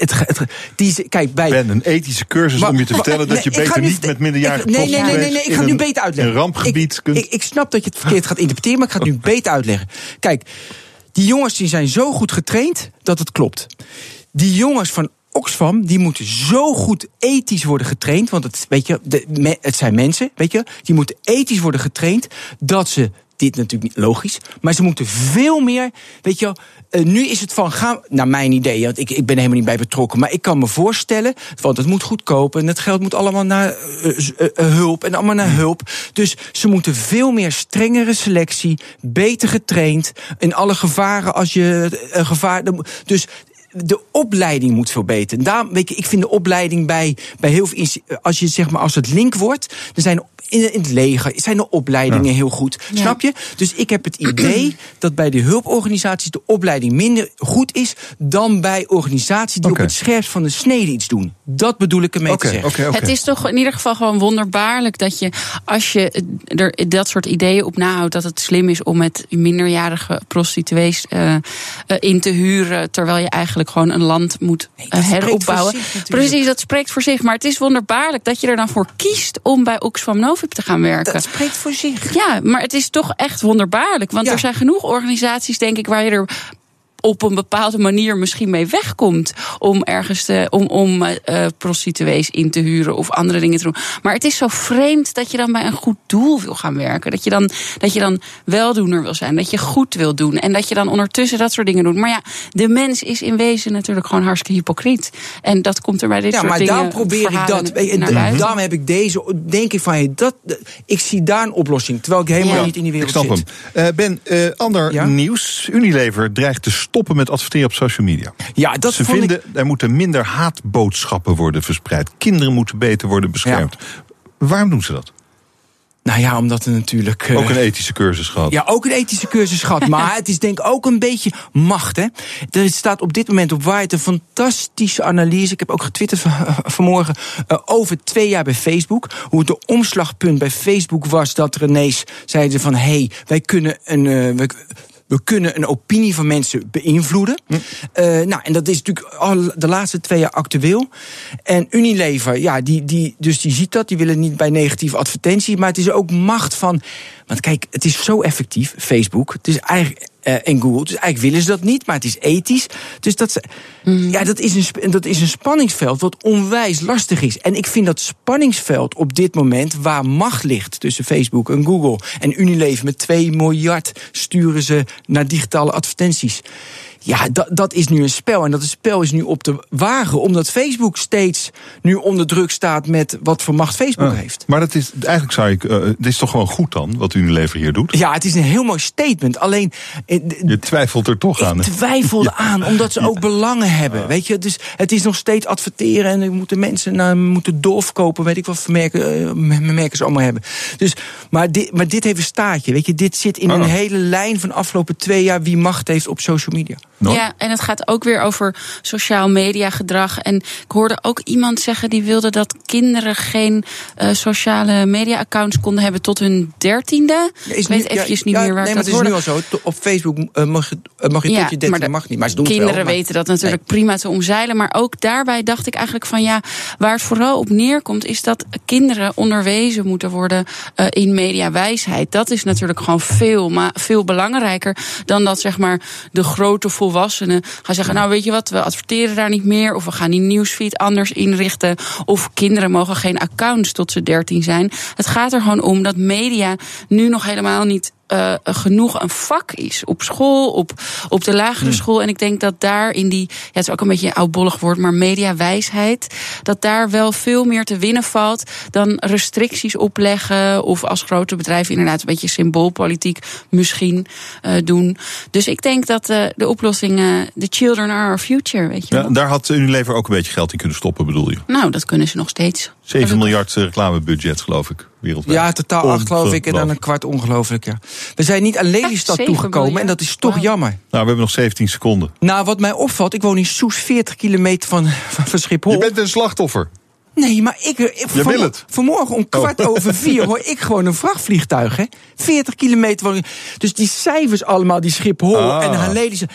Speaker 15: kijk,
Speaker 2: Ben, een ethische cursus om je te vertellen dat je beter niet met minderjarige
Speaker 15: Nee, ik ga het nu beter uitleggen.
Speaker 2: Een rampgebied
Speaker 15: ik snap dat je het verkeerd gaat interpreteren, maar ik ga het nu beter uitleggen. Kijk, die jongens die zijn zo goed getraind dat het klopt. Die jongens van Oxfam, die moeten zo goed ethisch worden getraind, want het zijn mensen, weet je, die moeten ethisch worden getraind dat ze, dit natuurlijk niet logisch, maar ze moeten veel meer, weet je, nu is het van, naar mijn idee, want ik ben helemaal niet bij betrokken, maar ik kan me voorstellen, want het moet goedkopen en het geld moet allemaal naar hulp en allemaal naar hulp. Dus ze moeten veel meer strengere selectie, beter getraind, in alle gevaren als je een gevaar. Dus de opleiding moet verbeteren. Daarom, weet je, ik vind de opleiding bij heel veel, als het link wordt, er zijn in het leger zijn de opleidingen heel goed. Ja. Snap je? Dus ik heb het idee dat bij de hulporganisaties de opleiding minder goed is dan bij organisaties die op het scherpst van de snede iets doen. Dat bedoel ik ermee te zeggen.
Speaker 16: Het is toch in ieder geval gewoon wonderbaarlijk dat je, als je er dat soort ideeën op nahoudt, dat het slim is om met minderjarige prostituees in te huren, terwijl je eigenlijk gewoon een land moet heropbouwen. Precies, dat spreekt voor zich. Maar het is wonderbaarlijk dat je er dan voor kiest om bij Oxfam Novib te gaan werken.
Speaker 15: Dat spreekt voor zich.
Speaker 16: Ja, maar het is toch echt wonderbaarlijk. Want er zijn genoeg organisaties, denk ik, waar je er op een bepaalde manier misschien mee wegkomt om ergens om prostituees in te huren of andere dingen te doen. Maar het is zo vreemd dat je dan bij een goed doel wil gaan werken. Dat je dan weldoener wil zijn. Dat je goed wil doen. En dat je dan ondertussen dat soort dingen doet. Maar ja, de mens is in wezen natuurlijk gewoon hartstikke hypocriet. En dat komt er bij dit soort dingen. Ja, maar
Speaker 15: daarom probeer ik dat. Daarom heb ik deze, denk ik van, ik zie daar een oplossing. Terwijl ik helemaal niet in die wereld zit.
Speaker 2: Ben, ander nieuws. Unilever dreigt te stoppen met adverteren op social media.
Speaker 15: Ja, dat
Speaker 2: Ze vinden er moeten minder haatboodschappen worden verspreid. Kinderen moeten beter worden beschermd. Ja. Waarom doen ze dat?
Speaker 15: Nou ja, omdat er natuurlijk
Speaker 2: ook een ethische cursus gehad.
Speaker 15: Ja, ook een ethische cursus gehad. Maar het is denk ik ook een beetje macht, hè. Er staat op dit moment op Wired een fantastische analyse. Ik heb ook getwitterd vanmorgen over 2 jaar bij Facebook. Hoe het de omslagpunt bij Facebook was dat er ineens zeiden van, wij kunnen we kunnen een opinie van mensen beïnvloeden. En dat is natuurlijk al de laatste 2 jaar actueel. En Unilever, die ziet dat. Die willen niet bij negatieve advertentie. Maar het is ook macht van. Want kijk, het is zo effectief, Facebook. Het is eigenlijk. En Google. Dus eigenlijk willen ze dat niet, maar het is ethisch. Dus dat is een spanningsveld wat onwijs lastig is. En ik vind dat spanningsveld op dit moment, waar macht ligt tussen Facebook en Google en Unilever met 2 miljard sturen ze naar digitale advertenties. Ja, dat is nu een spel. En dat spel is nu op de wagen, omdat Facebook steeds nu onder druk staat met wat voor macht Facebook heeft.
Speaker 2: Maar dat is eigenlijk dit is toch gewoon goed dan, wat Unilever hier doet?
Speaker 15: Ja, het is een heel mooi statement. Alleen
Speaker 2: je twijfelt er toch aan.
Speaker 15: Ik twijfelde aan, omdat ze ook belangen hebben. Weet je, dus het is nog steeds adverteren en er moeten mensen moeten doorverkopen, weet ik wat merken ze allemaal hebben. Dus, maar dit heeft een staartje. Weet je, dit zit in een hele lijn van de afgelopen 2 jaar wie macht heeft op social media.
Speaker 16: Ja, en het gaat ook weer over sociaal media gedrag. En ik hoorde ook iemand zeggen die wilde dat kinderen geen sociale media accounts konden hebben tot hun 13e. Ik weet eventjes niet meer waar ik dat hoorde.
Speaker 15: Nee, maar het is nu al zo. Op Facebook mag je tot je 13e, mag niet. Maar ze doen
Speaker 16: kinderen
Speaker 15: het wel,
Speaker 16: weten dat natuurlijk prima te omzeilen. Maar ook daarbij dacht ik eigenlijk van waar het vooral op neerkomt is dat kinderen onderwezen moeten worden in mediawijsheid. Dat is natuurlijk gewoon veel belangrijker dan dat zeg maar de grote volwassenen gaan zeggen, nou weet je wat, we adverteren daar niet meer, of we gaan die nieuwsfeed anders inrichten, of kinderen mogen geen accounts tot ze 13 zijn. Het gaat er gewoon om dat media nu nog helemaal niet genoeg een vak is op school, op de lagere school. En ik denk dat daar in die, het is ook een beetje een oudbollig woord, maar mediawijsheid, dat daar wel veel meer te winnen valt dan restricties opleggen of als grote bedrijven inderdaad een beetje symboolpolitiek misschien doen. Dus ik denk dat de oplossing, the children are our future, weet je wel.
Speaker 2: Daar had Unilever ook een beetje geld in kunnen stoppen, bedoel je?
Speaker 16: Nou, dat kunnen ze nog steeds.
Speaker 2: 7 miljard reclamebudget, geloof ik, wereldwijd.
Speaker 15: Ja, totaal 8, geloof ik, en dan een kwart ongelooflijk, ja. We zijn niet aan Lelystad toegekomen en dat is toch jammer.
Speaker 2: Nou, we hebben nog 17 seconden.
Speaker 15: Nou, wat mij opvalt, ik woon in Soes, 40 kilometer van Schiphol.
Speaker 2: Je bent een slachtoffer.
Speaker 15: Nee, maar
Speaker 2: wil het.
Speaker 15: Vanmorgen om 4:15 hoor ik gewoon een vrachtvliegtuig, hè? 40 kilometer. Dus die cijfers allemaal, die Schiphol en Hallelissen.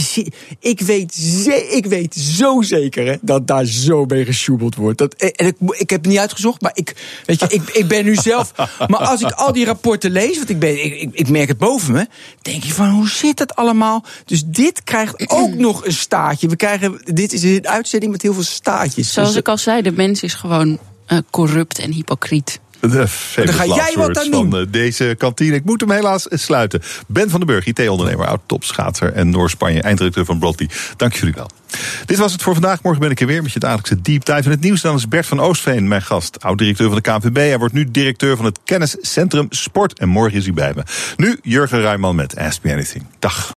Speaker 15: Ik weet zo zeker, hè, dat daar zo mee gesjoebeld wordt. Ik heb het niet uitgezocht, maar ik ben nu zelf. Maar als ik al die rapporten lees, want ik merk het boven me, denk je van, hoe zit dat allemaal? Dus dit krijgt ook nog een staartje. Dit is een uitzending met heel veel staartjes.
Speaker 16: Zoals ik al zei, de mens is gewoon corrupt en hypocriet.
Speaker 2: Dan
Speaker 15: ga jij wat aan doen.
Speaker 2: Van deze kantine. Ik moet hem helaas sluiten. Ben van den Burg, IT-ondernemer, oud-topschaatser en Noor-Spanje, eindredacteur van Broadly. Dank jullie wel. Dit was het voor vandaag. Morgen ben ik er weer met je dagelijkse deep dive in het nieuws. Dan is Bert van Oostveen mijn gast, oud-directeur van de KNVB. Hij wordt nu directeur van het kenniscentrum Sport. En morgen is hij bij me. Nu Jurgen Rijman met Ask Me Anything. Dag.